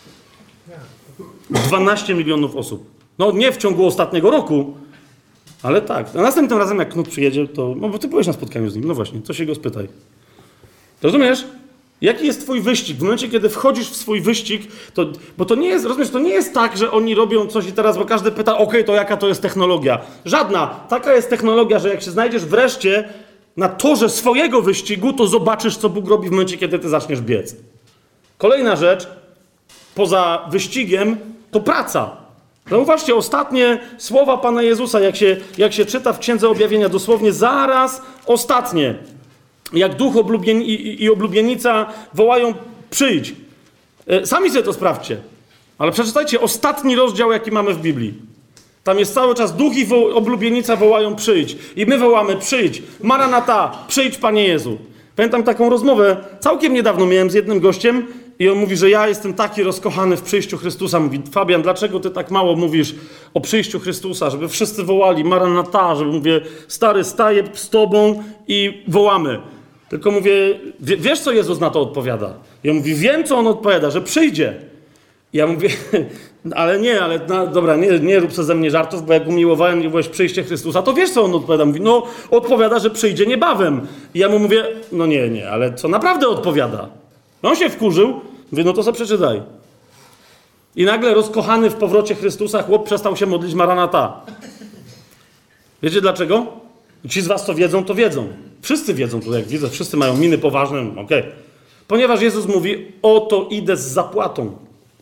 12 milionów osób. No nie w ciągu ostatniego roku, ale tak. A następnym razem, jak Knut przyjedzie, to... No bo ty byłeś na spotkaniu z nim. No właśnie, to się go spytaj. Rozumiesz? Jaki jest twój wyścig? W momencie, kiedy wchodzisz w swój wyścig, bo to nie jest, rozumiesz, to nie jest tak, że oni robią coś i teraz, bo każdy pyta, okej, to jaka to jest technologia? Żadna. Taka jest technologia, że jak się znajdziesz wreszcie na torze swojego wyścigu, to zobaczysz, co Bóg robi w momencie, kiedy ty zaczniesz biec. Kolejna rzecz, poza wyścigiem, to praca. Zauważcie, ostatnie słowa Pana Jezusa, jak się czyta w Księdze Objawienia, dosłownie zaraz ostatnie. Jak duch i oblubienica wołają, przyjdź. Sami sobie to sprawdźcie. Ale przeczytajcie ostatni rozdział, jaki mamy w Biblii. Tam jest cały czas duch i oblubienica wołają, przyjdź. I my wołamy, przyjdź. Maranata, przyjdź, Panie Jezu. Pamiętam taką rozmowę, całkiem niedawno miałem z jednym gościem i on mówi, że ja jestem taki rozkochany w przyjściu Chrystusa. Mówi, Fabian, dlaczego ty tak mało mówisz o przyjściu Chrystusa? Żeby wszyscy wołali, Maranata, żeby mówię, stary, staję z tobą i wołamy. Tylko mówię, wiesz, co Jezus na to odpowiada? Ja mówię, wiem, co On odpowiada, że przyjdzie. Ja mówię, dobra, nie rób sobie ze mnie żartów, bo jak umiłowałem i byłeś przyjście Chrystusa, to wiesz, co On odpowiada? Mówi, no, odpowiada, że przyjdzie niebawem. I ja mu mówię, no nie, ale co naprawdę odpowiada? No on się wkurzył, mówię, no to sobie przeczytaj. I nagle rozkochany w powrocie Chrystusa chłop przestał się modlić Maranata. Wiecie dlaczego? Ci z was, co wiedzą, to wiedzą. Wszyscy wiedzą, to jak widzę, wszyscy mają miny poważne, okej. Ponieważ Jezus mówi, oto idę z zapłatą.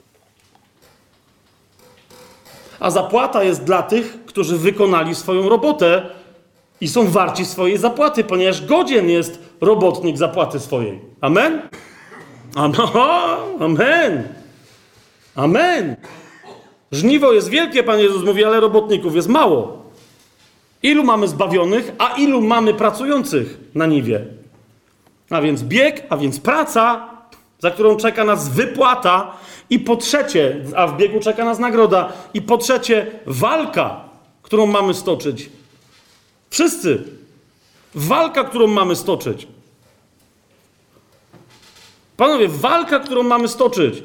A zapłata jest dla tych, którzy wykonali swoją robotę i są warci swojej zapłaty, ponieważ godzien jest robotnik zapłaty swojej. Amen? Amen. Amen. Żniwo jest wielkie, Pan Jezus mówi, ale robotników jest mało. Ilu mamy zbawionych, a ilu mamy pracujących na niwie? A więc bieg, a więc praca, za którą czeka nas wypłata. I po trzecie, a w biegu czeka nas nagroda. I po trzecie, walka, którą mamy stoczyć. Wszyscy. Walka, którą mamy stoczyć. Panowie, walka, którą mamy stoczyć.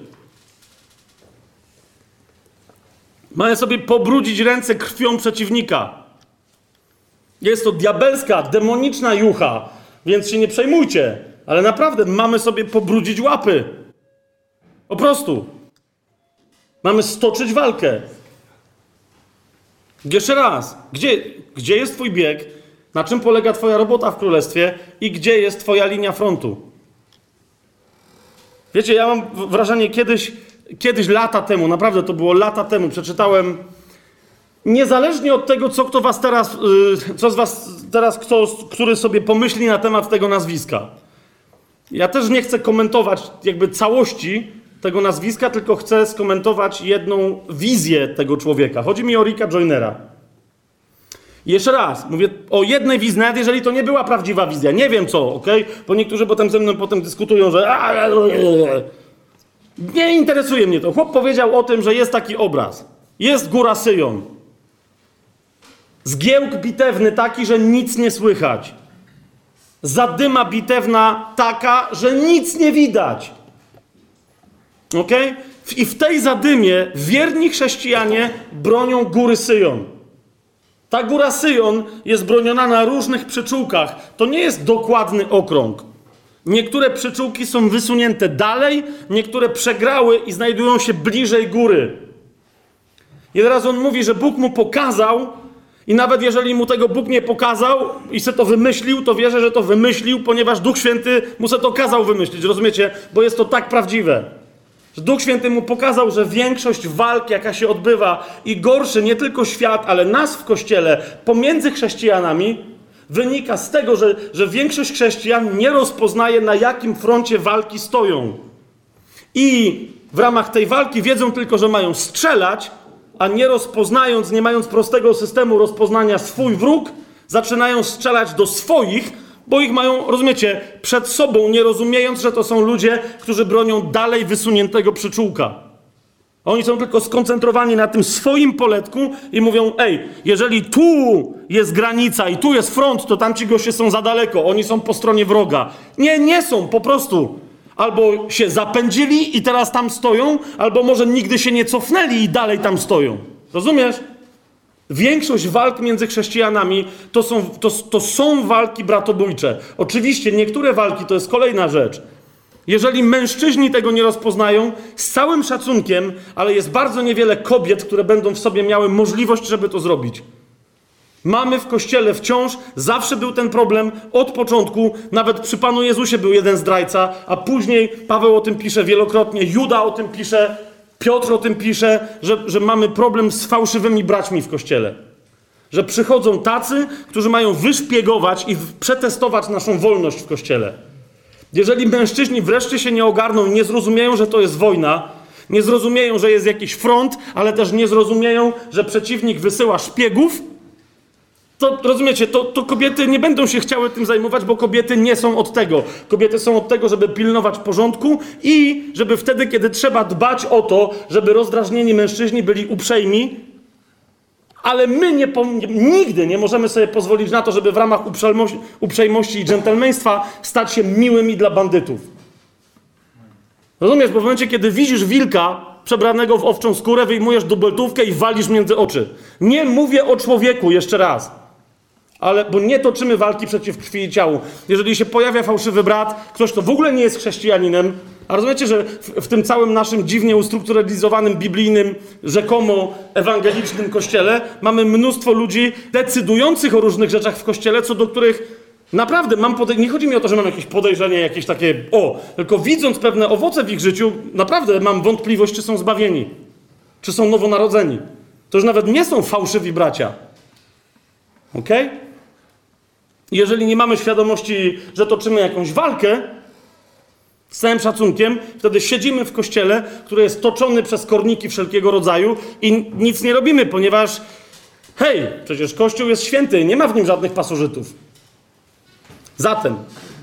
Mamy sobie pobrudzić ręce krwią przeciwnika. Jest to diabelska, demoniczna jucha, więc się nie przejmujcie. Ale naprawdę mamy sobie pobrudzić łapy. Po prostu. Mamy stoczyć walkę. Jeszcze raz. Gdzie jest twój bieg? Na czym polega twoja robota w królestwie? I gdzie jest twoja linia frontu? Wiecie, ja mam wrażenie, kiedyś lata temu, naprawdę to było lata temu, przeczytałem niezależnie od tego, co kto was teraz, co z was teraz, który sobie pomyśli na temat tego nazwiska. Ja też nie chcę komentować jakby całości tego nazwiska, tylko chcę skomentować jedną wizję tego człowieka. Chodzi mi o Ricka Joynera. Jeszcze raz, mówię o jednej wizji, nawet jeżeli to nie była prawdziwa wizja. Nie wiem co, okej? Bo niektórzy ze mną potem dyskutują, że nie interesuje mnie to. Chłop powiedział o tym, że jest taki obraz. Jest góra Syjon. Zgiełk bitewny taki, że nic nie słychać. Zadyma bitewna taka, że nic nie widać. Okej? I w tej zadymie wierni chrześcijanie bronią góry Syjon. Ta góra Syjon jest broniona na różnych przyczółkach. To nie jest dokładny okrąg. Niektóre przyczółki są wysunięte dalej, niektóre przegrały i znajdują się bliżej góry. I teraz on mówi, że Bóg mu pokazał i nawet jeżeli mu tego Bóg nie pokazał i se to wymyślił, to wierzę, że to wymyślił, ponieważ Duch Święty mu se to kazał wymyślić, rozumiecie? Bo jest to tak prawdziwe. Że Duch Święty mu pokazał, że większość walk, jaka się odbywa i gorszy nie tylko świat, ale nas w Kościele, pomiędzy chrześcijanami, wynika z tego, że większość chrześcijan nie rozpoznaje, na jakim froncie walki stoją. I w ramach tej walki wiedzą tylko, że mają strzelać, a nie rozpoznając, nie mając prostego systemu rozpoznania swój wróg, zaczynają strzelać do swoich, bo ich mają, rozumiecie, przed sobą, nie rozumiejąc, że to są ludzie, którzy bronią dalej wysuniętego przyczółka. Oni są tylko skoncentrowani na tym swoim poletku i mówią, jeżeli tu jest granica i tu jest front, to tamci goście są za daleko, oni są po stronie wroga. Nie są, po prostu. Albo się zapędzili i teraz tam stoją, albo może nigdy się nie cofnęli i dalej tam stoją. Rozumiesz? Większość walk między chrześcijanami to są walki bratobójcze. Oczywiście niektóre walki to jest kolejna rzecz. Jeżeli mężczyźni tego nie rozpoznają, z całym szacunkiem, ale jest bardzo niewiele kobiet, które będą w sobie miały możliwość, żeby to zrobić. Mamy w Kościele wciąż, zawsze był ten problem, od początku, nawet przy Panu Jezusie był jeden zdrajca, a później Paweł o tym pisze wielokrotnie, Juda o tym pisze, Piotr o tym pisze, że mamy problem z fałszywymi braćmi w Kościele. Że przychodzą tacy, którzy mają wyszpiegować i przetestować naszą wolność w Kościele. Jeżeli mężczyźni wreszcie się nie ogarną i nie zrozumieją, że to jest wojna, nie zrozumieją, że jest jakiś front, ale też nie zrozumieją, że przeciwnik wysyła szpiegów, to rozumiecie, to kobiety nie będą się chciały tym zajmować, bo kobiety nie są od tego. Kobiety są od tego, żeby pilnować porządku i żeby wtedy, kiedy trzeba dbać o to, żeby rozdrażnieni mężczyźni byli uprzejmi, ale my nigdy nie możemy sobie pozwolić na to, żeby w ramach uprzejmości i dżentelmeństwa stać się miłymi dla bandytów. Rozumiesz, bo w momencie, kiedy widzisz wilka przebranego w owczą skórę, wyjmujesz dubeltówkę i walisz między oczy. Nie mówię o człowieku, jeszcze raz. Bo nie toczymy walki przeciw krwi i ciału. Jeżeli się pojawia fałszywy brat, ktoś, kto w ogóle nie jest chrześcijaninem, a rozumiecie, że w tym całym naszym dziwnie ustrukturalizowanym, biblijnym, rzekomo ewangelicznym kościele mamy mnóstwo ludzi decydujących o różnych rzeczach w kościele, co do których naprawdę mam nie chodzi mi o to, że mam jakieś podejrzenie, jakieś takie tylko widząc pewne owoce w ich życiu, naprawdę mam wątpliwość, czy są zbawieni, czy są nowonarodzeni. To już nawet nie są fałszywi bracia. Okej? Jeżeli nie mamy świadomości, że toczymy jakąś walkę, z całym szacunkiem, wtedy siedzimy w kościele, który jest toczony przez korniki wszelkiego rodzaju i nic nie robimy, ponieważ przecież Kościół jest święty, nie ma w nim żadnych pasożytów. Zatem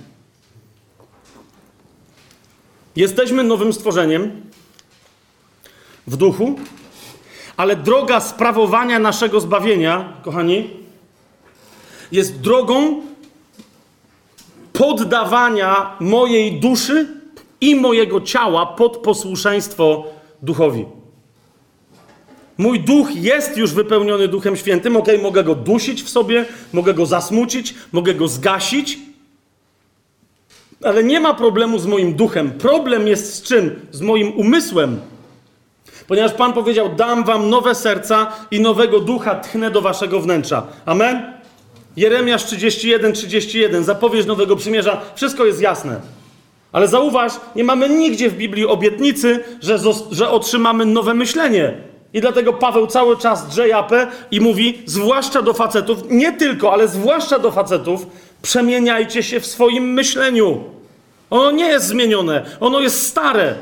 jesteśmy nowym stworzeniem w duchu, ale droga sprawowania naszego zbawienia, kochani, jest drogą poddawania mojej duszy i mojego ciała pod posłuszeństwo duchowi. Mój duch jest już wypełniony Duchem Świętym, mogę go dusić w sobie, mogę go zasmucić, mogę go zgasić, ale nie ma problemu z moim duchem. Problem jest z czym? Z moim umysłem. Ponieważ Pan powiedział, dam wam nowe serca i nowego ducha tchnę do waszego wnętrza. Amen? Jeremiasz 31:31, zapowiedź Nowego Przymierza, wszystko jest jasne. Ale zauważ, nie mamy nigdzie w Biblii obietnicy, że otrzymamy nowe myślenie. I dlatego Paweł cały czas drze japę i mówi, zwłaszcza do facetów, nie tylko, ale zwłaszcza do facetów, przemieniajcie się w swoim myśleniu. Ono nie jest zmienione, ono jest stare.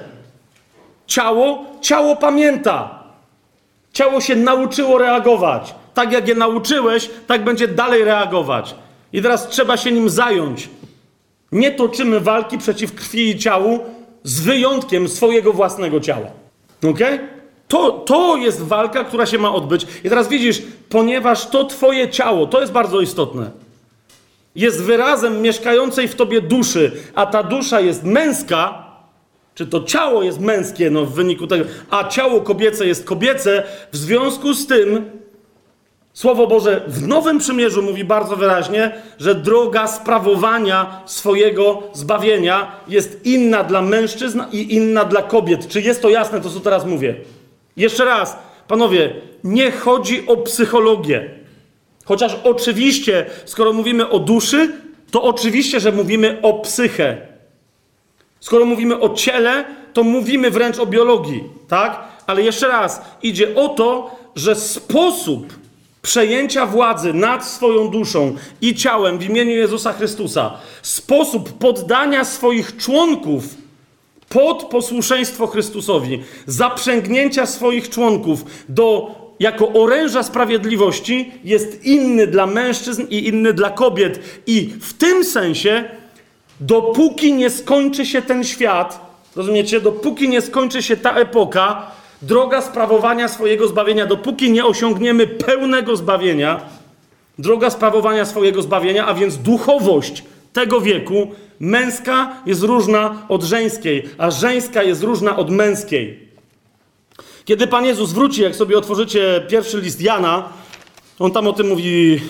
Ciało pamięta. Ciało się nauczyło reagować. Tak jak je nauczyłeś, tak będzie dalej reagować. I teraz trzeba się nim zająć. Nie toczymy walki przeciw krwi i ciału z wyjątkiem swojego własnego ciała. Okej? To jest walka, która się ma odbyć. I teraz widzisz, ponieważ to twoje ciało, to jest bardzo istotne, jest wyrazem mieszkającej w tobie duszy, a ta dusza jest męska, czy to ciało jest męskie, no w wyniku tego, a ciało kobiece jest kobiece, w związku z tym Słowo Boże w Nowym Przymierzu mówi bardzo wyraźnie, że droga sprawowania swojego zbawienia jest inna dla mężczyzn i inna dla kobiet. Czy jest to jasne, to co teraz mówię? Jeszcze raz, panowie, nie chodzi o psychologię. Chociaż oczywiście, skoro mówimy o duszy, to oczywiście, że mówimy o psychę. Skoro mówimy o ciele, to mówimy wręcz o biologii, tak? Ale jeszcze raz, idzie o to, że sposób przejęcia władzy nad swoją duszą i ciałem w imieniu Jezusa Chrystusa, sposób poddania swoich członków pod posłuszeństwo Chrystusowi, zaprzęgnięcia swoich członków jako oręża sprawiedliwości jest inny dla mężczyzn i inny dla kobiet. I w tym sensie, dopóki nie skończy się ten świat, rozumiecie, dopóki nie skończy się ta epoka, droga sprawowania swojego zbawienia, dopóki nie osiągniemy pełnego zbawienia, droga sprawowania swojego zbawienia, a więc duchowość tego wieku, męska jest różna od żeńskiej, a żeńska jest różna od męskiej. Kiedy Pan Jezus wróci, jak sobie otworzycie pierwszy list Jana, on tam o tym mówi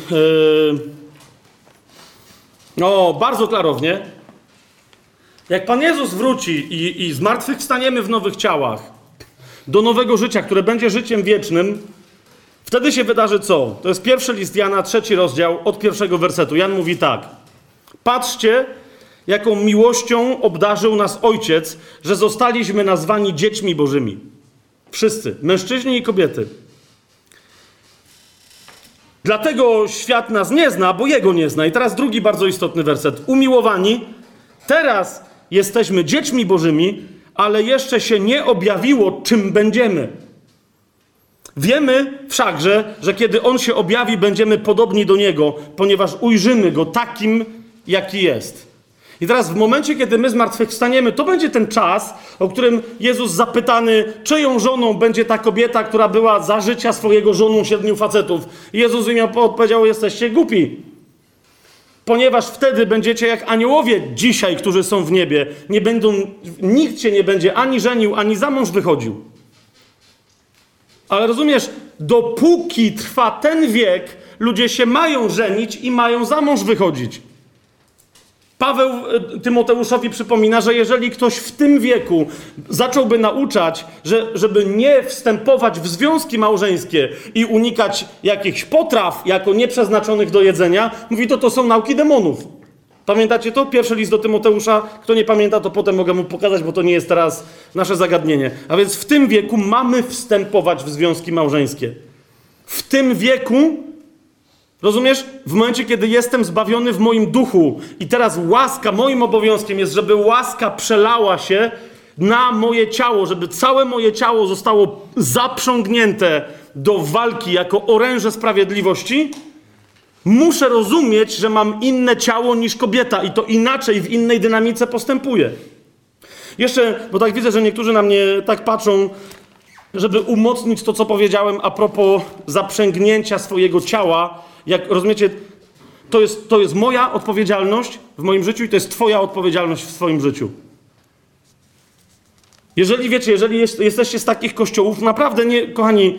bardzo klarownie. Jak Pan Jezus wróci i zmartwychwstaniemy w nowych ciałach, do nowego życia, które będzie życiem wiecznym, wtedy się wydarzy co? To jest pierwszy list Jana, 3 rozdział, od 1 wersetu. Jan mówi tak. Patrzcie, jaką miłością obdarzył nas Ojciec, że zostaliśmy nazwani dziećmi Bożymi. Wszyscy, mężczyźni i kobiety. Dlatego świat nas nie zna, bo Jego nie zna. I teraz drugi bardzo istotny werset. Umiłowani, teraz jesteśmy dziećmi Bożymi, ale jeszcze się nie objawiło, czym będziemy. Wiemy wszakże, że kiedy On się objawi, będziemy podobni do Niego, ponieważ ujrzymy Go takim, jaki jest. I teraz w momencie, kiedy my zmartwychwstaniemy, to będzie ten czas, o którym Jezus zapytany, czyją żoną będzie ta kobieta, która była za życia swojego żoną 7 facetów. I Jezus im odpowiedział, jesteście głupi. Ponieważ wtedy będziecie jak aniołowie dzisiaj, którzy są w niebie. Nikt się nie będzie ani żenił, ani za mąż wychodził. Ale rozumiesz, dopóki trwa ten wiek, ludzie się mają żenić i mają za mąż wychodzić. Paweł Tymoteuszowi przypomina, że jeżeli ktoś w tym wieku zacząłby nauczać, żeby nie wstępować w związki małżeńskie i unikać jakichś potraw jako nieprzeznaczonych do jedzenia, mówi to są nauki demonów. Pamiętacie to? Pierwszy list do Tymoteusza. Kto nie pamięta, to potem mogę mu pokazać, bo to nie jest teraz nasze zagadnienie. A więc w tym wieku mamy wstępować w związki małżeńskie. W tym wieku, rozumiesz? W momencie, kiedy jestem zbawiony w moim duchu i teraz łaska, moim obowiązkiem jest, żeby łaska przelała się na moje ciało, żeby całe moje ciało zostało zaprzągnięte do walki jako oręże sprawiedliwości, muszę rozumieć, że mam inne ciało niż kobieta i to inaczej, w innej dynamice postępuje. Jeszcze, bo tak widzę, że niektórzy na mnie tak patrzą, żeby umocnić to, co powiedziałem a propos zaprzęgnięcia swojego ciała. Jak rozumiecie, to jest moja odpowiedzialność w moim życiu i to jest twoja odpowiedzialność w swoim życiu. Jeżeli wiecie, jeżeli jesteście z takich kościołów, naprawdę nie, kochani,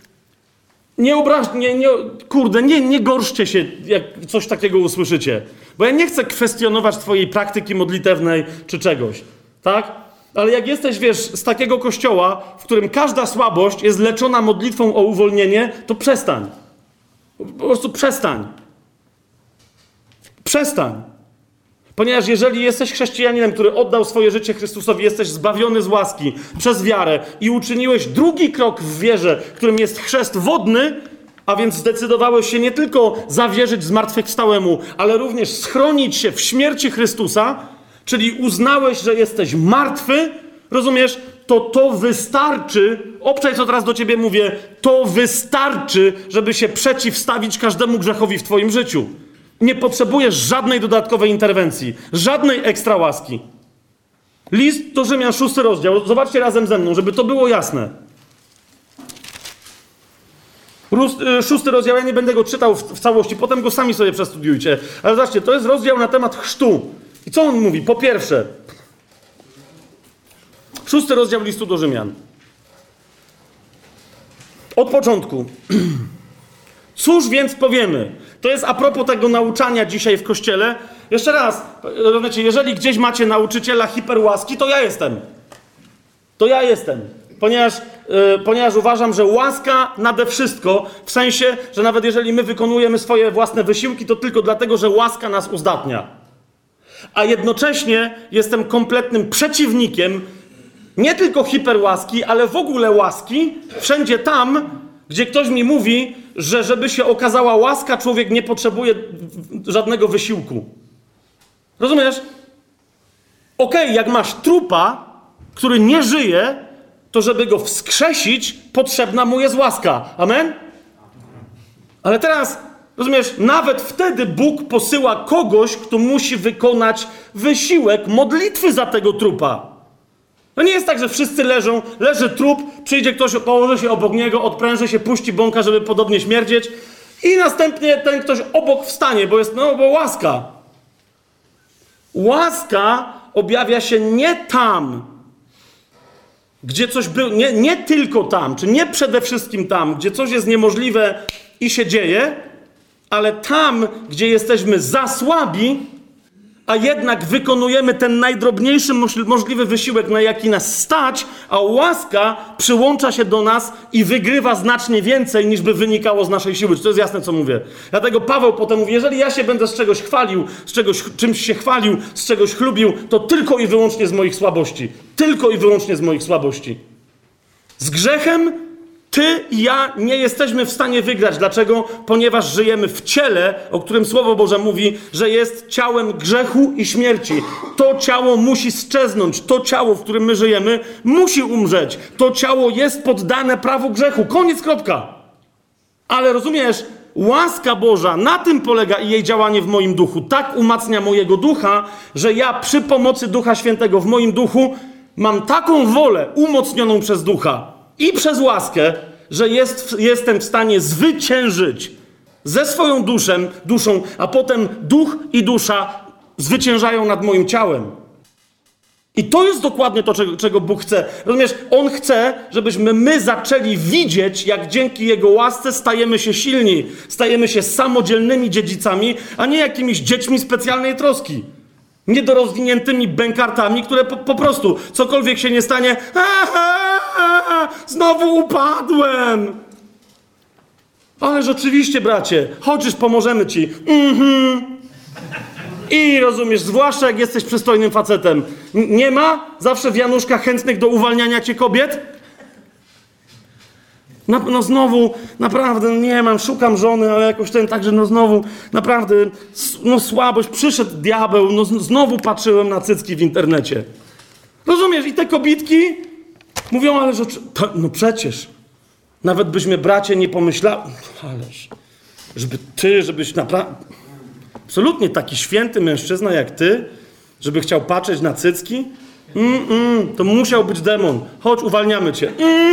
nie gorszcie się, jak coś takiego usłyszycie. Bo ja nie chcę kwestionować twojej praktyki modlitewnej czy czegoś, tak? Ale jak jesteś, wiesz, z takiego kościoła, w którym każda słabość jest leczona modlitwą o uwolnienie, to przestań. Po prostu przestań. Przestań. Ponieważ jeżeli jesteś chrześcijaninem, który oddał swoje życie Chrystusowi, jesteś zbawiony z łaski przez wiarę i uczyniłeś drugi krok w wierze, którym jest chrzest wodny, a więc zdecydowałeś się nie tylko zawierzyć zmartwychwstałemu, ale również schronić się w śmierci Chrystusa, czyli uznałeś, że jesteś martwy, rozumiesz? To wystarczy, obczaj co teraz do ciebie mówię, to wystarczy, żeby się przeciwstawić każdemu grzechowi w twoim życiu. Nie potrzebujesz żadnej dodatkowej interwencji, żadnej ekstra łaski. List do Rzymian, 6 rozdział, zobaczcie razem ze mną, żeby to było jasne. 6 rozdział, ja nie będę go czytał w całości, potem go sami sobie przestudiujcie. Ale zobaczcie, to jest rozdział na temat chrztu. I co on mówi? Po pierwsze, 6 rozdział listu do Rzymian. Od początku. Cóż więc powiemy? To jest a propos tego nauczania dzisiaj w Kościele. Jeszcze raz, rozumiecie, jeżeli gdzieś macie nauczyciela hiperłaski, to ja jestem. To ja jestem. Ponieważ uważam, że łaska nade wszystko, w sensie, że nawet jeżeli my wykonujemy swoje własne wysiłki, to tylko dlatego, że łaska nas uzdatnia. A jednocześnie jestem kompletnym przeciwnikiem nie tylko hiperłaski, ale w ogóle łaski, wszędzie tam, gdzie ktoś mi mówi, że żeby się okazała łaska, człowiek nie potrzebuje żadnego wysiłku. Rozumiesz? Okej, jak masz trupa, który nie żyje, to żeby go wskrzesić, potrzebna mu jest łaska. Amen? Ale teraz, rozumiesz, nawet wtedy Bóg posyła kogoś, kto musi wykonać wysiłek modlitwy za tego trupa. To nie jest tak, że wszyscy leży trup, przyjdzie ktoś, położy się obok niego, odpręży się, puści bąka, żeby podobnie śmierdzieć i następnie ten ktoś obok wstanie, bo łaska. Łaska objawia się nie tam, gdzie coś było, nie tylko tam, czy nie przede wszystkim tam, gdzie coś jest niemożliwe i się dzieje, ale tam, gdzie jesteśmy za słabi, a jednak wykonujemy ten najdrobniejszy możliwy wysiłek, na jaki nas stać, a łaska przyłącza się do nas i wygrywa znacznie więcej, niż by wynikało z naszej siły. Czy to jest jasne, co mówię? Dlatego Paweł potem mówi, jeżeli ja się będę z czegoś chwalił, czymś się chwalił, z czegoś chlubił, to tylko i wyłącznie z moich słabości. Tylko i wyłącznie z moich słabości. Z grzechem ty i ja nie jesteśmy w stanie wygrać. Dlaczego? Ponieważ żyjemy w ciele, o którym Słowo Boże mówi, że jest ciałem grzechu i śmierci. To ciało musi strzeznąć. To ciało, w którym my żyjemy, musi umrzeć. To ciało jest poddane prawu grzechu. Koniec, kropka. Ale rozumiesz, łaska Boża na tym polega i jej działanie w moim duchu. Tak umacnia mojego ducha, że ja przy pomocy Ducha Świętego w moim duchu mam taką wolę umocnioną przez Ducha i przez łaskę, że jestem w stanie zwyciężyć ze swoją duszą, a potem duch i dusza zwyciężają nad moim ciałem. I to jest dokładnie to, czego Bóg chce. Rozumiesz, On chce, żebyśmy my zaczęli widzieć, jak dzięki Jego łasce stajemy się silni, stajemy się samodzielnymi dziedzicami, a nie jakimiś dziećmi specjalnej troski. Niedorozwiniętymi bękartami, które po prostu, cokolwiek się nie stanie, znowu upadłem. Ale rzeczywiście, bracie, chodzisz, pomożemy ci. I rozumiesz, zwłaszcza jak jesteś przystojnym facetem. Nie ma zawsze w Januszkach chętnych do uwalniania cię kobiet? No znowu, naprawdę, nie mam, szukam żony, ale jakoś także, znowu, naprawdę, słabość, przyszedł diabeł, znowu patrzyłem na cycki w internecie. Rozumiesz? I te kobitki mówią, ale przecież, nawet byśmy, bracie, nie pomyślał, ależ, żebyś naprawdę, absolutnie taki święty mężczyzna jak ty, żeby chciał patrzeć na cycki, to musiał być demon. Chodź, uwalniamy cię.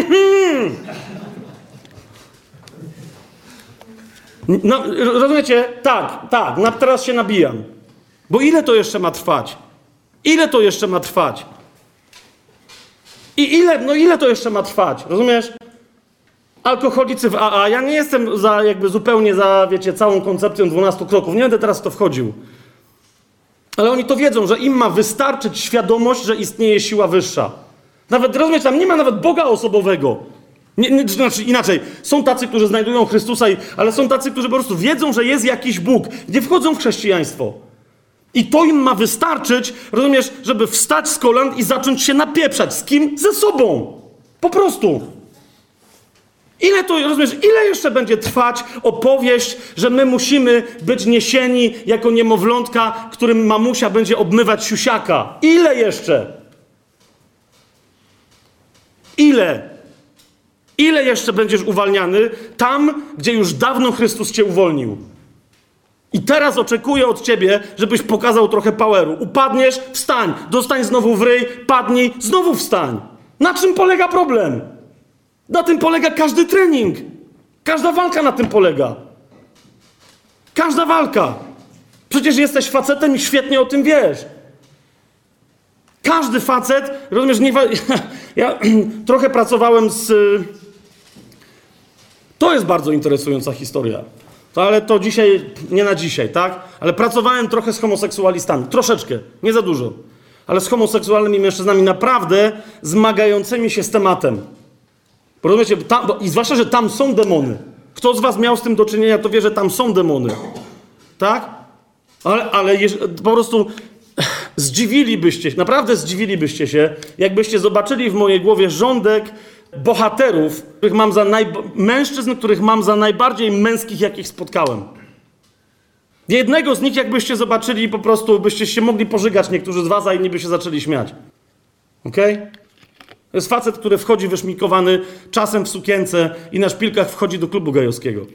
No, rozumiecie? Tak, teraz się nabijam. Bo ile to jeszcze ma trwać? Ile to jeszcze ma trwać? I ile to jeszcze ma trwać? Rozumiesz? Alkoholicy w AA. Ja nie jestem zupełnie za, wiecie, całą koncepcją 12 kroków. Nie będę teraz w to wchodził. Ale oni to wiedzą, że im ma wystarczyć świadomość, że istnieje siła wyższa. Nawet, rozumiesz, tam nie ma nawet Boga osobowego. Znaczy inaczej, są tacy, którzy znajdują Chrystusa, ale są tacy, którzy po prostu wiedzą, że jest jakiś Bóg. Nie wchodzą w chrześcijaństwo. I to im ma wystarczyć, rozumiesz, żeby wstać z kolan i zacząć się napieprzać. Z kim? Ze sobą. Po prostu. Ile to, rozumiesz, ile jeszcze będzie trwać opowieść, że my musimy być niesieni jako niemowlątka, którym mamusia będzie obmywać siusiaka? Ile jeszcze? Ile? Ile jeszcze będziesz uwalniany tam, gdzie już dawno Chrystus cię uwolnił? I teraz oczekuję od ciebie, żebyś pokazał trochę poweru. Upadniesz, wstań, dostań znowu w ryj, padnij, znowu wstań. Na czym polega problem? Na tym polega każdy trening. Każda walka na tym polega. Każda walka. Przecież jesteś facetem i świetnie o tym wiesz. Każdy facet, rozumiesz, ja trochę pracowałem z... To jest bardzo interesująca historia. Ale to dzisiaj, nie na dzisiaj, tak? Ale pracowałem trochę z homoseksualistami. Troszeczkę, nie za dużo. Ale z homoseksualnymi mężczyznami naprawdę zmagającymi się z tematem. Rozumiecie? I zwłaszcza, że tam są demony. Kto z was miał z tym do czynienia, to wie, że tam są demony. Tak? Ale po prostu zdziwilibyście się, naprawdę zdziwilibyście się, jakbyście zobaczyli w mojej głowie rządek bohaterów, mężczyzn, których mam za najbardziej męskich, jakich spotkałem. Jednego z nich, jakbyście zobaczyli, po prostu byście się mogli pożygać, niektórzy z was, a inni by się zaczęli śmiać. Okej? To jest facet, który wchodzi wyszmikowany, czasem w sukience i na szpilkach wchodzi do klubu gejowskiego.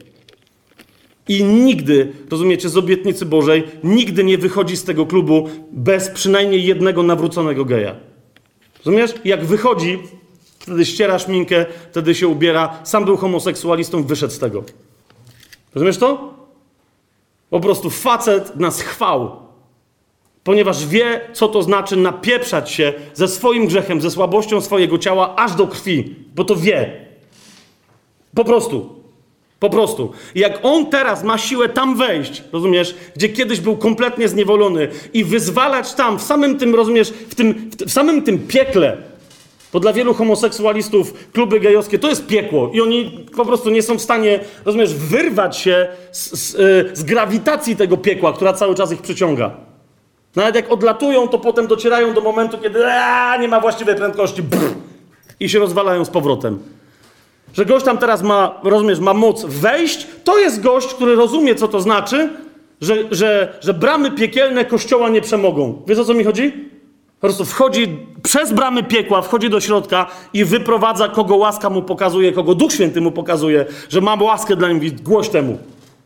I nigdy, rozumiecie, z obietnicy Bożej, nigdy nie wychodzi z tego klubu bez przynajmniej jednego nawróconego geja. Rozumiesz? Jak wychodzi, wtedy ściera szminkę, wtedy się ubiera. Sam był homoseksualistą, wyszedł z tego. Rozumiesz to? Po prostu facet nas chwał. Ponieważ wie, co to znaczy napieprzać się ze swoim grzechem, ze słabością swojego ciała aż do krwi. Bo to wie. Po prostu. Po prostu. I jak on teraz ma siłę tam wejść, rozumiesz, gdzie kiedyś był kompletnie zniewolony i wyzwalać tam, w samym tym, rozumiesz, w samym tym piekle, bo dla wielu homoseksualistów kluby gejowskie to jest piekło i oni po prostu nie są w stanie, rozumiesz, wyrwać się z grawitacji tego piekła, która cały czas ich przyciąga. Nawet jak odlatują, to potem docierają do momentu, kiedy nie ma właściwej prędkości i się rozwalają z powrotem. Że gość tam teraz ma, rozumiesz, ma moc wejść, to jest gość, który rozumie, co to znaczy, że bramy piekielne Kościoła nie przemogą. Wiesz, o co mi chodzi? Po prostu wchodzi przez bramy piekła, wchodzi do środka i wyprowadza, kogo łaska mu pokazuje, kogo Duch Święty mu pokazuje, że ma łaskę dla nim, głoś temu.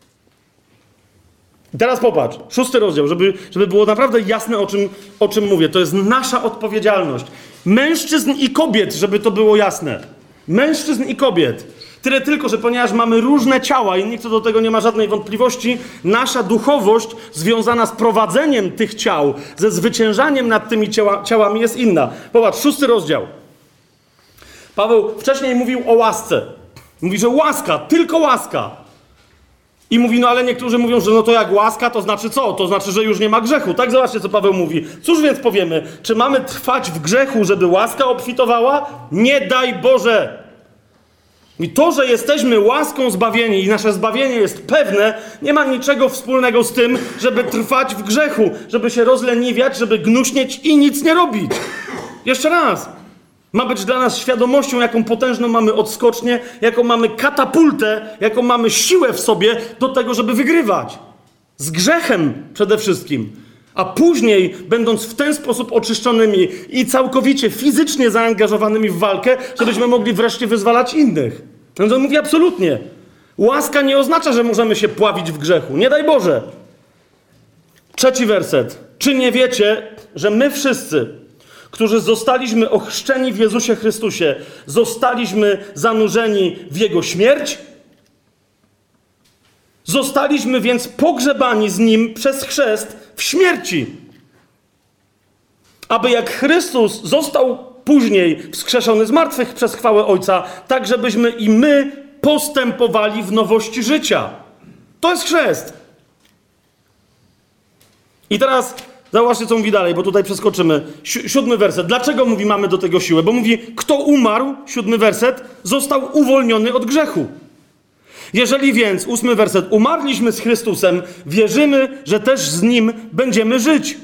I teraz popatrz, 6 rozdział, żeby było naprawdę jasne, o czym mówię. To jest nasza odpowiedzialność. Mężczyzn i kobiet, żeby to było jasne. Mężczyzn i kobiet. Tyle tylko, że ponieważ mamy różne ciała i nikt co do tego nie ma żadnej wątpliwości, nasza duchowość związana z prowadzeniem tych ciał, ze zwyciężaniem nad tymi ciałami jest inna. Popatrz, 6 rozdział. Paweł wcześniej mówił o łasce. Mówi, że łaska, tylko łaska. I mówi, no ale niektórzy mówią, że no to jak łaska, to znaczy co? To znaczy, że już nie ma grzechu. Tak, zobaczcie, co Paweł mówi. Cóż więc powiemy? Czy mamy trwać w grzechu, żeby łaska obfitowała? Nie daj Boże! I to, że jesteśmy łaską zbawieni i nasze zbawienie jest pewne, nie ma niczego wspólnego z tym, żeby trwać w grzechu, żeby się rozleniwiać, żeby gnuśnieć i nic nie robić. Jeszcze raz. Ma być dla nas świadomością, jaką potężną mamy odskocznię, jaką mamy katapultę, jaką mamy siłę w sobie do tego, żeby wygrywać. Z grzechem przede wszystkim. A później, będąc w ten sposób oczyszczonymi i całkowicie fizycznie zaangażowanymi w walkę, żebyśmy mogli wreszcie wyzwalać innych. Więc on mówi absolutnie. Łaska nie oznacza, że możemy się pławić w grzechu. Nie daj Boże. 3 werset. Czy nie wiecie, że my wszyscy, którzy zostaliśmy ochrzczeni w Jezusie Chrystusie, zostaliśmy zanurzeni w Jego śmierć? Zostaliśmy więc pogrzebani z Nim przez chrzest w śmierci. Aby jak Chrystus został później wskrzeszony z martwych przez chwałę Ojca, tak żebyśmy i my postępowali w nowości życia. To jest chrzest. I teraz zobaczcie, co mówi dalej, bo tutaj przeskoczymy. 7 werset. Dlaczego mówi, mamy do tego siłę? Bo mówi, kto umarł, 7 werset, został uwolniony od grzechu. Jeżeli więc, 8 werset, umarliśmy z Chrystusem, wierzymy, że też z Nim będziemy żyć.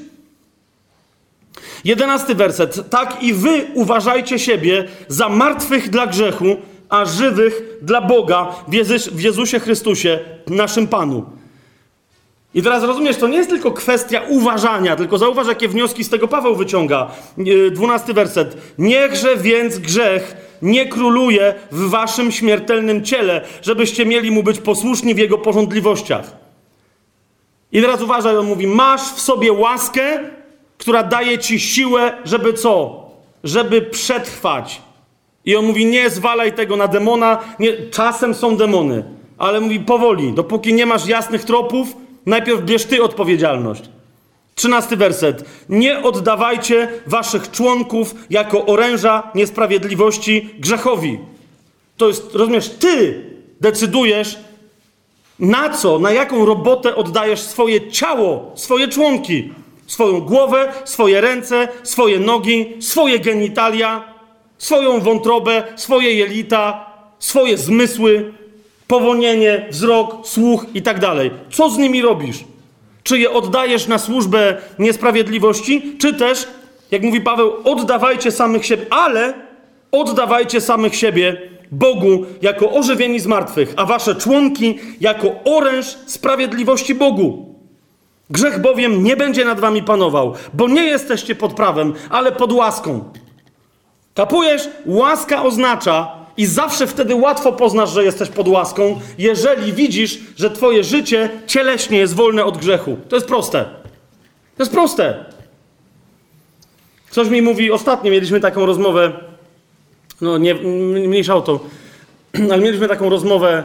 11 werset. Tak i wy uważajcie siebie za martwych dla grzechu, a żywych dla Boga w Jezusie Chrystusie, naszym Panu. I teraz rozumiesz, to nie jest tylko kwestia uważania, tylko zauważ, jakie wnioski z tego Paweł wyciąga. 12 werset. Niechże więc grzech nie króluje w waszym śmiertelnym ciele, żebyście mieli mu być posłuszni w jego pożądliwościach. I teraz uważaj, on mówi, masz w sobie łaskę, która daje ci siłę, żeby co? Żeby przetrwać. I on mówi, nie zwalaj tego na demona, nie, czasem są demony, ale mówi powoli, dopóki nie masz jasnych tropów, najpierw bierz ty odpowiedzialność. 13 werset. Nie oddawajcie waszych członków jako oręża niesprawiedliwości grzechowi. To jest, rozumiesz, ty decydujesz, na co, na jaką robotę oddajesz swoje ciało, swoje członki, swoją głowę, swoje ręce, swoje nogi, swoje genitalia, swoją wątrobę, swoje jelita, swoje zmysły, powonienie, wzrok, słuch i tak dalej. Co z nimi robisz? Czy je oddajesz na służbę niesprawiedliwości, czy też, jak mówi Paweł, oddawajcie samych siebie, ale oddawajcie samych siebie Bogu jako ożywieni z martwych, a wasze członki jako oręż sprawiedliwości Bogu. Grzech bowiem nie będzie nad wami panował, bo nie jesteście pod prawem, ale pod łaską. Kapujesz? Łaska oznacza, i zawsze wtedy łatwo poznasz, że jesteś pod łaską, jeżeli widzisz, że twoje życie cieleśnie jest wolne od grzechu. To jest proste. To jest proste. Ktoś mi mówi, ostatnio mieliśmy taką rozmowę, no nie, mniejsza o to, ale mieliśmy taką rozmowę,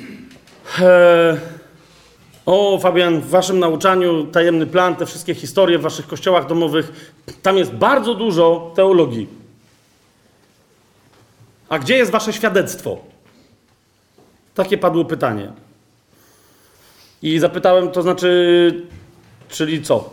o Fabian, w waszym nauczaniu, tajemny plan, te wszystkie historie w waszych kościołach domowych, tam jest bardzo dużo teologii. A gdzie jest wasze świadectwo? Takie padło pytanie. I zapytałem, to znaczy, czyli co?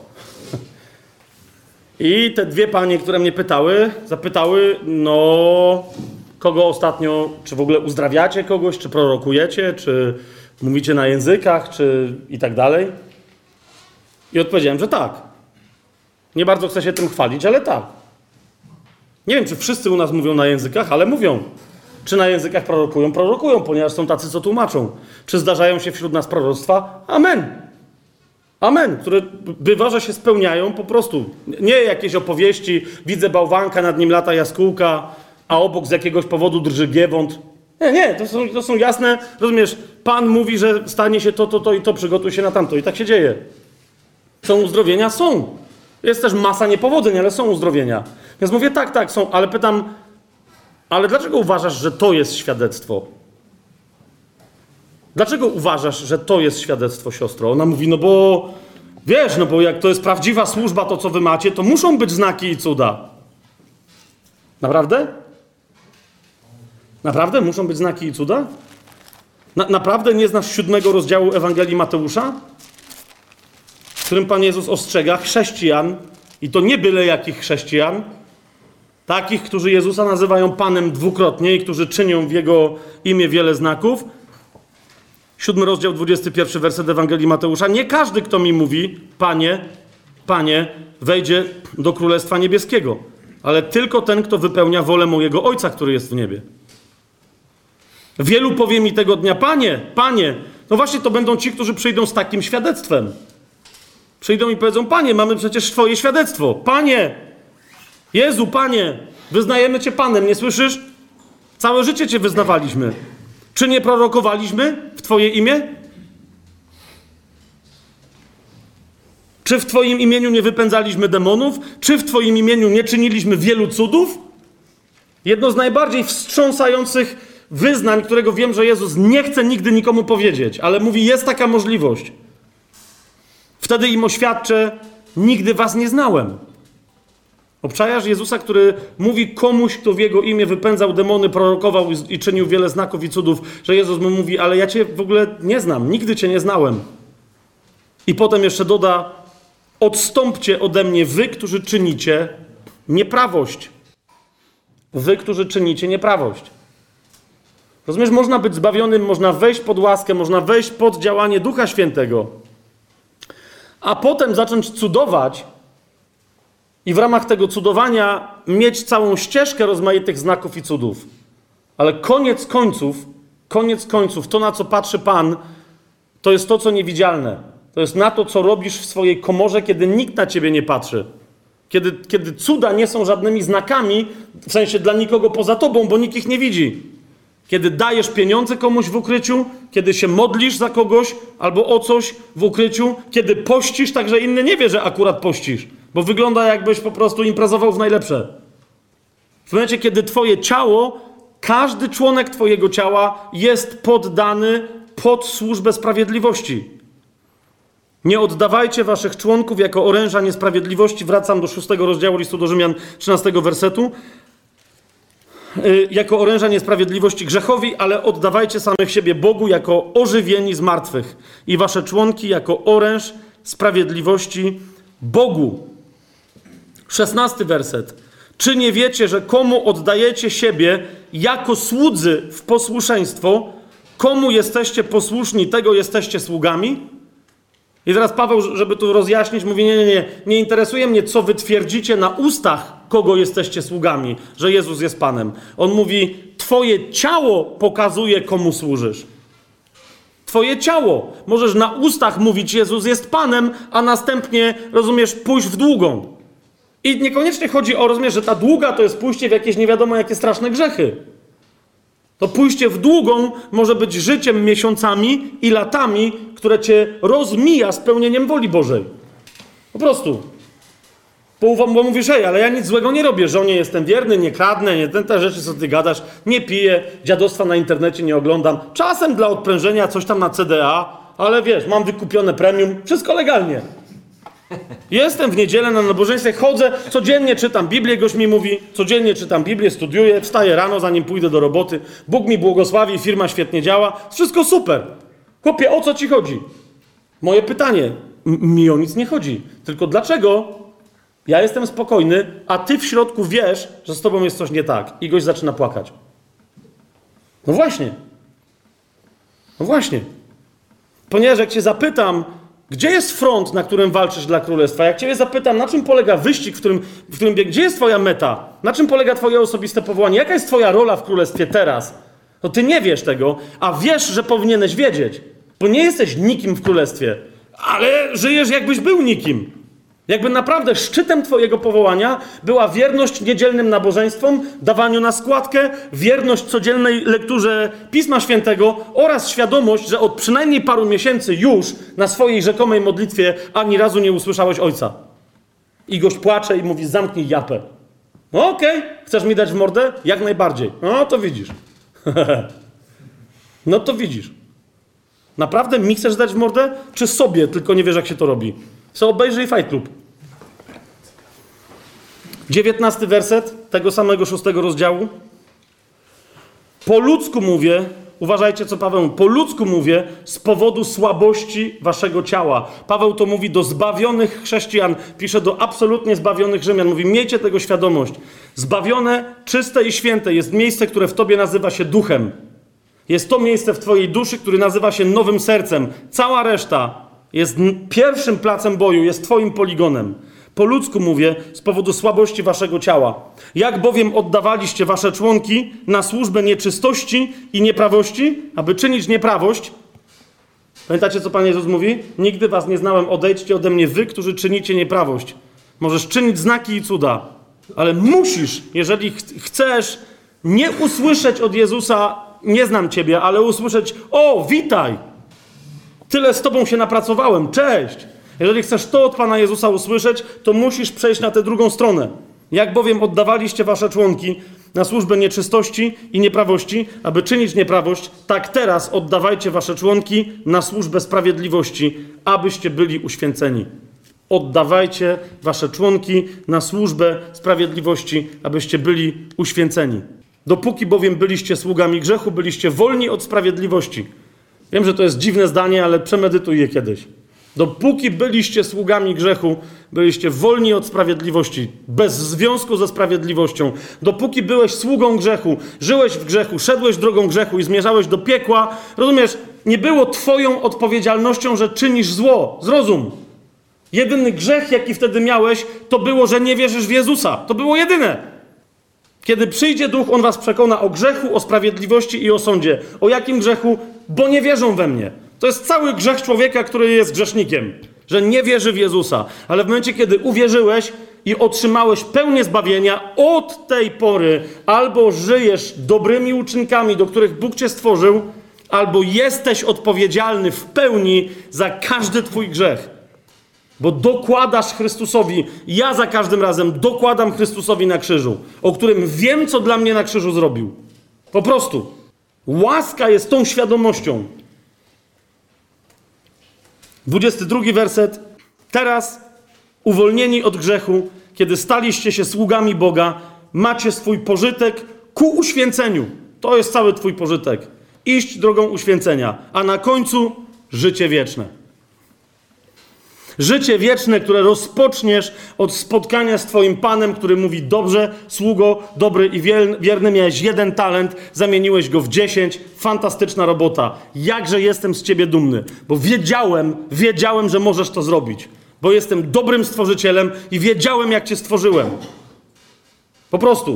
I te dwie panie, które mnie zapytały, no, kogo ostatnio, czy w ogóle uzdrawiacie kogoś, czy prorokujecie, czy mówicie na językach, czy i tak dalej. I odpowiedziałem, że tak. Nie bardzo chcę się tym chwalić, ale tak. Nie wiem, czy wszyscy u nas mówią na językach, ale mówią. Czy na językach prorokują? Prorokują, ponieważ są tacy, co tłumaczą. Czy zdarzają się wśród nas proroctwa? Amen. Amen. Które bywa, że się spełniają po prostu. Nie jakieś opowieści, widzę bałwanka, nad nim lata jaskółka, a obok z jakiegoś powodu drży giewont. Nie, to są jasne, rozumiesz, Pan mówi, że stanie się to i to, przygotuj się na tamto. I tak się dzieje. Są uzdrowienia? Są. Jest też masa niepowodzeń, ale są uzdrowienia. Więc mówię, tak, są, ale pytam, ale dlaczego uważasz, że to jest świadectwo? Dlaczego uważasz, że to jest świadectwo, siostro? Ona mówi, no bo, wiesz, no bo jak to jest prawdziwa służba, to co wy macie, to muszą być znaki i cuda. Naprawdę? Naprawdę muszą być znaki i cuda? Naprawdę nie znasz 7 rozdziału Ewangelii Mateusza? W którym Pan Jezus ostrzega chrześcijan, i to nie byle jakich chrześcijan, takich, którzy Jezusa nazywają Panem dwukrotnie i którzy czynią w Jego imię wiele znaków. 7 rozdział, 21 werset Ewangelii Mateusza. Nie każdy, kto mi mówi, Panie, Panie, wejdzie do Królestwa Niebieskiego, ale tylko ten, kto wypełnia wolę mojego Ojca, który jest w niebie. Wielu powie mi tego dnia, Panie, Panie. No właśnie to będą ci, którzy przyjdą z takim świadectwem. Przyjdą i powiedzą, Panie, mamy przecież Twoje świadectwo. Panie, Jezu, Panie, wyznajemy Cię Panem, nie słyszysz? Całe życie Cię wyznawaliśmy. Czy nie prorokowaliśmy w Twoje imię? Czy w Twoim imieniu nie wypędzaliśmy demonów? Czy w Twoim imieniu nie czyniliśmy wielu cudów? Jedno z najbardziej wstrząsających wyznań, którego wiem, że Jezus nie chce nigdy nikomu powiedzieć, ale mówi, jest taka możliwość. Wtedy im oświadczę, nigdy was nie znałem. Obczajasz Jezusa, który mówi komuś, kto w Jego imię wypędzał demony, prorokował i czynił wiele znaków i cudów, że Jezus mu mówi, ale ja Cię w ogóle nie znam, nigdy Cię nie znałem. I potem jeszcze doda, odstąpcie ode mnie wy, którzy czynicie nieprawość. Wy, którzy czynicie nieprawość. Rozumiesz, można być zbawionym, można wejść pod łaskę, można wejść pod działanie Ducha Świętego, a potem zacząć cudować i w ramach tego cudowania mieć całą ścieżkę rozmaitych znaków i cudów. Ale koniec końców, to na co patrzy Pan, to jest to, co niewidzialne. To jest na to, co robisz w swojej komorze, kiedy nikt na ciebie nie patrzy. Kiedy cuda nie są żadnymi znakami, w sensie dla nikogo poza tobą, bo nikt ich nie widzi. Kiedy dajesz pieniądze komuś w ukryciu, kiedy się modlisz za kogoś albo o coś w ukryciu, kiedy pościsz, tak że inny nie wie, że akurat pościsz, bo wygląda jakbyś po prostu imprezował w najlepsze. W momencie, kiedy twoje ciało, każdy członek twojego ciała jest poddany pod służbę sprawiedliwości. Nie oddawajcie waszych członków jako oręża niesprawiedliwości. Wracam do 6 rozdziału listu do Rzymian, 13 wersetu. Jako oręża niesprawiedliwości grzechowi, ale oddawajcie samych siebie Bogu jako ożywieni z martwych i wasze członki jako oręż sprawiedliwości Bogu. 16 werset. Czy nie wiecie, że komu oddajecie siebie jako słudzy w posłuszeństwo, komu jesteście posłuszni, tego jesteście sługami? I teraz Paweł, żeby tu rozjaśnić, mówi, nie interesuje mnie, co wy twierdzicie na ustach, kogo jesteście sługami, że Jezus jest Panem. On mówi, twoje ciało pokazuje, komu służysz. Twoje ciało. Możesz na ustach mówić, Jezus jest Panem, a następnie, rozumiesz, pójść w długą. I niekoniecznie chodzi o, rozumiesz, że ta długa to jest pójście w jakieś nie wiadomo jakie straszne grzechy. To pójście w długą może być życiem miesiącami i latami, które cię rozmija z pełnieniem woli Bożej. Po prostu. Bo mówisz, ale ja nic złego nie robię, żonie jestem wierny, nie kradnę, nie te rzeczy, co ty gadasz, nie piję, dziadostwa na internecie nie oglądam. Czasem dla odprężenia coś tam na CDA, ale wiesz, mam wykupione premium, wszystko legalnie. Jestem w niedzielę na nabożeństwie, chodzę, codziennie czytam Biblię, gość mi mówi, codziennie czytam Biblię, studiuję, wstaję rano, zanim pójdę do roboty, Bóg mi błogosławi, firma świetnie działa, wszystko super. Chłopie, o co ci chodzi? Moje pytanie, mi o nic nie chodzi, tylko dlaczego ja jestem spokojny, a ty w środku wiesz, że z tobą jest coś nie tak i gość zaczyna płakać. No właśnie. No właśnie. Ponieważ jak cię zapytam, gdzie jest front, na którym walczysz dla królestwa? Jak ciebie zapytam, na czym polega wyścig, w którym bieg, gdzie jest twoja meta? Na czym polega twoje osobiste powołanie? Jaka jest twoja rola w królestwie teraz? To ty nie wiesz tego, a wiesz, że powinieneś wiedzieć. Bo nie jesteś nikim w królestwie, ale żyjesz jakbyś był nikim. Jakby naprawdę szczytem twojego powołania była wierność niedzielnym nabożeństwom, dawaniu na składkę, wierność codziennej lekturze Pisma Świętego oraz świadomość, że od przynajmniej paru miesięcy już na swojej rzekomej modlitwie ani razu nie usłyszałeś Ojca. I gość płacze i mówi, zamknij japę. No okej, chcesz mi dać w mordę? Jak najbardziej. No to widzisz. No to widzisz. Naprawdę mi chcesz dać w mordę? Czy sobie, tylko nie wiesz, jak się to robi? Co obejrzyj Fight Club. 19 werset tego samego 6 rozdziału. Po ludzku mówię, uważajcie co Paweł mówi, po ludzku mówię z powodu słabości waszego ciała. Paweł to mówi do zbawionych chrześcijan, pisze do absolutnie zbawionych Rzymian. Mówi, miejcie tego świadomość. Zbawione, czyste i święte jest miejsce, które w tobie nazywa się duchem. Jest to miejsce w twojej duszy, które nazywa się nowym sercem. Cała reszta jest pierwszym placem boju, jest twoim poligonem. Po ludzku mówię, z powodu słabości waszego ciała. Jak bowiem oddawaliście wasze członki na służbę nieczystości i nieprawości, aby czynić nieprawość. Pamiętacie, co Pan Jezus mówi? Nigdy was nie znałem, odejdźcie ode mnie wy, którzy czynicie nieprawość. Możesz czynić znaki i cuda, ale musisz, jeżeli chcesz nie usłyszeć od Jezusa, nie znam ciebie, ale usłyszeć, o, witaj! Tyle z tobą się napracowałem, cześć! Jeżeli chcesz to od Pana Jezusa usłyszeć, to musisz przejść na tę drugą stronę. Jak bowiem oddawaliście wasze członki na służbę nieczystości i nieprawości, aby czynić nieprawość, tak teraz oddawajcie wasze członki na służbę sprawiedliwości, abyście byli uświęceni. Oddawajcie wasze członki na służbę sprawiedliwości, abyście byli uświęceni. Dopóki bowiem byliście sługami grzechu, byliście wolni od sprawiedliwości. Wiem, że to jest dziwne zdanie, ale przemedytuj je kiedyś. Dopóki byliście sługami grzechu, byliście wolni od sprawiedliwości, bez związku ze sprawiedliwością. Dopóki byłeś sługą grzechu, żyłeś w grzechu, szedłeś drogą grzechu i zmierzałeś do piekła, rozumiesz, nie było twoją odpowiedzialnością, że czynisz zło. Zrozum. Jedyny grzech, jaki wtedy miałeś, to było, że nie wierzysz w Jezusa. To było jedyne. Kiedy przyjdzie Duch, On was przekona o grzechu, o sprawiedliwości i o sądzie. O jakim grzechu? Bo nie wierzą we mnie. To jest cały grzech człowieka, który jest grzesznikiem. Że nie wierzy w Jezusa. Ale w momencie, kiedy uwierzyłeś i otrzymałeś pełnię zbawienia, od tej pory albo żyjesz dobrymi uczynkami, do których Bóg cię stworzył, albo jesteś odpowiedzialny w pełni za każdy twój grzech. Bo dokładasz Chrystusowi, ja za każdym razem dokładam Chrystusowi na krzyżu, o którym wiem, co dla mnie na krzyżu zrobił. Po prostu. Łaska jest tą świadomością. 22 werset. Teraz, uwolnieni od grzechu, kiedy staliście się sługami Boga, macie swój pożytek ku uświęceniu. To jest cały twój pożytek. Iść drogą uświęcenia. A na końcu życie wieczne. Życie wieczne, które rozpoczniesz od spotkania z twoim Panem, który mówi: dobrze, sługo, dobry i wierny, miałeś 1 talent, zamieniłeś go w 10, fantastyczna robota. Jakże jestem z ciebie dumny, bo wiedziałem, że możesz to zrobić, bo jestem dobrym stworzycielem i wiedziałem, jak cię stworzyłem. Po prostu.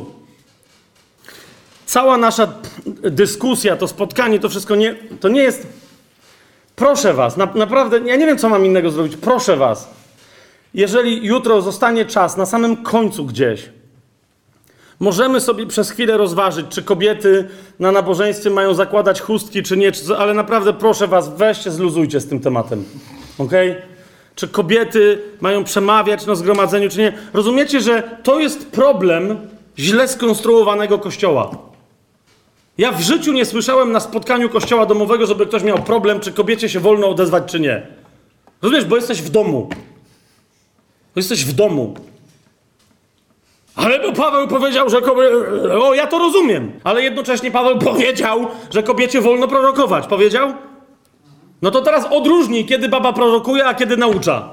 Cała nasza dyskusja, to spotkanie, to wszystko to nie jest... Proszę was, naprawdę, ja nie wiem, co mam innego zrobić. Proszę was, jeżeli jutro zostanie czas, na samym końcu gdzieś, możemy sobie przez chwilę rozważyć, czy kobiety na nabożeństwie mają zakładać chustki, czy nie, ale naprawdę proszę was, weźcie, zluzujcie z tym tematem, okej? Czy kobiety mają przemawiać na zgromadzeniu, czy nie? Rozumiecie, że to jest problem źle skonstruowanego Kościoła. Ja w życiu nie słyszałem na spotkaniu kościoła domowego, żeby ktoś miał problem, czy kobiecie się wolno odezwać, czy nie. Rozumiesz, bo jesteś w domu. Bo jesteś w domu. Ale bo Paweł powiedział, że O, ja to rozumiem. Ale jednocześnie Paweł powiedział, że kobiecie wolno prorokować. Powiedział? No to teraz odróżnij, kiedy baba prorokuje, a kiedy naucza.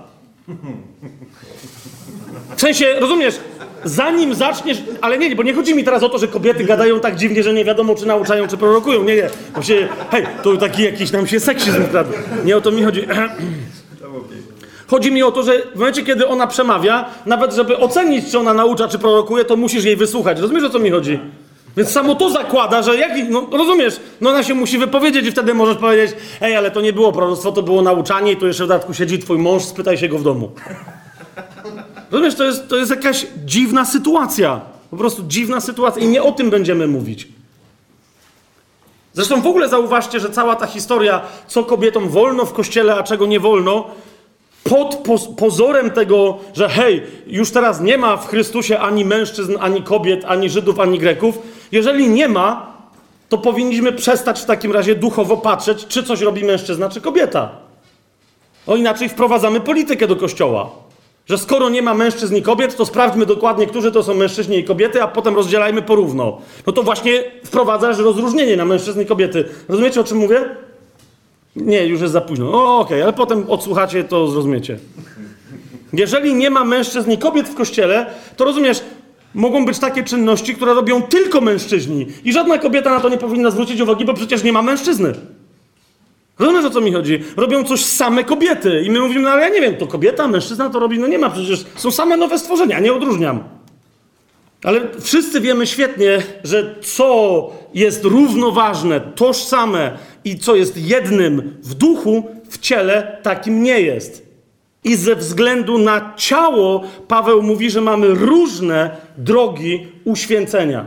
W sensie, rozumiesz, zanim zaczniesz... Ale nie, bo nie chodzi mi teraz o to, że kobiety gadają tak dziwnie, że nie wiadomo, czy nauczają, czy prorokują. Nie. Hej, to taki jakiś nam się seksizm wkradł. Nie o to mi chodzi. Chodzi mi o to, że w momencie, kiedy ona przemawia, nawet żeby ocenić, czy ona naucza, czy prorokuje, to musisz jej wysłuchać. Rozumiesz, o co mi chodzi? Więc samo to zakłada, że rozumiesz, ona się musi wypowiedzieć i wtedy możesz powiedzieć: ej, ale to nie było proroctwo, to było nauczanie i tu jeszcze w dodatku siedzi twój mąż, spytaj się go w domu. Rozumiesz, to jest jakaś dziwna sytuacja. Po prostu dziwna sytuacja i nie o tym będziemy mówić. Zresztą w ogóle zauważcie, że cała ta historia, co kobietom wolno w kościele, a czego nie wolno, pod pozorem tego, że hej, już teraz nie ma w Chrystusie ani mężczyzn, ani kobiet, ani Żydów, ani Greków. Jeżeli nie ma, to powinniśmy przestać w takim razie duchowo patrzeć, czy coś robi mężczyzna, czy kobieta. No inaczej wprowadzamy politykę do kościoła. Że skoro nie ma mężczyzn i kobiet, to sprawdźmy dokładnie, którzy to są mężczyźni i kobiety, a potem rozdzielajmy porówno. No to właśnie wprowadzasz rozróżnienie na mężczyzn i kobiety. Rozumiecie, o czym mówię? Nie, już jest za późno. Okej, ale potem odsłuchacie, to zrozumiecie. Jeżeli nie ma mężczyzn i kobiet w kościele, to rozumiesz, mogą być takie czynności, które robią tylko mężczyźni. I żadna kobieta na to nie powinna zwrócić uwagi, bo przecież nie ma mężczyzny. Rozumiesz, o co mi chodzi? Robią coś same kobiety. I my mówimy: no ale ja nie wiem, to kobieta, mężczyzna to robi? No nie ma, przecież są same nowe stworzenia, nie odróżniam. Ale wszyscy wiemy świetnie, że co jest równoważne, tożsame i co jest jednym w duchu, w ciele, takim nie jest. I ze względu na ciało Paweł mówi, że mamy różne drogi uświęcenia.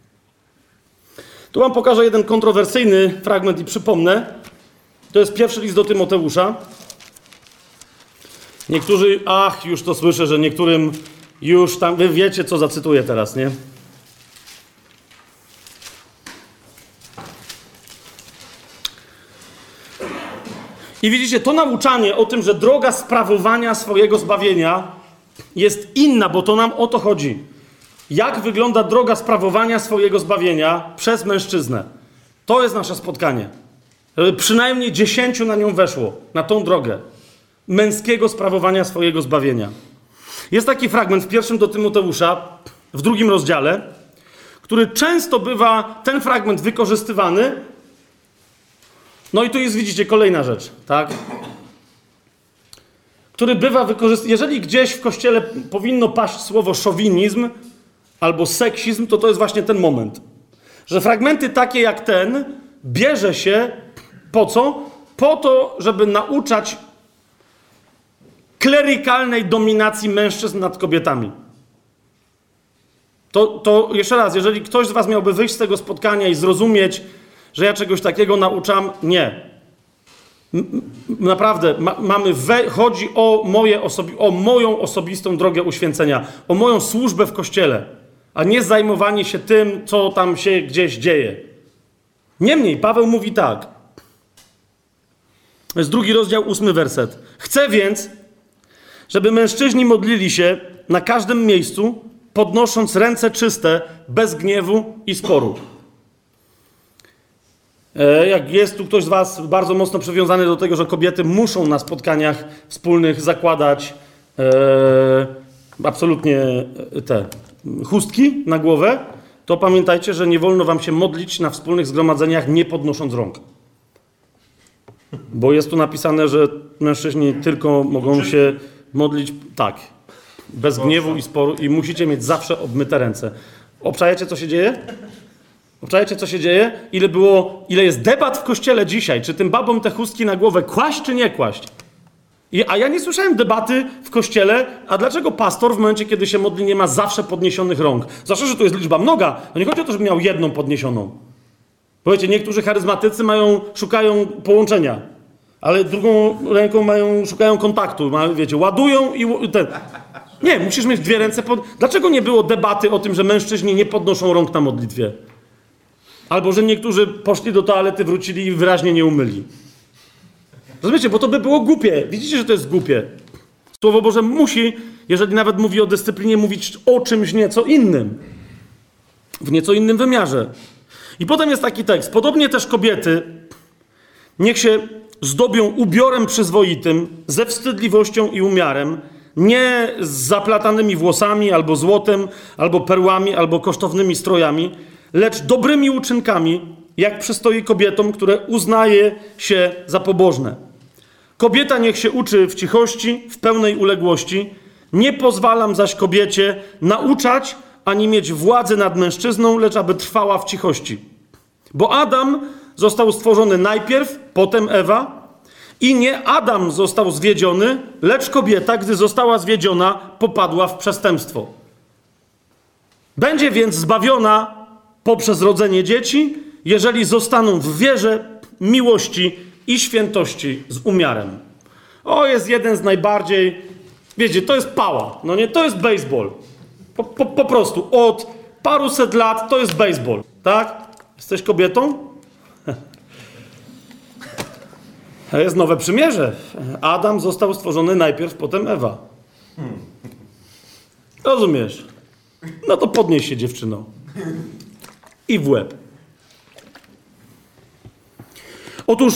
Tu wam pokażę jeden kontrowersyjny fragment i przypomnę. To jest pierwszy list do Tymoteusza. Niektórzy, już to słyszę, że niektórym już tam, wy wiecie, co zacytuję teraz, nie? I widzicie, to nauczanie o tym, że droga sprawowania swojego zbawienia jest inna, bo to nam o to chodzi. Jak wygląda droga sprawowania swojego zbawienia przez mężczyznę? To jest nasze spotkanie. Żeby przynajmniej 10 na nią weszło, na tą drogę. męskiego sprawowania swojego zbawienia. Jest taki fragment w 1 do Tymoteusza, w 2 rozdziale, który często bywa, ten fragment wykorzystywany. No i tu jest, widzicie, kolejna rzecz, tak? Który bywa wykorzystywany. Jeżeli gdzieś w Kościele powinno paść słowo szowinizm albo seksizm, to jest właśnie ten moment. Że fragmenty takie jak ten bierze się po co? Po to, żeby nauczać klerykalnej dominacji mężczyzn nad kobietami. To jeszcze raz, jeżeli ktoś z was miałby wyjść z tego spotkania i zrozumieć, że ja czegoś takiego nauczam, nie. Naprawdę, chodzi o moją osobistą drogę uświęcenia, o moją służbę w Kościele, a nie zajmowanie się tym, co tam się gdzieś dzieje. Niemniej, Paweł mówi tak. To jest 2 rozdział, 8 werset. Chcę więc, żeby mężczyźni modlili się na każdym miejscu, podnosząc ręce czyste, bez gniewu i sporu. Jak jest tu ktoś z was bardzo mocno przywiązany do tego, że kobiety muszą na spotkaniach wspólnych zakładać absolutnie te chustki na głowę, to pamiętajcie, że nie wolno wam się modlić na wspólnych zgromadzeniach, nie podnosząc rąk. Bo jest tu napisane, że mężczyźni tylko mogą się modlić tak, bez gniewu i sporu i musicie mieć zawsze obmyte ręce. Obczajecie, co się dzieje? Obczajecie, co się dzieje? Ile jest debat w Kościele dzisiaj, czy tym babom te chustki na głowę kłaść, czy nie kłaść? A ja nie słyszałem debaty w Kościele, a dlaczego pastor w momencie, kiedy się modli, nie ma zawsze podniesionych rąk? Zawsze, że tu jest liczba mnoga, to nie chodzi o to, żeby miał jedną podniesioną. Powiecie, niektórzy charyzmatycy szukają połączenia, ale drugą ręką szukają kontaktu, wiecie, ładują i ten. Nie, musisz mieć 2 ręce Dlaczego nie było debaty o tym, że mężczyźni nie podnoszą rąk na modlitwie? Albo, że niektórzy poszli do toalety, wrócili i wyraźnie nie umyli. Rozumiecie, bo to by było głupie. Widzicie, że to jest głupie. Słowo Boże musi, jeżeli nawet mówi o dyscyplinie, mówić o czymś nieco innym. W nieco innym wymiarze. I potem jest taki tekst. Podobnie też kobiety niech się zdobią ubiorem przyzwoitym, ze wstydliwością i umiarem, nie z zaplatanymi włosami, albo złotem, albo perłami, albo kosztownymi strojami, lecz dobrymi uczynkami, jak przystoi kobietom, które uznaje się za pobożne. Kobieta niech się uczy w cichości, w pełnej uległości. Nie pozwalam zaś kobiecie nauczać, ani mieć władzy nad mężczyzną, lecz aby trwała w cichości. Bo Adam został stworzony najpierw, potem Ewa, i nie Adam został zwiedziony, lecz kobieta, gdy została zwiedziona, popadła w przestępstwo. Będzie więc zbawiona poprzez rodzenie dzieci, jeżeli zostaną w wierze, miłości i świętości z umiarem. Jest jeden z najbardziej, wiecie, to jest pała, no nie, to jest baseball. Po prostu od paruset lat to jest baseball, tak? Jesteś kobietą? Jest nowe przymierze. Adam został stworzony najpierw, potem Ewa. Rozumiesz? No to podnieś się, dziewczyno. I w łeb. Otóż,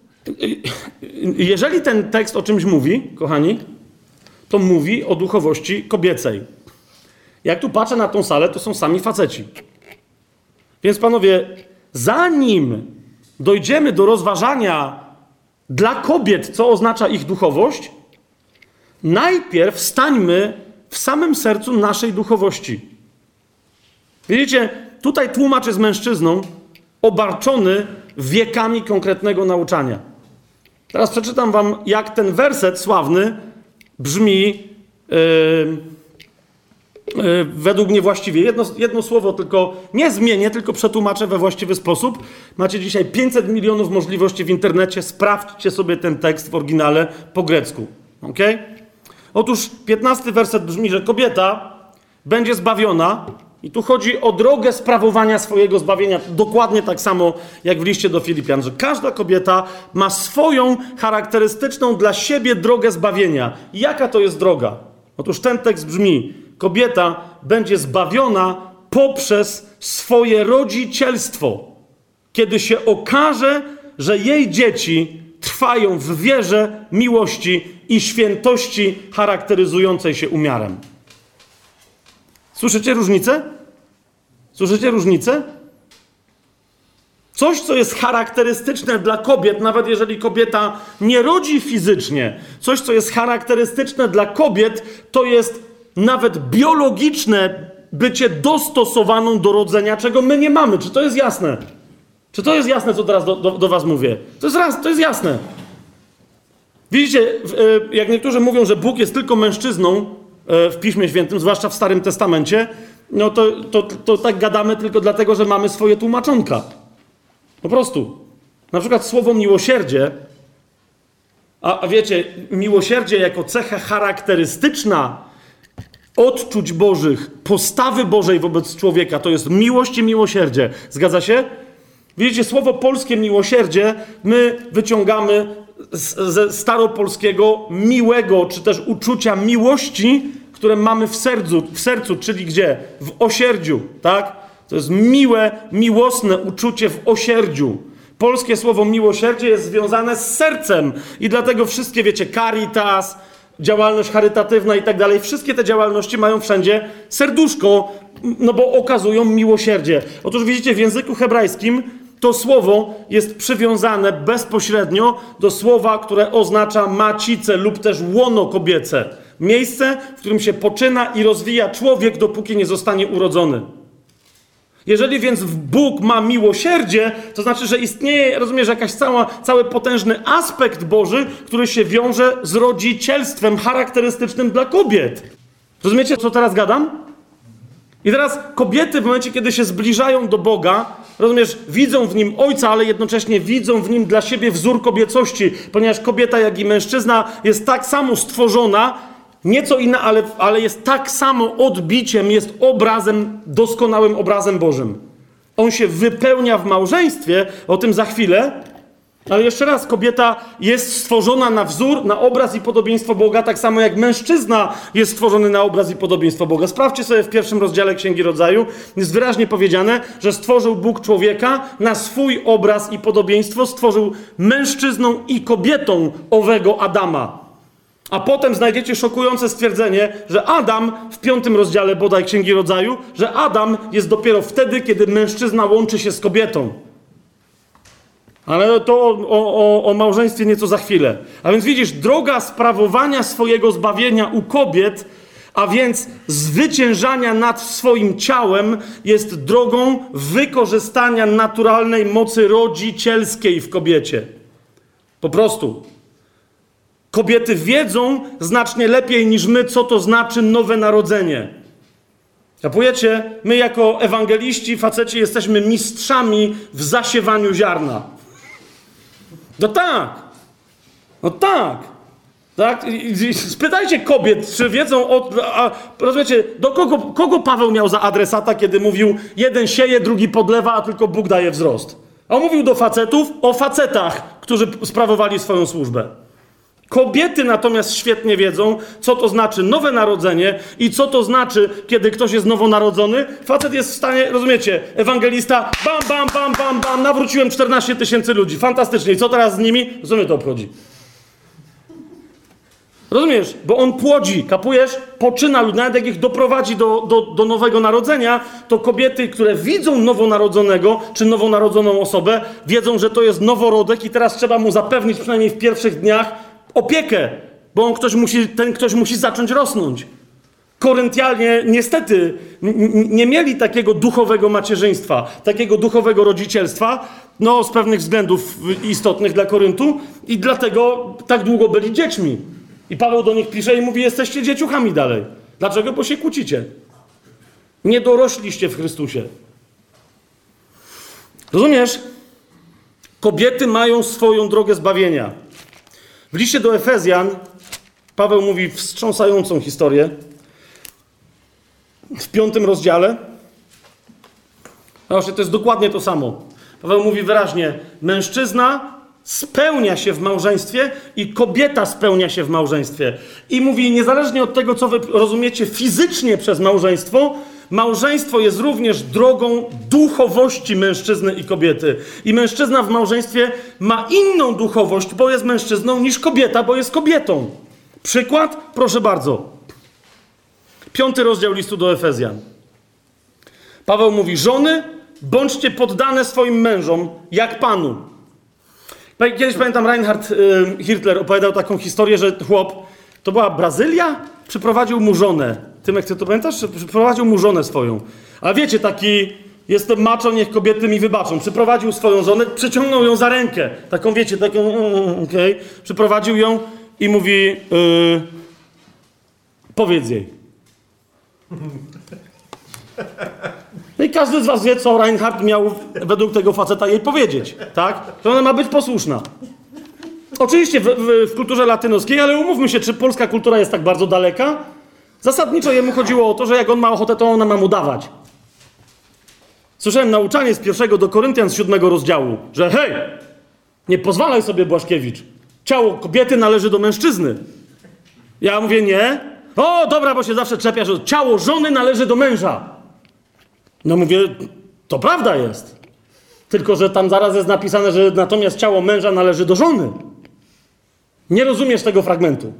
jeżeli ten tekst o czymś mówi, kochani, to mówi o duchowości kobiecej. Jak tu patrzę na tą salę, to są sami faceci. Więc panowie, zanim dojdziemy do rozważania dla kobiet, co oznacza ich duchowość, najpierw stańmy w samym sercu naszej duchowości. Widzicie, tutaj tłumacz jest mężczyzną obarczony wiekami konkretnego nauczania. Teraz przeczytam wam, jak ten werset sławny brzmi według mnie właściwie. Jedno słowo tylko nie zmienię, tylko przetłumaczę we właściwy sposób. Macie dzisiaj 500 milionów możliwości w internecie. Sprawdźcie sobie ten tekst w oryginale po grecku. Okay? Otóż 15 werset brzmi, że kobieta będzie zbawiona i tu chodzi o drogę sprawowania swojego zbawienia. Dokładnie tak samo jak w liście do Filipian, że każda kobieta ma swoją charakterystyczną dla siebie drogę zbawienia. Jaka to jest droga? Otóż ten tekst brzmi: kobieta będzie zbawiona poprzez swoje rodzicielstwo, kiedy się okaże, że jej dzieci trwają w wierze, miłości i świętości charakteryzującej się umiarem. Słyszycie różnicę? Słyszycie różnicę? Coś, co jest charakterystyczne dla kobiet, nawet jeżeli kobieta nie rodzi fizycznie, coś, co jest charakterystyczne dla kobiet, to jest nawet biologiczne bycie dostosowaną do rodzenia, czego my nie mamy. Czy to jest jasne? Czy to jest jasne, co teraz do was mówię? To jest jasne. Widzicie, jak niektórzy mówią, że Bóg jest tylko mężczyzną w Piśmie Świętym, zwłaszcza w Starym Testamencie, no to tak gadamy tylko dlatego, że mamy swoje tłumaczonka. Po prostu. Na przykład słowo miłosierdzie, a wiecie, miłosierdzie jako cecha charakterystyczna odczuć Bożych, postawy Bożej wobec człowieka, to jest miłość i miłosierdzie. Zgadza się? Widzicie, słowo polskie miłosierdzie my wyciągamy ze staropolskiego miłego, czy też uczucia miłości, które mamy w sercu, czyli gdzie? W osierdziu, tak? To jest miłe, miłosne uczucie w osierdziu. Polskie słowo miłosierdzie jest związane z sercem i dlatego wszystkie, wiecie, caritas, działalność charytatywna i tak dalej, wszystkie te działalności mają wszędzie serduszko, no bo okazują miłosierdzie. Otóż widzicie, w języku hebrajskim to słowo jest przywiązane bezpośrednio do słowa, które oznacza macicę lub też łono kobiece. Miejsce, w którym się poczyna i rozwija człowiek, dopóki nie zostanie urodzony. Jeżeli więc Bóg ma miłosierdzie, to znaczy, że istnieje, rozumiesz, cały potężny aspekt Boży, który się wiąże z rodzicielstwem charakterystycznym dla kobiet. Rozumiecie, co teraz gadam? I teraz kobiety w momencie, kiedy się zbliżają do Boga, rozumiesz, widzą w Nim Ojca, ale jednocześnie widzą w Nim dla siebie wzór kobiecości, ponieważ kobieta, jak i mężczyzna jest tak samo stworzona, nieco inna, ale jest tak samo odbiciem, jest obrazem, doskonałym obrazem Bożym. On się wypełnia w małżeństwie, o tym za chwilę, ale jeszcze raz, kobieta jest stworzona na wzór, na obraz i podobieństwo Boga, tak samo jak mężczyzna jest stworzony na obraz i podobieństwo Boga. Sprawdźcie sobie w 1 rozdziale Księgi Rodzaju, jest wyraźnie powiedziane, że stworzył Bóg człowieka na swój obraz i podobieństwo, stworzył mężczyzną i kobietą owego Adama. A potem znajdziecie szokujące stwierdzenie, że Adam, w 5 rozdziale bodaj Księgi Rodzaju, że Adam jest dopiero wtedy, kiedy mężczyzna łączy się z kobietą. Ale to o małżeństwie nieco za chwilę. A więc widzisz, droga sprawowania swojego zbawienia u kobiet, a więc zwyciężania nad swoim ciałem, jest drogą wykorzystania naturalnej mocy rodzicielskiej w kobiecie. Po prostu. Kobiety wiedzą znacznie lepiej niż my, co to znaczy nowe narodzenie. Kapujecie? My jako ewangeliści, faceci, jesteśmy mistrzami w zasiewaniu ziarna. No tak. No tak. Tak? I spytajcie kobiet, czy wiedzą rozumiecie, do kogo Paweł miał za adresata, kiedy mówił, jeden sieje, drugi podlewa, a tylko Bóg daje wzrost. A on mówił do facetów o facetach, którzy sprawowali swoją służbę. Kobiety natomiast świetnie wiedzą, co to znaczy nowe narodzenie i co to znaczy, kiedy ktoś jest nowonarodzony. Facet jest w stanie, rozumiecie, ewangelista, bam, bam, bam, bam, bam, nawróciłem 14 000 ludzi. Fantastycznie. I co teraz z nimi? Co mnie to obchodzi? Rozumiesz? Bo on płodzi, kapujesz? Poczyna lud, nawet jak ich doprowadzi do nowego narodzenia, to kobiety, które widzą nowonarodzonego, czy nowonarodzoną osobę, wiedzą, że to jest noworodek i teraz trzeba mu zapewnić przynajmniej w pierwszych dniach opiekę, bo ten ktoś musi zacząć rosnąć. Koryntianie niestety nie mieli takiego duchowego macierzyństwa, takiego duchowego rodzicielstwa, no z pewnych względów istotnych dla Koryntu i dlatego tak długo byli dziećmi. I Paweł do nich pisze i mówi, jesteście dzieciuchami dalej. Dlaczego? Bo się kłócicie. Nie dorośliście w Chrystusie. Rozumiesz? Kobiety mają swoją drogę zbawienia. W liście do Efezjan Paweł mówi wstrząsającą historię. W 5 rozdziale. Właśnie to jest dokładnie to samo. Paweł mówi wyraźnie, mężczyzna spełnia się w małżeństwie i kobieta spełnia się w małżeństwie. I mówi, niezależnie od tego, co wy rozumiecie fizycznie przez małżeństwo, Małżeństwo jest również drogą duchowości mężczyzny i kobiety. I mężczyzna w małżeństwie ma inną duchowość, bo jest mężczyzną, niż kobieta, bo jest kobietą. Przykład? Proszę bardzo. 5 rozdział listu do Efezjan. Paweł mówi: żony, bądźcie poddane swoim mężom, jak Panu. Kiedyś pamiętam, Reinhard Hitler opowiadał taką historię, że chłop, to była Brazylia, przyprowadził mu żonę. Tymek, ty to pamiętasz? Przyprowadził mu żonę swoją. A wiecie, taki, jestem macho, niech kobiety mi wybaczą. Przyprowadził swoją żonę, przyciągnął ją za rękę. Taką, wiecie, taką, okej. Przyprowadził ją i mówi, powiedz jej. No i każdy z was wie, co Reinhard miał według tego faceta jej powiedzieć, tak? Że ona ma być posłuszna. Oczywiście w kulturze latynoskiej, ale umówmy się, czy polska kultura jest tak bardzo daleka? Zasadniczo jemu chodziło o to, że jak on ma ochotę, to ona ma mu dawać. Słyszałem nauczanie z 1 do Koryntian z 7 rozdziału, że hej, nie pozwalaj sobie, Błaszkiewicz, ciało kobiety należy do mężczyzny. Ja mówię nie. O, dobra, bo się zawsze czepia, że ciało żony należy do męża. No mówię, to prawda jest. Tylko że tam zaraz jest napisane, że natomiast ciało męża należy do żony. Nie rozumiesz tego fragmentu.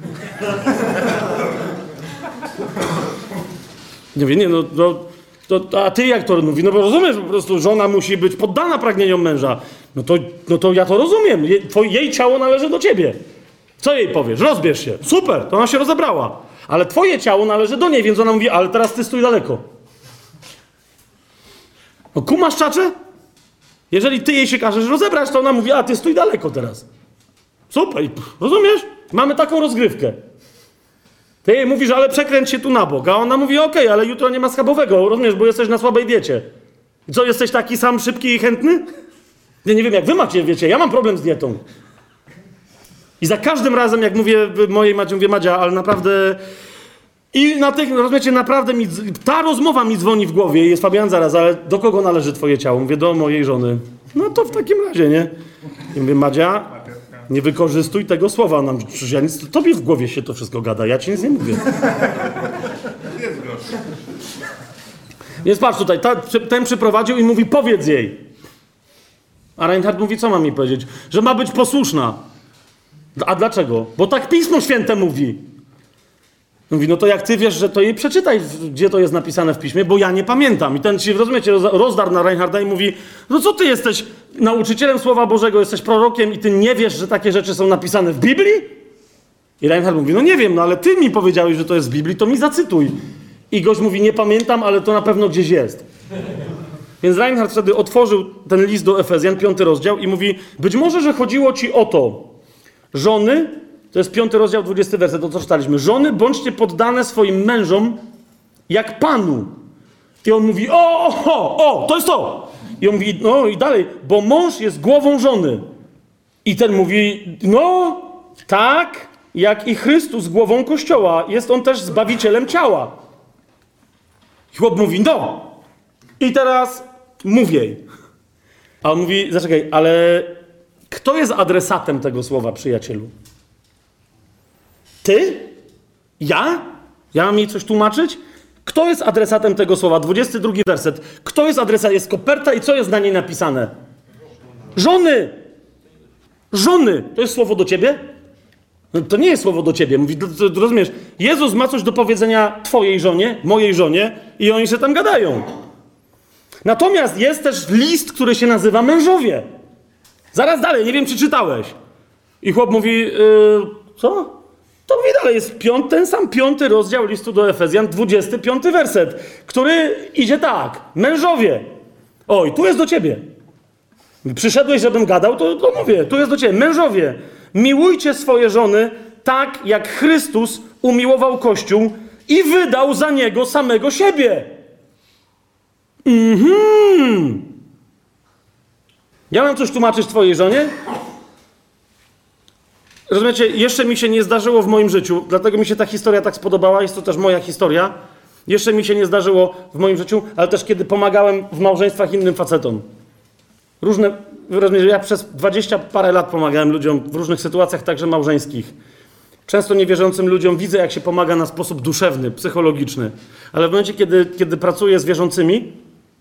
Nie mówię, nie, a ty jak to mówi? No bo rozumiesz, po prostu żona musi być poddana pragnieniom męża. No to ja to rozumiem. Jej ciało należy do ciebie. Co jej powiesz? Rozbierz się. Super, to ona się rozebrała. Ale twoje ciało należy do niej, więc ona mówi, ale teraz ty stój daleko. No kumasz, czacze? Jeżeli ty jej się każesz rozebrać, to ona mówi, a ty stój daleko teraz. Super, rozumiesz? Mamy taką rozgrywkę. Ty jej mówisz, ale przekręć się tu na bok, a ona mówi, okej, ale jutro nie ma schabowego, rozumiesz, bo jesteś na słabej diecie. I co, jesteś taki sam szybki i chętny? Ja nie wiem, jak wy macie, wiecie, ja mam problem z dietą. I za każdym razem, jak mówię mojej Madzie, mówię, Madzia, ale naprawdę... I rozumiecie, naprawdę ta rozmowa mi dzwoni w głowie i jest Fabian zaraz, ale do kogo należy twoje ciało? Mówię, do mojej żony. No to w takim razie, nie? I mówię, Madzia, nie wykorzystuj tego słowa. Przecież ja nic, tobie w głowie się to wszystko gada, ja ci nic nie mówię. Więc patrz tutaj, ten przyprowadził i mówi, powiedz jej. A Reinhard mówi, co ma mi powiedzieć? Że ma być posłuszna. A dlaczego? Bo tak Pismo Święte mówi. Mówi, no to jak ty wiesz, że to jej przeczytaj, gdzie to jest napisane w Piśmie, bo ja nie pamiętam. I ten ci, rozumiecie, rozdarł na Reinharda i mówi, no co ty jesteś nauczycielem Słowa Bożego, jesteś prorokiem i ty nie wiesz, że takie rzeczy są napisane w Biblii? I Reinhard mówi, no nie wiem, no ale ty mi powiedziałeś, że to jest w Biblii, to mi zacytuj. I gość mówi, nie pamiętam, ale to na pewno gdzieś jest. Więc Reinhard wtedy otworzył ten list do Efezjan, 5 rozdział i mówi, być może, że chodziło ci o to, żony, to jest 5 rozdział, 20 werset, to co czytaliśmy. Żony, bądźcie poddane swoim mężom jak Panu. I on mówi, to jest to. I on mówi, no i dalej, bo mąż jest głową żony. I ten mówi, no tak, jak i Chrystus głową Kościoła, jest on też zbawicielem ciała. I chłop mówi, no. I teraz mów jej. A on mówi, zaczekaj, ale kto jest adresatem tego słowa, przyjacielu? Ty? Ja? Ja mam jej coś tłumaczyć? Kto jest adresatem tego słowa? 22 werset. Kto jest adresatem? Jest koperta i co jest na niej napisane? Żony! Żony! To jest słowo do ciebie? No, to nie jest słowo do ciebie. Mówi, rozumiesz, Jezus ma coś do powiedzenia twojej żonie, mojej żonie i oni się tam gadają. Natomiast jest też list, który się nazywa Mężowie. Zaraz dalej, nie wiem, czy czytałeś. I chłop mówi, co? To mówi dalej, jest ten sam 5 rozdział listu do Efezjan, 25 werset, który idzie tak. Mężowie. Oj, tu jest do ciebie. Przyszedłeś, żebym gadał, to mówię, tu jest do ciebie. Mężowie, miłujcie swoje żony tak, jak Chrystus umiłował Kościół i wydał za niego samego siebie. Ja mam coś tłumaczyć twojej żonie? Rozumiecie, jeszcze mi się nie zdarzyło w moim życiu, dlatego mi się ta historia tak spodobała, jest to też moja historia. Jeszcze mi się nie zdarzyło w moim życiu, ale też kiedy pomagałem w małżeństwach innym facetom. Rozumiecie, ja przez 20 parę lat pomagałem ludziom w różnych sytuacjach, także małżeńskich. Często niewierzącym ludziom widzę, jak się pomaga na sposób duszewny, psychologiczny. Ale w momencie, kiedy pracuję z wierzącymi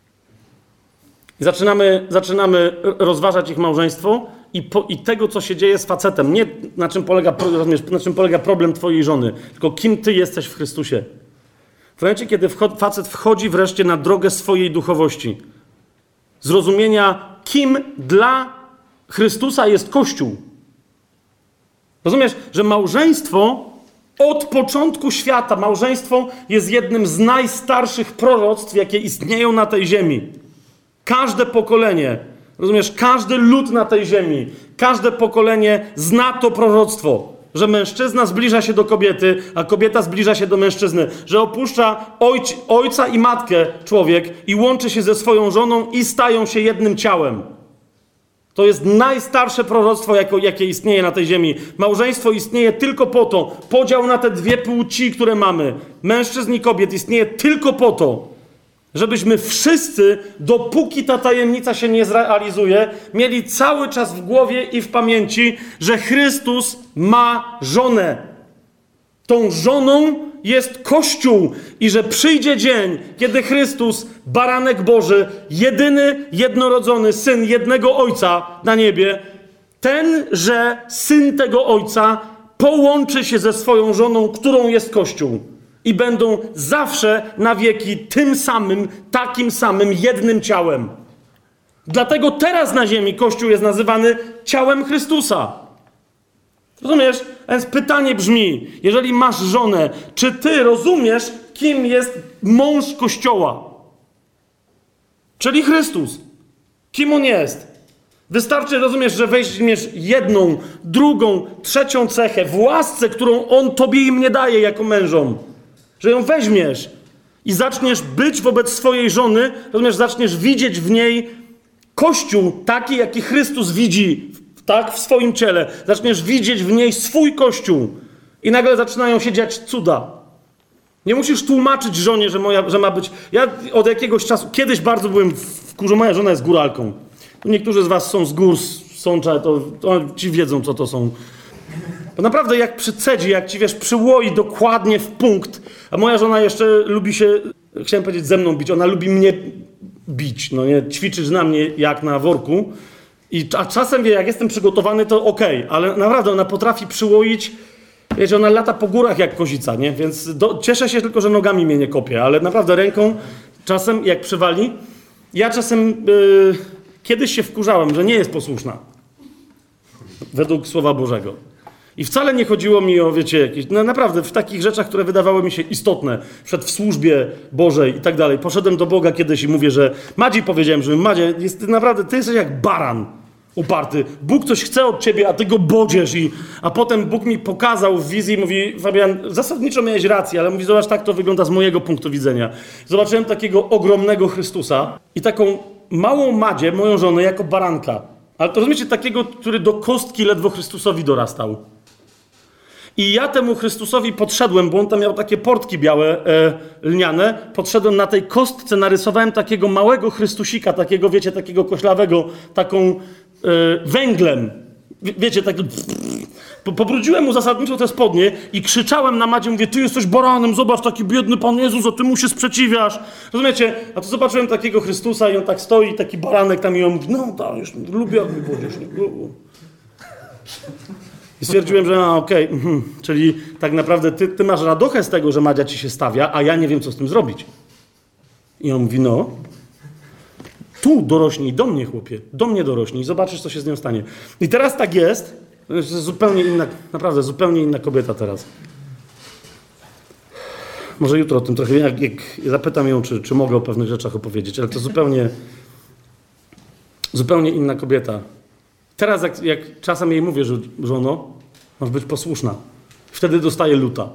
i zaczynamy rozważać ich małżeństwo i tego, co się dzieje z facetem, nie na czym polega problem twojej żony, tylko kim ty jesteś w Chrystusie. W momencie, kiedy facet wchodzi wreszcie na drogę swojej duchowości, zrozumienia, kim dla Chrystusa jest Kościół. Rozumiesz, że małżeństwo od początku świata, małżeństwo jest jednym z najstarszych proroctw, jakie istnieją na tej ziemi. Każde pokolenie, rozumiesz, każdy lud na tej ziemi, każde pokolenie zna to proroctwo, że mężczyzna zbliża się do kobiety, a kobieta zbliża się do mężczyzny, że opuszcza ojca i matkę człowiek i łączy się ze swoją żoną i stają się jednym ciałem. To jest najstarsze proroctwo, jakie istnieje na tej ziemi. Małżeństwo istnieje tylko po to, podział na te dwie płci, które mamy, mężczyzn i kobiet, istnieje tylko po to, żebyśmy wszyscy, dopóki ta tajemnica się nie zrealizuje, mieli cały czas w głowie i w pamięci, że Chrystus ma żonę. Tą żoną jest Kościół i że przyjdzie dzień, kiedy Chrystus, baranek Boży, jedyny, jednorodzony Syn jednego Ojca na niebie, tenże Syn tego Ojca połączy się ze swoją żoną, którą jest Kościół. I będą zawsze na wieki tym samym, takim samym, jednym ciałem. Dlatego teraz na ziemi Kościół jest nazywany ciałem Chrystusa. Rozumiesz? Więc pytanie brzmi, jeżeli masz żonę, czy ty rozumiesz, kim jest mąż Kościoła? Czyli Chrystus. Kim on jest? Wystarczy, rozumiesz, że weźmiesz jedną, drugą, trzecią cechę w łasce, którą on tobie i mnie daje jako mężom. Że ją weźmiesz i zaczniesz być wobec swojej żony, rozumiesz, zaczniesz widzieć w niej Kościół taki, jaki Chrystus widzi, tak, w swoim ciele. Zaczniesz widzieć w niej swój Kościół i nagle zaczynają się dziać cuda. Nie musisz tłumaczyć żonie, że ma być... Ja od jakiegoś czasu, kiedyś bardzo byłem w kurze, moja żona jest góralką. Niektórzy z was są z gór, z Sącza, to ci wiedzą, co to są. Bo naprawdę jak przycedzi, jak ci, wiesz, przyłoi dokładnie w punkt, a moja żona jeszcze lubi się, chciałem powiedzieć, ze mną bić, ona lubi mnie bić, no nie, ćwiczyć na mnie jak na worku, a czasem, wie, jak jestem przygotowany, to okej, ale naprawdę ona potrafi przyłoić, wiecie, ona lata po górach jak kozica, nie, więc cieszę się tylko, że nogami mnie nie kopie, ale naprawdę ręką czasem, jak przywali, ja czasem kiedyś się wkurzałem, że nie jest posłuszna, według Słowa Bożego. I wcale nie chodziło mi o, wiecie, jakieś, no naprawdę w takich rzeczach, które wydawały mi się istotne, przed w służbie Bożej i tak dalej. Poszedłem do Boga kiedyś i mówię, że Madzi powiedziałem, że Madzie, naprawdę ty jesteś jak baran uparty. Bóg coś chce od ciebie, a ty go bodziesz. A potem Bóg mi pokazał w wizji i mówi, Fabian, zasadniczo miałeś rację, ale mówi, zobacz, tak to wygląda z mojego punktu widzenia. Zobaczyłem takiego ogromnego Chrystusa i taką małą Madzię, moją żonę, jako baranka. Ale to rozumiecie, takiego, który do kostki ledwo Chrystusowi dorastał. I ja temu Chrystusowi podszedłem, bo on tam miał takie portki białe, lniane. Podszedłem na tej kostce, narysowałem takiego małego Chrystusika, takiego, wiecie, takiego koślawego, taką węglem. Wiecie, taki... Pobrudziłem mu zasadniczo te spodnie i krzyczałem na Madzie, mówię, ty jesteś baranem, zobacz, taki biedny Pan Jezus, a ty mu się sprzeciwiasz. Rozumiecie? A to zobaczyłem takiego Chrystusa i on tak stoi, taki baranek tam i on mówi, no dajesz, lubię jak mi bodziesz. I stwierdziłem, że okej, czyli tak naprawdę ty masz radochę z tego, że Madzia ci się stawia, a ja nie wiem, co z tym zrobić. I on mówi, no, tu dorośnij, do mnie, chłopie, do mnie dorośnij, zobaczysz, co się z nią stanie. I teraz tak jest, to jest zupełnie inna, naprawdę zupełnie inna kobieta teraz. Może jutro o tym trochę, jak zapytam ją, czy mogę o pewnych rzeczach opowiedzieć, ale to zupełnie inna kobieta. Teraz jak czasem jej mówię, że żono, masz być posłuszna. Wtedy dostaje luta.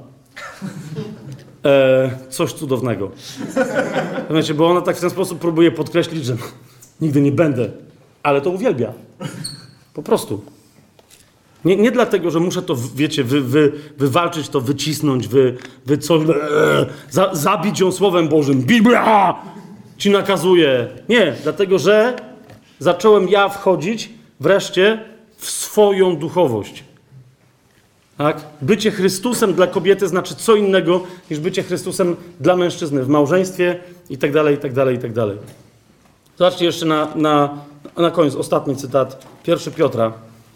Coś cudownego. Wiecie, bo ona tak w ten sposób próbuje podkreślić, że nigdy nie będę, ale to uwielbia. Po prostu. Nie dlatego, że muszę to, wiecie, wywalczyć to, wycisnąć, zabić ją Słowem Bożym. Biblia ci nakazuje. Nie, dlatego, że zacząłem ja wchodzić wreszcie w swoją duchowość. Tak? Bycie Chrystusem dla kobiety znaczy co innego niż bycie Chrystusem dla mężczyzny w małżeństwie i tak dalej, i tak dalej, i tak dalej. Zobaczcie jeszcze na koniec ostatni cytat. 1 Piotra.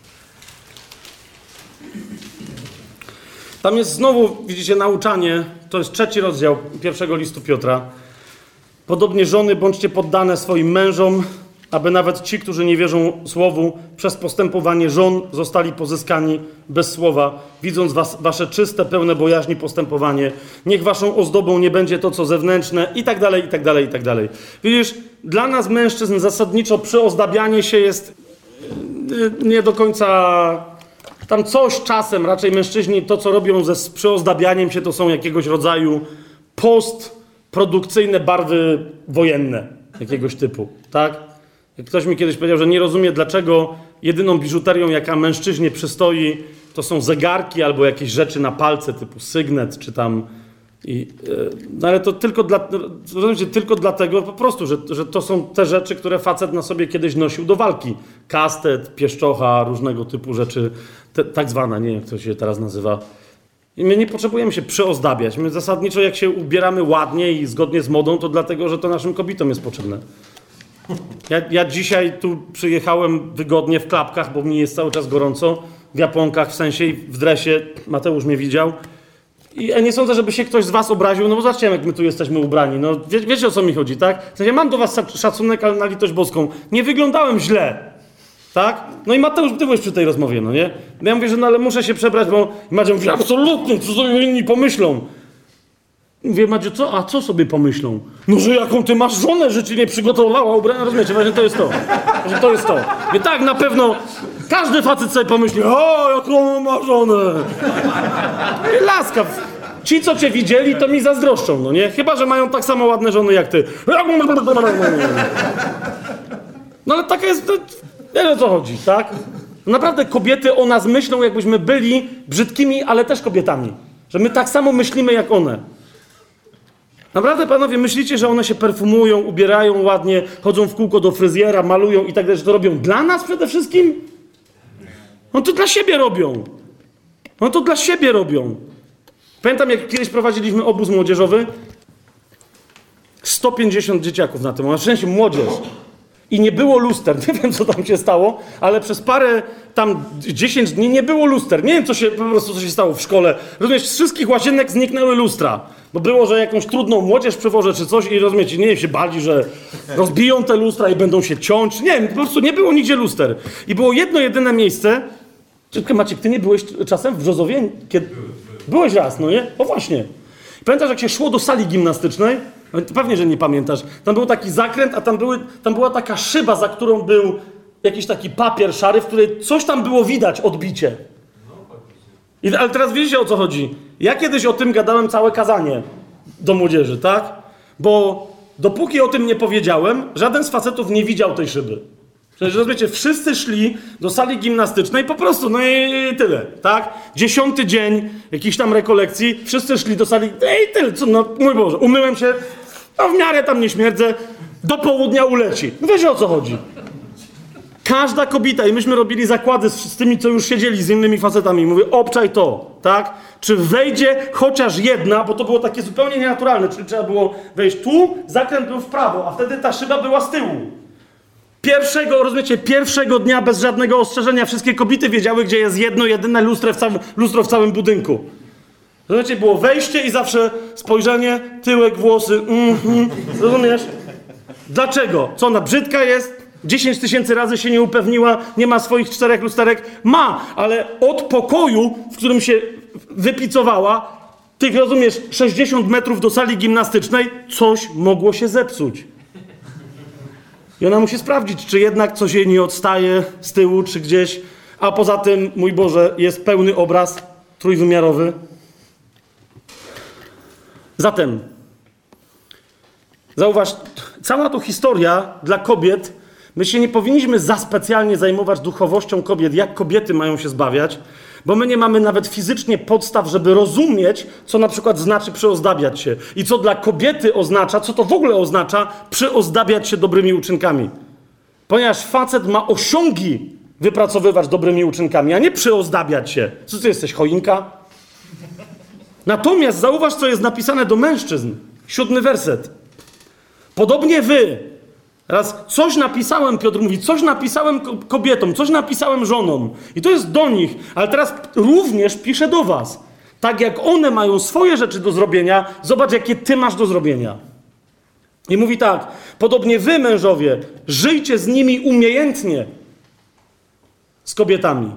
Tam jest znowu, widzicie, nauczanie. To jest 3 rozdział 1 listu Piotra. Podobnie żony, bądźcie poddane swoim mężom, aby nawet ci, którzy nie wierzą słowu, przez postępowanie żon zostali pozyskani bez słowa, widząc wasze czyste, pełne bojaźni postępowanie. Niech waszą ozdobą nie będzie to, co zewnętrzne, i tak dalej, i tak dalej, i tak dalej. Widzisz, dla nas mężczyzn zasadniczo przyozdabianie się jest nie do końca... Tam coś czasem, raczej mężczyźni, to co robią z przyozdabianiem się, to są jakiegoś rodzaju postprodukcyjne barwy wojenne, jakiegoś typu, tak? Jak ktoś mi kiedyś powiedział, że nie rozumie, dlaczego jedyną biżuterią, jaka mężczyźnie przystoi, to są zegarki albo jakieś rzeczy na palce typu sygnet, czy tam... no ale to tylko dlatego po prostu, że to są te rzeczy, które facet na sobie kiedyś nosił do walki. Kastet, pieszczocha, różnego typu rzeczy, tak zwana, nie wiem jak to się teraz nazywa. I my nie potrzebujemy się przyozdabiać. My zasadniczo jak się ubieramy ładnie i zgodnie z modą, to dlatego, że to naszym kobietom jest potrzebne. Ja dzisiaj tu przyjechałem wygodnie w klapkach, bo mi jest cały czas gorąco, w japonkach w sensie i w dresie, Mateusz mnie widział. I nie sądzę, żeby się ktoś z was obraził, no bo zobaczcie, jak my tu jesteśmy ubrani. No, wiecie, o co mi chodzi, tak? W sensie mam do was szacunek, ale na litość boską. Nie wyglądałem źle, tak? No i Mateusz, ty byłeś przy tej rozmowie, no nie? Ja mówię, że no ale muszę się przebrać, bo Madziu mówi, absolutnie, co sobie inni pomyślą. Mówię, Madziu, co? A co sobie pomyślą? No, że jaką ty masz żonę, że ci nie przygotowała ubrania, rozumiecie? Właśnie to jest to. Że to jest to. Mówię, tak, na pewno każdy facet sobie pomyśli, o, jaką ma żonę. I laska. Ci, co cię widzieli, to mi zazdroszczą, no nie? Chyba że mają tak samo ładne żony jak ty. No ale taka jest... Wiesz, o co chodzi, tak? Naprawdę kobiety o nas myślą, jakbyśmy byli brzydkimi, ale też kobietami. Że my tak samo myślimy jak one. Naprawdę, panowie, myślicie, że one się perfumują, ubierają ładnie, chodzą w kółko do fryzjera, malują i tak dalej, że to robią dla nas przede wszystkim? No to dla siebie robią. No to dla siebie robią. Pamiętam, jak kiedyś prowadziliśmy obóz młodzieżowy, 150 dzieciaków na tym, w sensie młodzież. I nie było luster. Nie wiem, co tam się stało, ale przez parę, tam 10 dni nie było luster. Nie wiem, co się stało w szkole. Rozumiesz, z wszystkich łazienek zniknęły lustra. Bo było, że jakąś trudną młodzież przywożę czy coś i rozumiecie, nie wiem, się bali, że rozbiją te lustra i będą się ciąć. Nie wiem, po prostu nie było nigdzie luster. I było jedno, jedyne miejsce. Maciek, ty nie byłeś czasem w Brzozowie? Byłeś raz, no nie? O właśnie. Pamiętasz, jak się szło do sali gimnastycznej? No, pewnie, że nie pamiętasz. Tam był taki zakręt, a tam była taka szyba, za którą był jakiś taki papier szary, w której coś tam było widać, odbicie. Ale teraz wiecie, o co chodzi. Ja kiedyś o tym gadałem całe kazanie do młodzieży, tak? Bo dopóki o tym nie powiedziałem, żaden z facetów nie widział tej szyby. Przecież rozumiecie, wszyscy szli do sali gimnastycznej po prostu, no i tyle, tak? 10. dzień jakiejś tam rekolekcji, wszyscy szli do sali, i tyle, co, no mój Boże, umyłem się, no w miarę tam nie śmierdzę, do południa uleci. No wiecie, o co chodzi. Każda kobieta, i myśmy robili zakłady z tymi, co już siedzieli z innymi facetami, mówię, obczaj to, tak? Czy wejdzie chociaż jedna, bo to było takie zupełnie nienaturalne, czyli trzeba było wejść tu, zakręt był w prawo, a wtedy ta szyba była z tyłu. Pierwszego dnia bez żadnego ostrzeżenia wszystkie kobiety wiedziały, gdzie jest jedno, jedyne lustro w całym budynku. Rozumiecie, było wejście i zawsze spojrzenie, tyłek, włosy, rozumiesz? Dlaczego? Co, ona brzydka jest? 10 000 razy się nie upewniła, nie ma swoich 4 lusterek? Ma, ale od pokoju, w którym się wypicowała, tych, rozumiesz, 60 metrów do sali gimnastycznej, coś mogło się zepsuć. I ona musi sprawdzić, czy jednak coś jej nie odstaje z tyłu, czy gdzieś. A poza tym, mój Boże, jest pełny obraz trójwymiarowy. Zatem, zauważ, cała tu historia dla kobiet, my się nie powinniśmy za specjalnie zajmować duchowością kobiet, jak kobiety mają się zbawiać, bo my nie mamy nawet fizycznie podstaw, żeby rozumieć, co na przykład znaczy przyozdabiać się. I co dla kobiety oznacza, co to w ogóle oznacza przyozdabiać się dobrymi uczynkami. Ponieważ facet ma osiągi wypracowywać dobrymi uczynkami, a nie przyozdabiać się. Co ty jesteś, choinka? Natomiast zauważ, co jest napisane do mężczyzn. 7 werset. Podobnie wy. Raz coś napisałem, Piotr mówi, coś napisałem kobietom, coś napisałem żonom. I to jest do nich, ale teraz również piszę do was. Tak jak one mają swoje rzeczy do zrobienia, zobacz, jakie ty masz do zrobienia. I mówi tak, podobnie wy, mężowie, żyjcie z nimi umiejętnie. Z kobietami.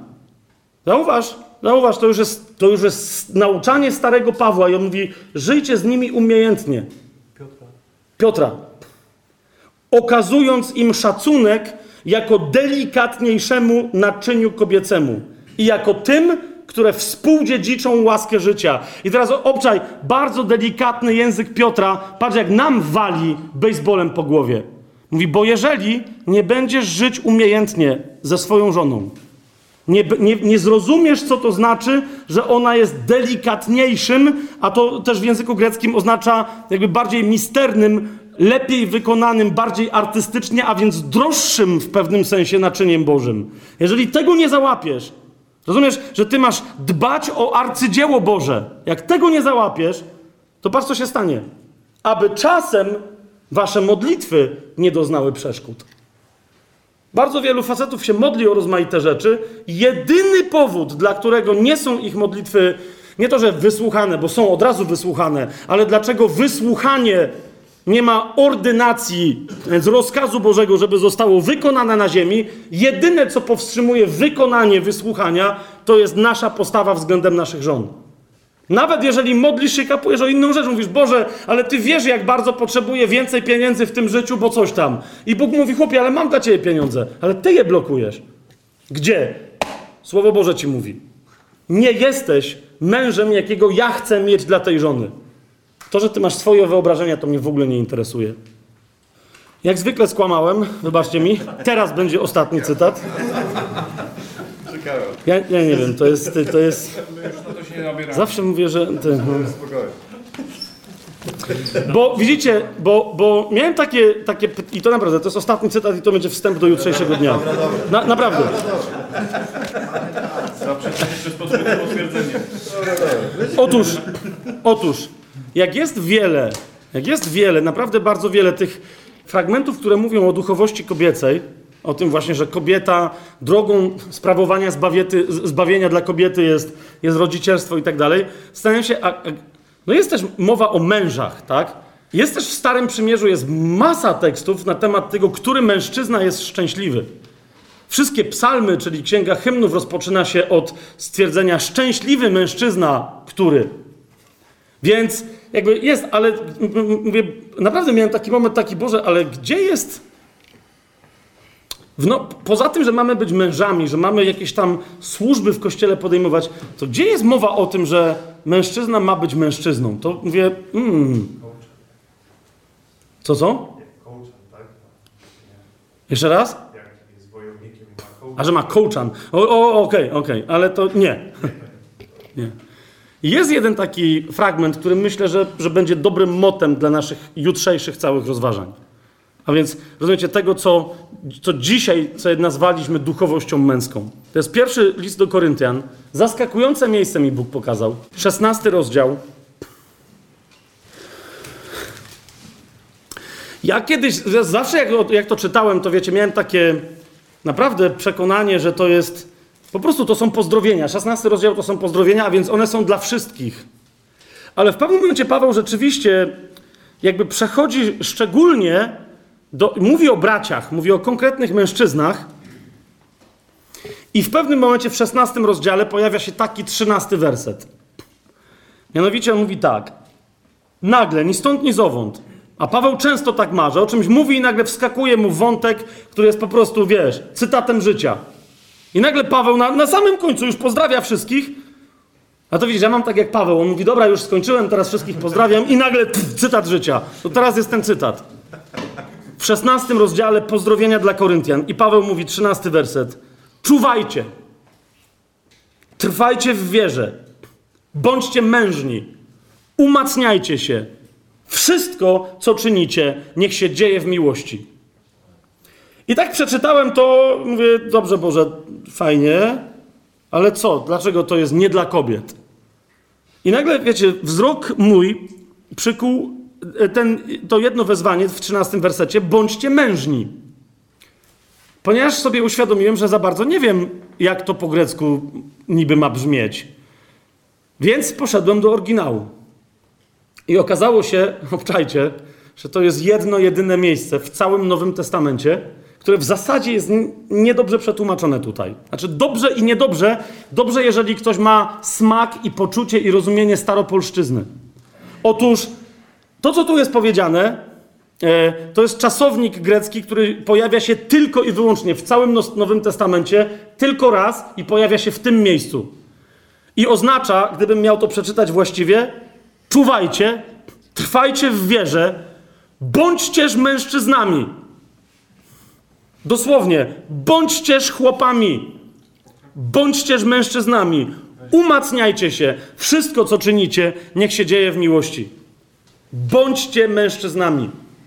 Zauważ, to już jest nauczanie starego Pawła i on mówi, żyjcie z nimi umiejętnie. Piotra. Okazując im szacunek jako delikatniejszemu naczyniu kobiecemu i jako tym, które współdziedziczą łaskę życia. I teraz obczaj, bardzo delikatny język Piotra, patrz jak nam wali baseballem po głowie. Mówi, bo jeżeli nie będziesz żyć umiejętnie ze swoją żoną, nie zrozumiesz, co to znaczy, że ona jest delikatniejszym, a to też w języku greckim oznacza jakby bardziej misternym, lepiej wykonanym, bardziej artystycznie, a więc droższym w pewnym sensie naczyniem Bożym. Jeżeli tego nie załapiesz, rozumiesz, że ty masz dbać o arcydzieło Boże. Jak tego nie załapiesz, to patrz, co się stanie. Aby czasem wasze modlitwy nie doznały przeszkód. Bardzo wielu facetów się modli o rozmaite rzeczy. Jedyny powód, dla którego nie są ich modlitwy, nie to, że wysłuchane, bo są od razu wysłuchane, ale dlaczego wysłuchanie nie ma ordynacji, więc rozkazu Bożego, żeby zostało wykonane na ziemi, jedyne, co powstrzymuje wykonanie wysłuchania, to jest nasza postawa względem naszych żon. Nawet jeżeli modlisz się, kapujesz o inną rzecz, mówisz, Boże, ale Ty wiesz, jak bardzo potrzebuję więcej pieniędzy w tym życiu, bo coś tam. I Bóg mówi, chłopie, ale mam dla Ciebie pieniądze, ale Ty je blokujesz. Gdzie? Słowo Boże Ci mówi. Nie jesteś mężem, jakiego ja chcę mieć dla tej żony. To, że Ty masz swoje wyobrażenia, to mnie w ogóle nie interesuje. Jak zwykle skłamałem, wybaczcie mi. Teraz będzie ostatni cytat. Ja nie wiem, to jest... Zawsze mówię, że... Bo widzicie, bo miałem takie... I to naprawdę, to jest ostatni cytat i to będzie wstęp do jutrzejszego dnia. Naprawdę. Otóż, jak jest wiele, naprawdę bardzo wiele tych fragmentów, które mówią o duchowości kobiecej, o tym właśnie, że kobieta, drogą sprawowania zbawienia dla kobiety jest rodzicielstwo i tak dalej, stają się... No jest też mowa o mężach, tak? Jest też w Starym Przymierzu, jest masa tekstów na temat tego, który mężczyzna jest szczęśliwy. Wszystkie psalmy, czyli Księga Hymnów, rozpoczyna się od stwierdzenia szczęśliwy mężczyzna, który... Więc jakby jest, ale mówię, naprawdę miałem taki moment, Boże, ale gdzie jest... poza tym, że mamy być mężami, że mamy jakieś tam służby w Kościele podejmować, to gdzie jest mowa o tym, że mężczyzna ma być mężczyzną? To mówię, Co? Jeszcze raz? Jest wojownikiem i ma kołczan. A że ma kołczan. Okej, ale to nie. Nie. Jest jeden taki fragment, który myślę, że będzie dobrym motem dla naszych jutrzejszych całych rozważań. A więc, rozumiecie, tego, co dzisiaj sobie nazwaliśmy duchowością męską. To jest pierwszy list do Koryntian. Zaskakujące miejsce mi Bóg pokazał. 16 rozdział. Ja kiedyś, zawsze jak to czytałem, to wiecie, miałem takie naprawdę przekonanie, że to jest, po prostu to są pozdrowienia. 16 rozdział to są pozdrowienia, a więc one są dla wszystkich. Ale w pewnym momencie Paweł rzeczywiście jakby przechodzi szczególnie mówi o braciach, mówi o konkretnych mężczyznach i w pewnym momencie w 16 rozdziale pojawia się taki 13 werset. Mianowicie on mówi tak. Nagle, ni stąd, ni zowąd. A Paweł często tak ma, że o czymś mówi i nagle wskakuje mu wątek, który jest po prostu, wiesz, cytatem życia. I nagle Paweł na samym końcu już pozdrawia wszystkich. A to widzisz, ja mam tak jak Paweł. On mówi, dobra, już skończyłem, teraz wszystkich pozdrawiam i nagle cytat życia. To teraz jest ten cytat. W 16 rozdziale pozdrowienia dla Koryntian. I Paweł mówi, 13 werset. Czuwajcie. Trwajcie w wierze. Bądźcie mężni. Umacniajcie się. Wszystko, co czynicie, niech się dzieje w miłości. I tak przeczytałem to, mówię, dobrze Boże, fajnie, ale co? Dlaczego to jest nie dla kobiet? I nagle, wiecie, wzrok mój przykuł to jedno wezwanie w 13 wersecie, bądźcie mężni. Ponieważ sobie uświadomiłem, że za bardzo nie wiem, jak to po grecku niby ma brzmieć. Więc poszedłem do oryginału. I okazało się, obczajcie, że to jest jedno, jedyne miejsce w całym Nowym Testamencie, które w zasadzie jest niedobrze przetłumaczone tutaj. Znaczy dobrze i niedobrze. Dobrze, jeżeli ktoś ma smak i poczucie i rozumienie staropolszczyzny. Otóż to, co tu jest powiedziane, to jest czasownik grecki, który pojawia się tylko i wyłącznie w całym Nowym Testamencie, tylko raz i pojawia się w tym miejscu. I oznacza, gdybym miał to przeczytać właściwie, czuwajcie, trwajcie w wierze, bądźcież mężczyznami. Dosłownie, bądźcież chłopami, bądźcież mężczyznami, umacniajcie się, wszystko co czynicie, niech się dzieje w miłości. Bądźcie mężczyznami.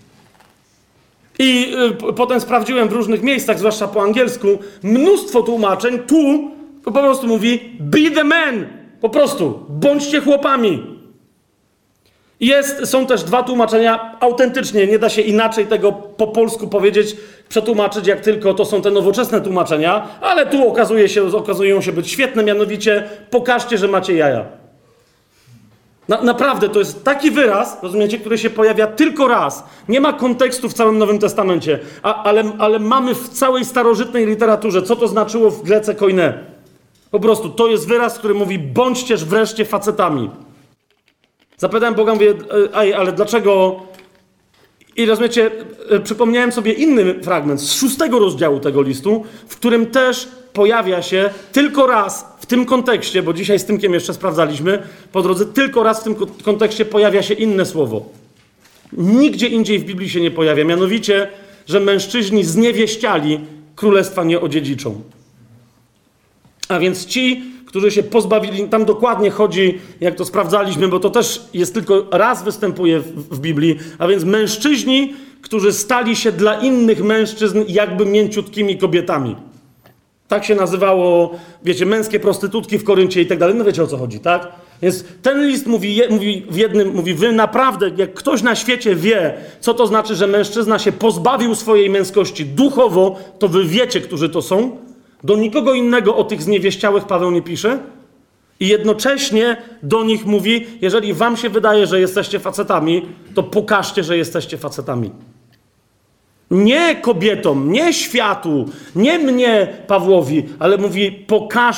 I potem sprawdziłem w różnych miejscach, zwłaszcza po angielsku, mnóstwo tłumaczeń, tu po prostu mówi be the man, po prostu, bądźcie chłopami. Są też dwa tłumaczenia, autentycznie, nie da się inaczej tego po polsku powiedzieć, przetłumaczyć, jak tylko to są te nowoczesne tłumaczenia, ale tu okazują się być świetne, mianowicie pokażcie, że macie jaja. Naprawdę, to jest taki wyraz, rozumiecie, który się pojawia tylko raz. Nie ma kontekstu w całym Nowym Testamencie, ale mamy w całej starożytnej literaturze, co to znaczyło w Grece koine. Po prostu, to jest wyraz, który mówi, bądźcież wreszcie facetami. Zapytałem Boga, mówię, ale dlaczego... I rozumiecie, przypomniałem sobie inny fragment z 6 rozdziału tego listu, w którym też pojawia się tylko raz w tym kontekście, bo dzisiaj z Tymkiem jeszcze sprawdzaliśmy po drodze, tylko raz w tym kontekście pojawia się inne słowo. Nigdzie indziej w Biblii się nie pojawia, mianowicie, że mężczyźni zniewieściali królestwa nie odziedziczą. A więc ci, którzy się pozbawili, tam dokładnie chodzi, jak to sprawdzaliśmy, bo to też jest tylko raz występuje w Biblii, a więc mężczyźni, którzy stali się dla innych mężczyzn jakby mięciutkimi kobietami. Tak się nazywało, wiecie, męskie prostytutki w Koryncie i tak dalej. No wiecie, o co chodzi, tak? Więc ten list mówi, wy naprawdę, jak ktoś na świecie wie, co to znaczy, że mężczyzna się pozbawił swojej męskości duchowo, to wy wiecie, którzy to są. Do nikogo innego o tych zniewieściałych Paweł nie pisze. I jednocześnie do nich mówi, jeżeli wam się wydaje, że jesteście facetami, to pokażcie, że jesteście facetami. Nie kobietom, nie światu, nie mnie, Pawłowi, ale mówi,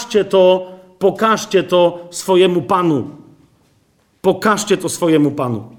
pokażcie to swojemu Panu. Pokażcie to swojemu Panu.